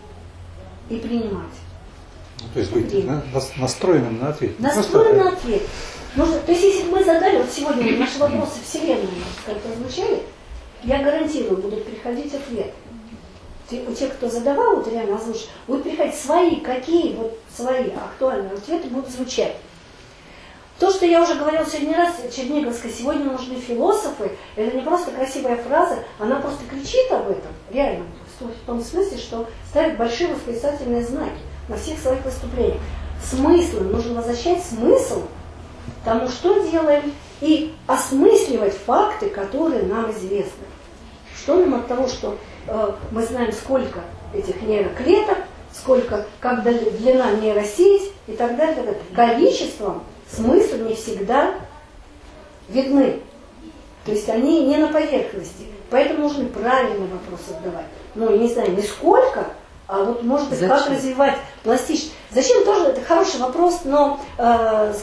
И принимать. То есть быть настроенным на ответ. Настроенным на ответ. Нужно, то есть если мы задали, вот сегодня наши вопросы вселенной, как прозвучали, я гарантирую, будут приходить ответы. У тех, кто задавал, вот реально озвучил, будут приходить свои, какие вот свои актуальные ответы будут звучать. То, что я уже говорила сегодня раз, Черниговская, сегодня нужны философы, это не просто красивая фраза, она просто кричит об этом, реально, в том смысле, что ставит большие восклицательные знаки на всех своих выступлениях. Смыслы, нужно возвращать смысл тому, что делаем, и осмысливать факты, которые нам известны. Что нам от того, что мы знаем, сколько этих нейроклеток, сколько, как длина нейросеть и так далее, так далее. Количеством смыслы не всегда видны. То есть они не на поверхности. Поэтому нужно правильный вопрос задавать. Ну, я не знаю, не сколько, а вот, может быть, как развивать пластичность. Зачем тоже, это хороший вопрос, но раз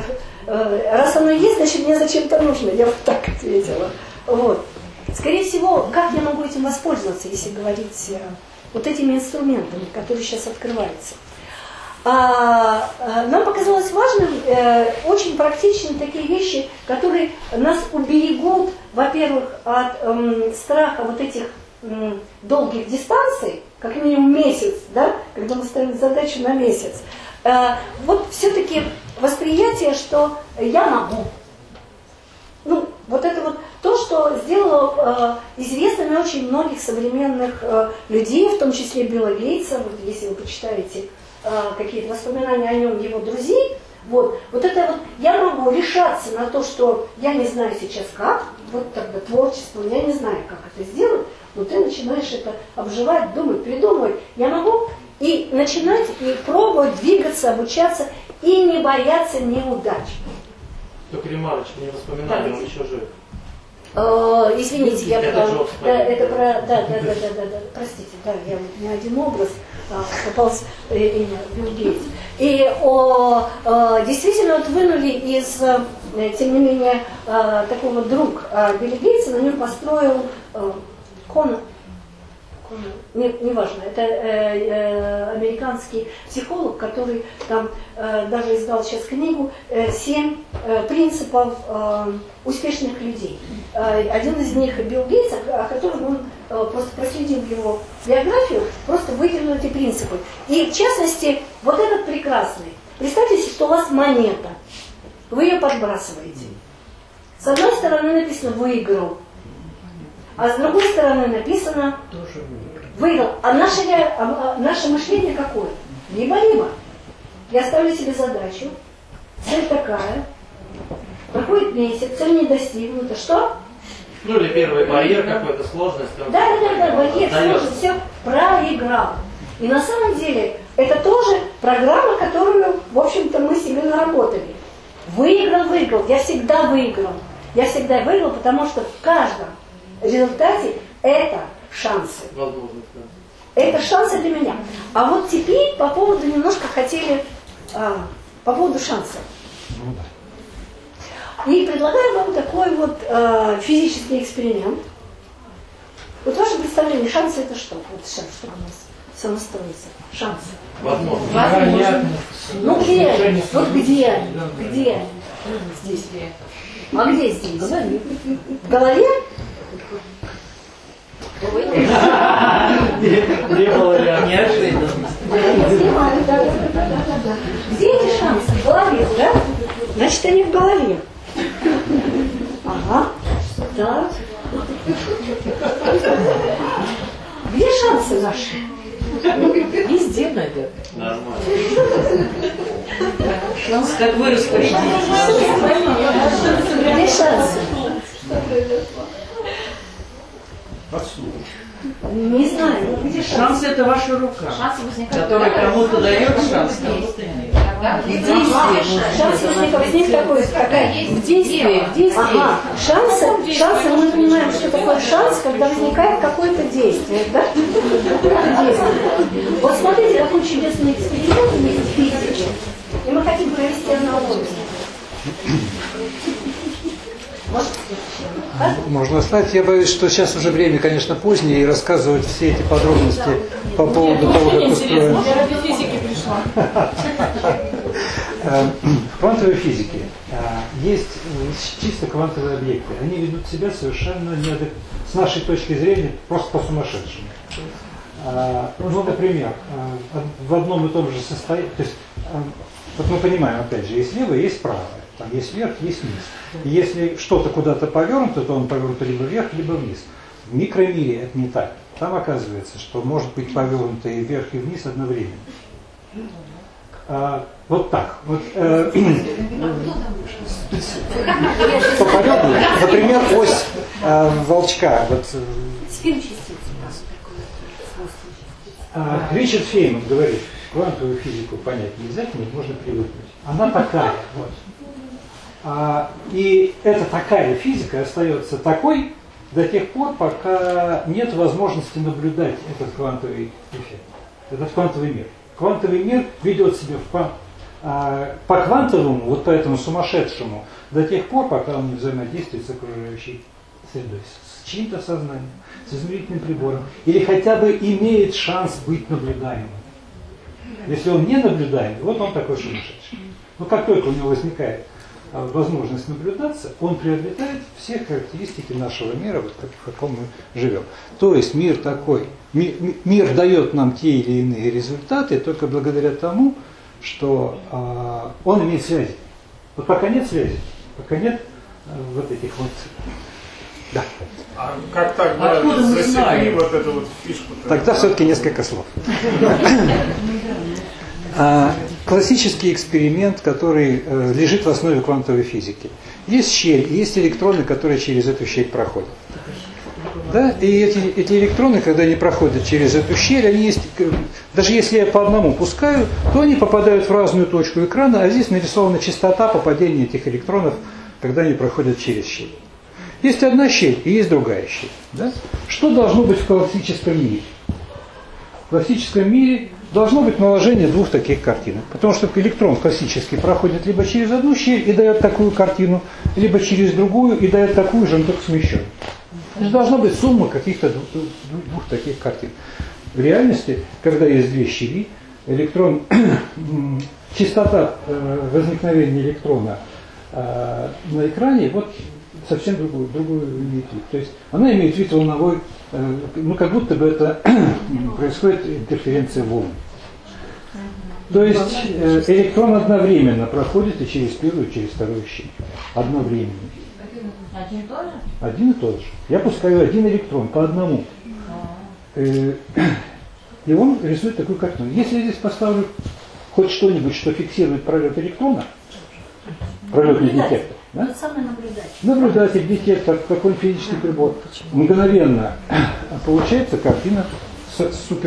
оно есть, значит, мне зачем-то нужно. Я вот так ответила. Вот. Скорее всего, как я могу этим воспользоваться, если говорить вот этими инструментами, которые сейчас открываются. Нам показалось важным, очень практичны такие вещи, которые нас уберегут, во-первых, от страха вот этих долгих дистанций, как минимум месяц, да, когда мы ставим задачу на месяц. Вот все-таки восприятие, что я могу. Ну, вот это вот то, что сделало известными очень многих современных людей, в том числе Билла Гейтса, вот если вы почитаете какие-то воспоминания о нем, его друзей, вот это вот я могу решаться на то, что я не знаю сейчас как, вот тогда творчеством, я не знаю, как это сделать, но ты начинаешь это обживать, думать, придумывать. Я могу и начинать, и пробовать двигаться, обучаться, и не бояться неудач. Только ремарочка, не воспоминания, он еще жив. Извините, я это простите, да, я вот не один образ попался имя Билл Гейтс. И действительно вот вынули из, тем не менее, такого друг Билла Гейтса, на нем построил неважно, это американский психолог, который там даже издал сейчас книгу «7 принципов успешных людей». Один из них Билл Гейтс, о котором он просто проследил его биографию, просто выделил эти принципы. И в частности, вот этот прекрасный. Представьте себе, что у вас монета, вы ее подбрасываете. С одной стороны написано «выиграл», а с другой стороны написано «выиграл». А наше мышление какое? Либо-либо. Я ставлю себе задачу, цель такая, проходит месяц, цель не достигнута. Что? Ну или первый барьер какой-то, сложность. Да, барьер, сложность, все, проиграл. И на самом деле это тоже программа, которую, в общем-то, мы себе наработали. Выиграл. Я всегда выиграл. Я всегда выиграл, потому что в каждом результате это шансы. Это шансы для меня. А вот теперь по поводу немножко хотели, по поводу шансов. И предлагаю вам такой вот физический эксперимент. Вот ваше представление, шансы это что? Вот шанс, что у нас все настроится. Шансы. Возможно. Ну где они? Вот где они? Где они? Здесь. А где здесь? В голове? Не было неожиданно. Где эти шансы? В голове, да? Значит, они в голове. Ага. Так. Где шансы наши? Везде, наверное. Нормально. Шанс, как вы распорядитесь. Где шансы? Не знаю, где шанс? Шанс это ваша рука, которая кому-то дает шанс, кому-то нет. Шанс возникнет такой, в действии. Ага. Шансы, мы понимаем, что такое шанс, когда возникает какое-то действие, да? Действие. Вот смотрите, какой чудесный эксперимент есть в физике. И мы хотим провести аналогию. Можно сказать, я боюсь, что сейчас уже время, конечно, позднее, и рассказывать все эти подробности по поводу того, как устроен. Я ради физики пришла. В квантовой физике есть чисто квантовые объекты. Они ведут себя совершенно с нашей точки зрения просто по-сумасшедшему. Ну, например, в одном и том же состоянии, то есть, вот мы понимаем, опять же, есть левое, есть правое. Там есть вверх, есть вниз. И если что-то куда-то повернуто, то он повернут либо вверх, либо вниз. В микромире это не так. Там оказывается, что может быть повернуто и вверх, и вниз одновременно. Вот так. Вот, пополётно. Например, ось волчка. Вот, Ричард Фейнман говорит, квантовую физику понять нельзя, к ней можно привыкнуть. Она такая. Вот. И эта такая физика остается такой до тех пор, пока нет возможности наблюдать этот квантовый эффект, этот квантовый мир. Квантовый мир ведет себя по квантовому, вот по этому сумасшедшему, до тех пор, пока он не взаимодействует с окружающей средой, с чьим-то сознанием, с измерительным прибором, или хотя бы имеет шанс быть наблюдаемым. Если он не наблюдаемый, вот он такой сумасшедший. Но как только у него возникает возможность наблюдаться, он приобретает все характеристики нашего мира, вот в каком мы живем. То есть мир такой, мир дает нам те или иные результаты только благодаря тому, что он имеет связи. Вот пока нет связи, пока нет вот этих вот... Да. А как тогда засекли вот эту вот фишку-то? Тогда все-таки несколько слов. Классический эксперимент, который лежит в основе квантовой физики. Есть щель, есть электроны, которые через эту щель проходят. Да? И эти электроны, когда они проходят через эту щель, они есть, даже если я по одному пускаю, то они попадают в разную точку экрана, а здесь нарисована частота попадения этих электронов, когда они проходят через щель. Есть одна щель и есть другая щель. Да? Что должно быть в классическом мире? В классическом мире должно быть наложение двух таких картинок. Потому что электрон классически проходит либо через одну щель и дает такую картину, либо через другую и дает такую же, но только смещенную. Значит, должна быть сумма каких-то двух таких картин. В реальности, когда есть две щели, электрон, частота возникновения электрона на экране вот совсем другую имеет вид. То есть она имеет вид волновой, ну как будто бы это происходит интерференция волн. То есть электрон одновременно проходит и через первую, и через вторую щель. Одновременно. Один и тот же? Один и тот же. Я пускаю один электрон по одному. И он рисует такую картину. Если я здесь поставлю хоть что-нибудь, что фиксирует пролет электрона, пролетный детектор, да? Тот самый наблюдатель. Наблюдатель, детектор, какой-нибудь физический прибор, мгновенно получается картина с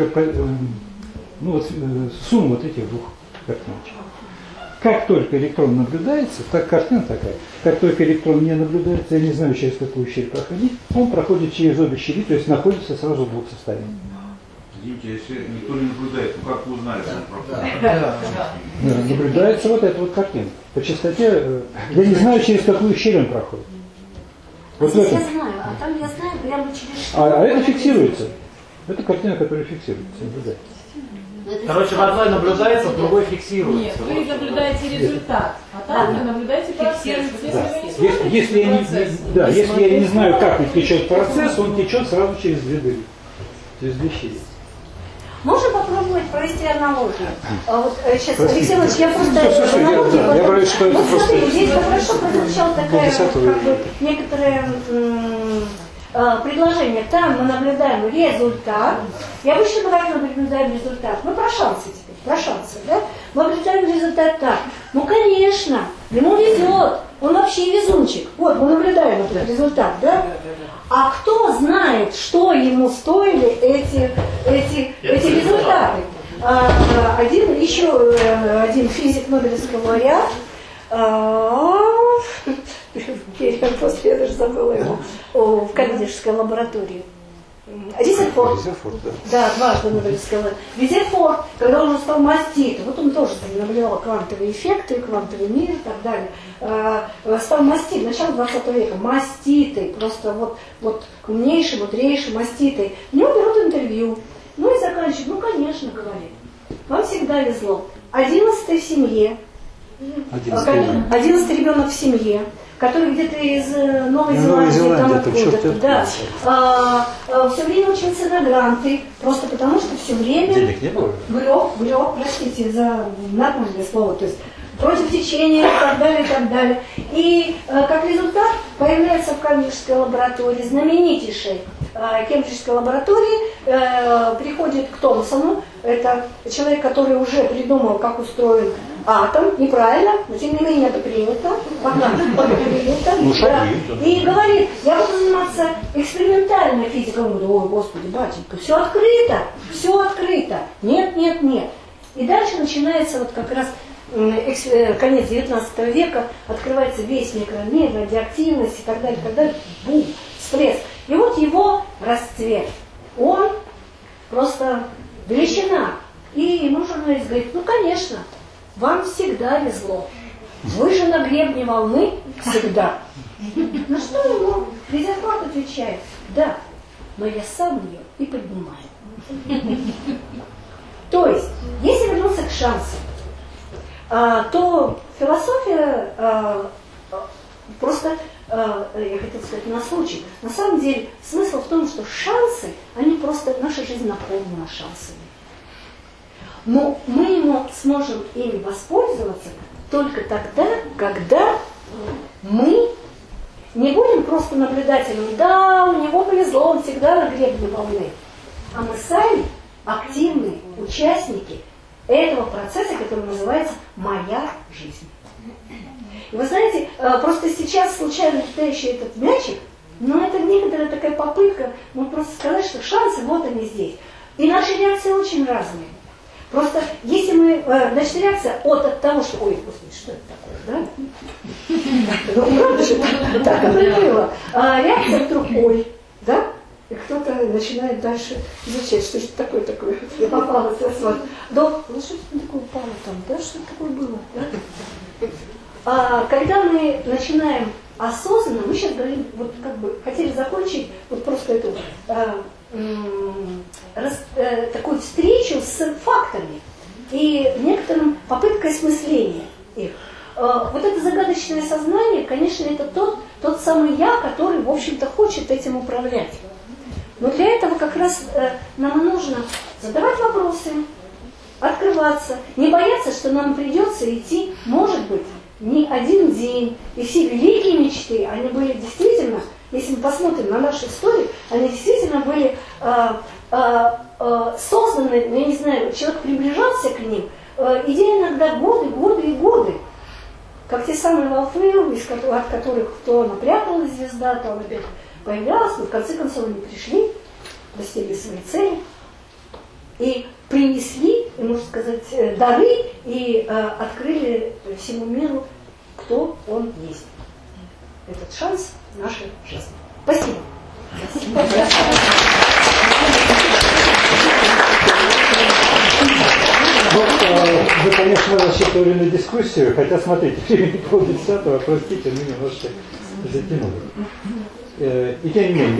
сумма вот этих двух картиночек. Как только электрон наблюдается, так картина такая. Как только электрон не наблюдается, я не знаю, через какую щель проходить, он проходит через обе щели, то есть находится сразу в двух состояниях. Извините, если никто не наблюдает, ну как вы узнаете, что он проходит? Наблюдается вот эта вот картина. По частоте, я не знаю, через какую щель он проходит. Вот здесь я знаю, а там я знаю прямо через что. А это фиксируется. Это картина, которая фиксируется, наблюдается. Короче, в одной наблюдается, в другой фиксируется. Нет, вы наблюдаете результат, а там вы наблюдаете процесс. Если я не знаю, как течет процесс, он течет сразу через две дыры, через две щели. Можно попробовать провести аналогию? Вот сейчас, Алексей Иванович, я просто аналогию. Я говорю, что это просто... Смотри, здесь хорошо прозвучала такая некоторая предложение. Там мы наблюдаем результат. Я обычно говорю, мы наблюдаем результат. Мы про шансы теперь, про шансы, да? Мы наблюдаем результат так. Ну, конечно, ему везет. Он вообще везунчик. Вот, мы наблюдаем этот результат, да? А кто знает, что ему стоили эти результаты? Один физик Нобелевского лауреата, после я даже забыла его, в Каллинджской лаборатории. Резерфорд. Да, дважды Нобелевская лауреат. Резерфорд, когда он уже стал маститом, вот он тоже наблюдал квантовые эффекты, квантовый мир и так далее. Стал маститом, начало 20 века, маститой, просто вот умнейший, мудрейший маститой. У него берут интервью, ну и заканчивают, ну конечно, говорит, вам всегда везло. 11-й в семье, 11-й ребенок в семье, который где-то из Новой Зеландии, там откуда-то, да, все время учился на гранты, просто потому что все время греб, простите за нормальное слово, то есть против течения и так далее, и так далее. И как результат появляется в Кембриджской лаборатории, знаменитейшей Кембриджской лаборатории, приходит к Томпсону, это человек, который уже придумал, как устроен атом, неправильно, но тем не менее это принято, пока принято, да, и говорит, я буду заниматься экспериментальной физикой. Он говорит, ой, господи, батенька, все открыто, нет. И дальше начинается вот как раз конец 19 века, открывается весь микромир, радиоактивность и так далее, бум, всплеск. И вот его расцвет, он просто величина. И ему журналист говорит, ну конечно, вам всегда везло. Вы же на гребне волны всегда. На что ему Резерфорд отвечает, да, но я сам ее и поднимаю. То есть, если вернуться к шансам, то философия просто, я хотела сказать, на случай. На самом деле смысл в том, что шансы, они просто, наша жизнь наполнена шансами. Но мы сможем ими воспользоваться только тогда, когда мы не будем просто наблюдателем, да, у него повезло, он всегда на гребне волны. А мы сами активные участники этого процесса, который называется «Моя жизнь». И вы знаете, просто сейчас случайно летающий этот мячик, но это некоторая такая попытка, просто сказать, что шансы, вот они здесь. И наши реакции очень разные. Просто если мы, значит, реакция от того, что, ой, господи, что это такое, да? Ну, правда же, так это и было. А реакция вдруг, ой, да? И кто-то начинает дальше изучать, что же такое, я попала в асфальт. Да, ну что это такое упало там, да, что это такое было, да? А когда мы начинаем осознанно, мы сейчас говорим, вот как бы хотели закончить вот просто эту такую встречу с фактами и некоторым попыткой осмысления их. Вот это загадочное сознание, конечно, это тот самый я, который, в общем-то, хочет этим управлять. Но для этого как раз нам нужно задавать вопросы, открываться, не бояться, что нам придется идти, может быть, не один день. И все великие мечты, они были действительно, если мы посмотрим на нашу историю, они действительно были созданы, ну, я не знаю, человек приближался к ним, идея иногда годы. Как те самые волфы, от которых то напряталась звезда, то опять появлялась, но в конце концов они пришли, достигли своей цели и принесли, можно сказать, дары и открыли всему миру, кто он есть. Этот шанс нашей жизни. Спасибо. Вы, конечно, рассчитывали на дискуссию, хотя, смотрите, времени 9:30, простите, мы немножко затянули. И тем не менее,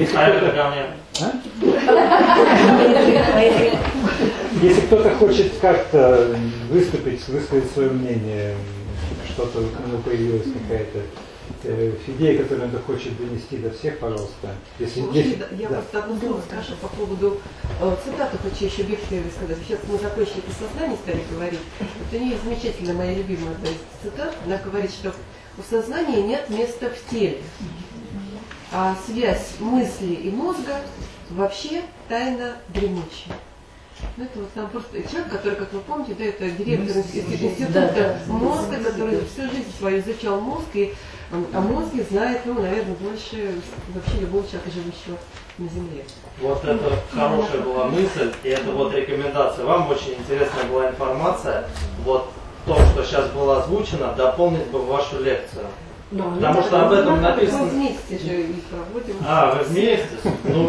если кто-то хочет как-то высказать свое мнение, что-то у него появилась какая-то идея, которую он хочет донести до всех, пожалуйста. Я вот одну слово скажу по поводу цитаты, хочу еще Бехтеревой сказать. Сейчас мы закончили про сознание, стали говорить. Вот у нее замечательная, моя любимая одна из цитат. Она говорит, что у сознания нет места в теле, а связь мысли и мозга вообще тайна дремучая. Ну, это вот там просто человек, который, как вы помните, да, это директор института мозга, который всю жизнь свою изучал мозг, и о мозге знает, ну, наверное, больше вообще любого человека, живущего на Земле. Вот это хорошая была мысль, и это вот рекомендация. Вам очень интересная была информация. Вот то, что сейчас было озвучено, дополнить бы вашу лекцию. Потому что об этом написано. Мы вместе же и проводим. А, вы вместе? Ну,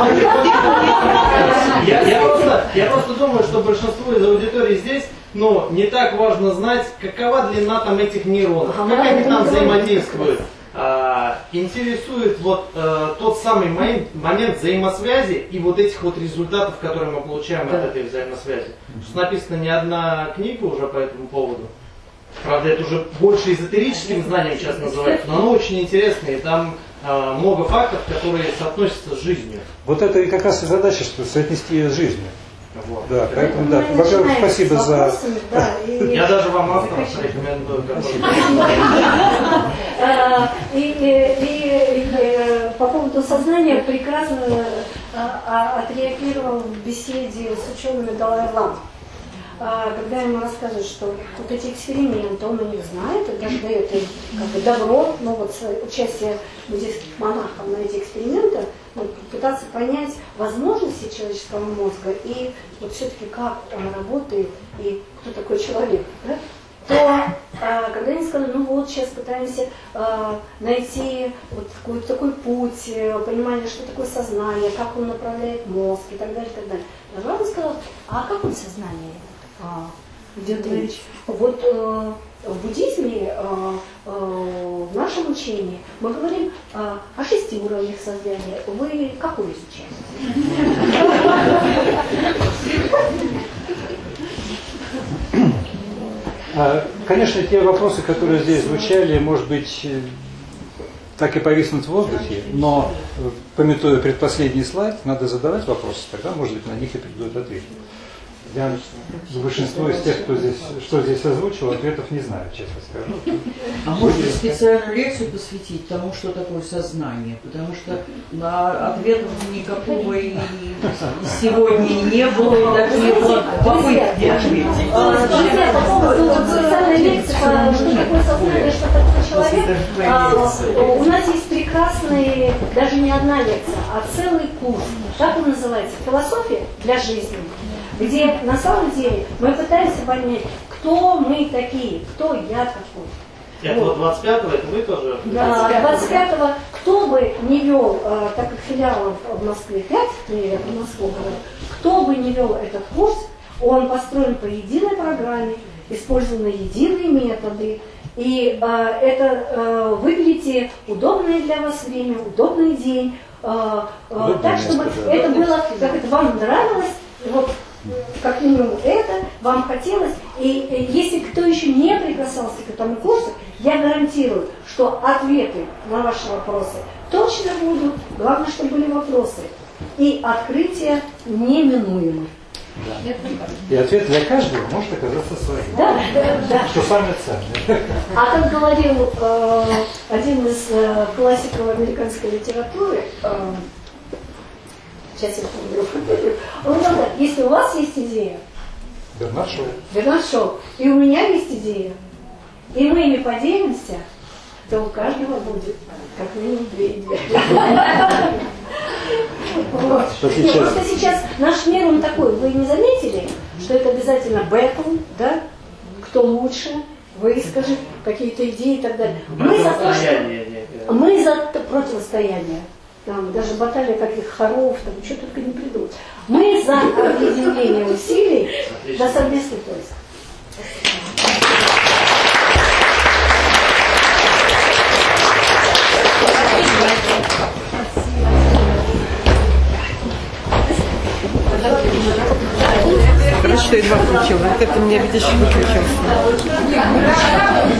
я просто думаю, что большинству из аудитории здесь, ну, не так важно знать, какова длина там этих нейронов, как они там взаимодействуют. Интересует вот тот самый момент взаимосвязи и вот этих вот результатов, которые мы получаем от этой взаимосвязи. Что написано не одна книга уже по этому поводу. Правда, это уже больше эзотерическим знанием сейчас называется, но оно очень интересное, и там много фактов, которые соотносятся с жизнью. Вот это и как раз и задача, что соотнести ее с жизнью. Вот. Да, поэтому, да. Во-первых, спасибо за... Я даже вам авторов рекомендую. И по поводу сознания прекрасно отреагировал в беседе с учеными Далай-Лама. Когда ему рассказывают, что вот эти эксперименты, он о них знает, и даже дает им как бы добро, но вот участие буддийских монахов на эти эксперименты, вот, пытаться понять возможности человеческого мозга и вот все-таки как он работает и кто такой человек, да? То когда они сказали, ну вот сейчас пытаемся найти вот такой путь, понимание, что такое сознание, как он направляет мозг и так далее, и так далее. Далай сказал, а о каком сознании идет речь? Вот в буддизме, в нашем учении мы говорим о 6 уровнях сознания. Вы какой изучаете? Конечно, те вопросы, которые здесь звучали, может быть, так и повиснут в воздухе, но, памятуя предпоследний слайд, надо задавать вопросы, тогда, может быть, на них и придут ответы. Я большинство из тех, что здесь озвучил, ответов не знаю, честно скажу. А может быть, специальную лекцию посвятить тому, что такое сознание? Потому что на ответов никакого и сегодня не было, и такие вот попытки ответить. Друзья, по поводу специальной лекции, что такое сознание, что такое человек, у нас есть прекрасный, даже не одна лекция, а целый курс. Как он называется? Философия для жизни. где на самом деле мы пытаемся понять, кто мы такие, кто я такой. Это вот 25-го, это вы тоже? Да, 25-го, кто бы не вел, так как филиалов в Москве 5, я по Москву говорю, кто бы не вел этот курс, он построен по единой программе, использованы единые методы, и выберите удобное для вас время, удобный день, так, чтобы это было, как это вам нравилось, вот, как минимум это вам хотелось. И если кто еще не прикасался к этому курсу, я гарантирую, что ответы на ваши вопросы точно будут. Главное, чтобы были вопросы. И открытие неминуемо. Да. И ответ для каждого может оказаться своим. Да, да. Что самое ценное. А как говорил один из классиков американской литературы, сейчас я помню, он говорит, если у вас есть идея, Бернард Шоу, и у меня есть идея, и мы ими поделимся, то у каждого будет как минимум 2 идеи. Вот. Просто сейчас наш мир он такой, вы не заметили, что это обязательно бэтл, да? Кто лучше, выскажет какие-то идеи и так далее. Мы за противостояние. Там, даже баталия каких хоров, там, что только не придут. Мы за объединение усилий, за совместный поиск. Хорошо, что едва включила. Вот это меня, видишь, выключился.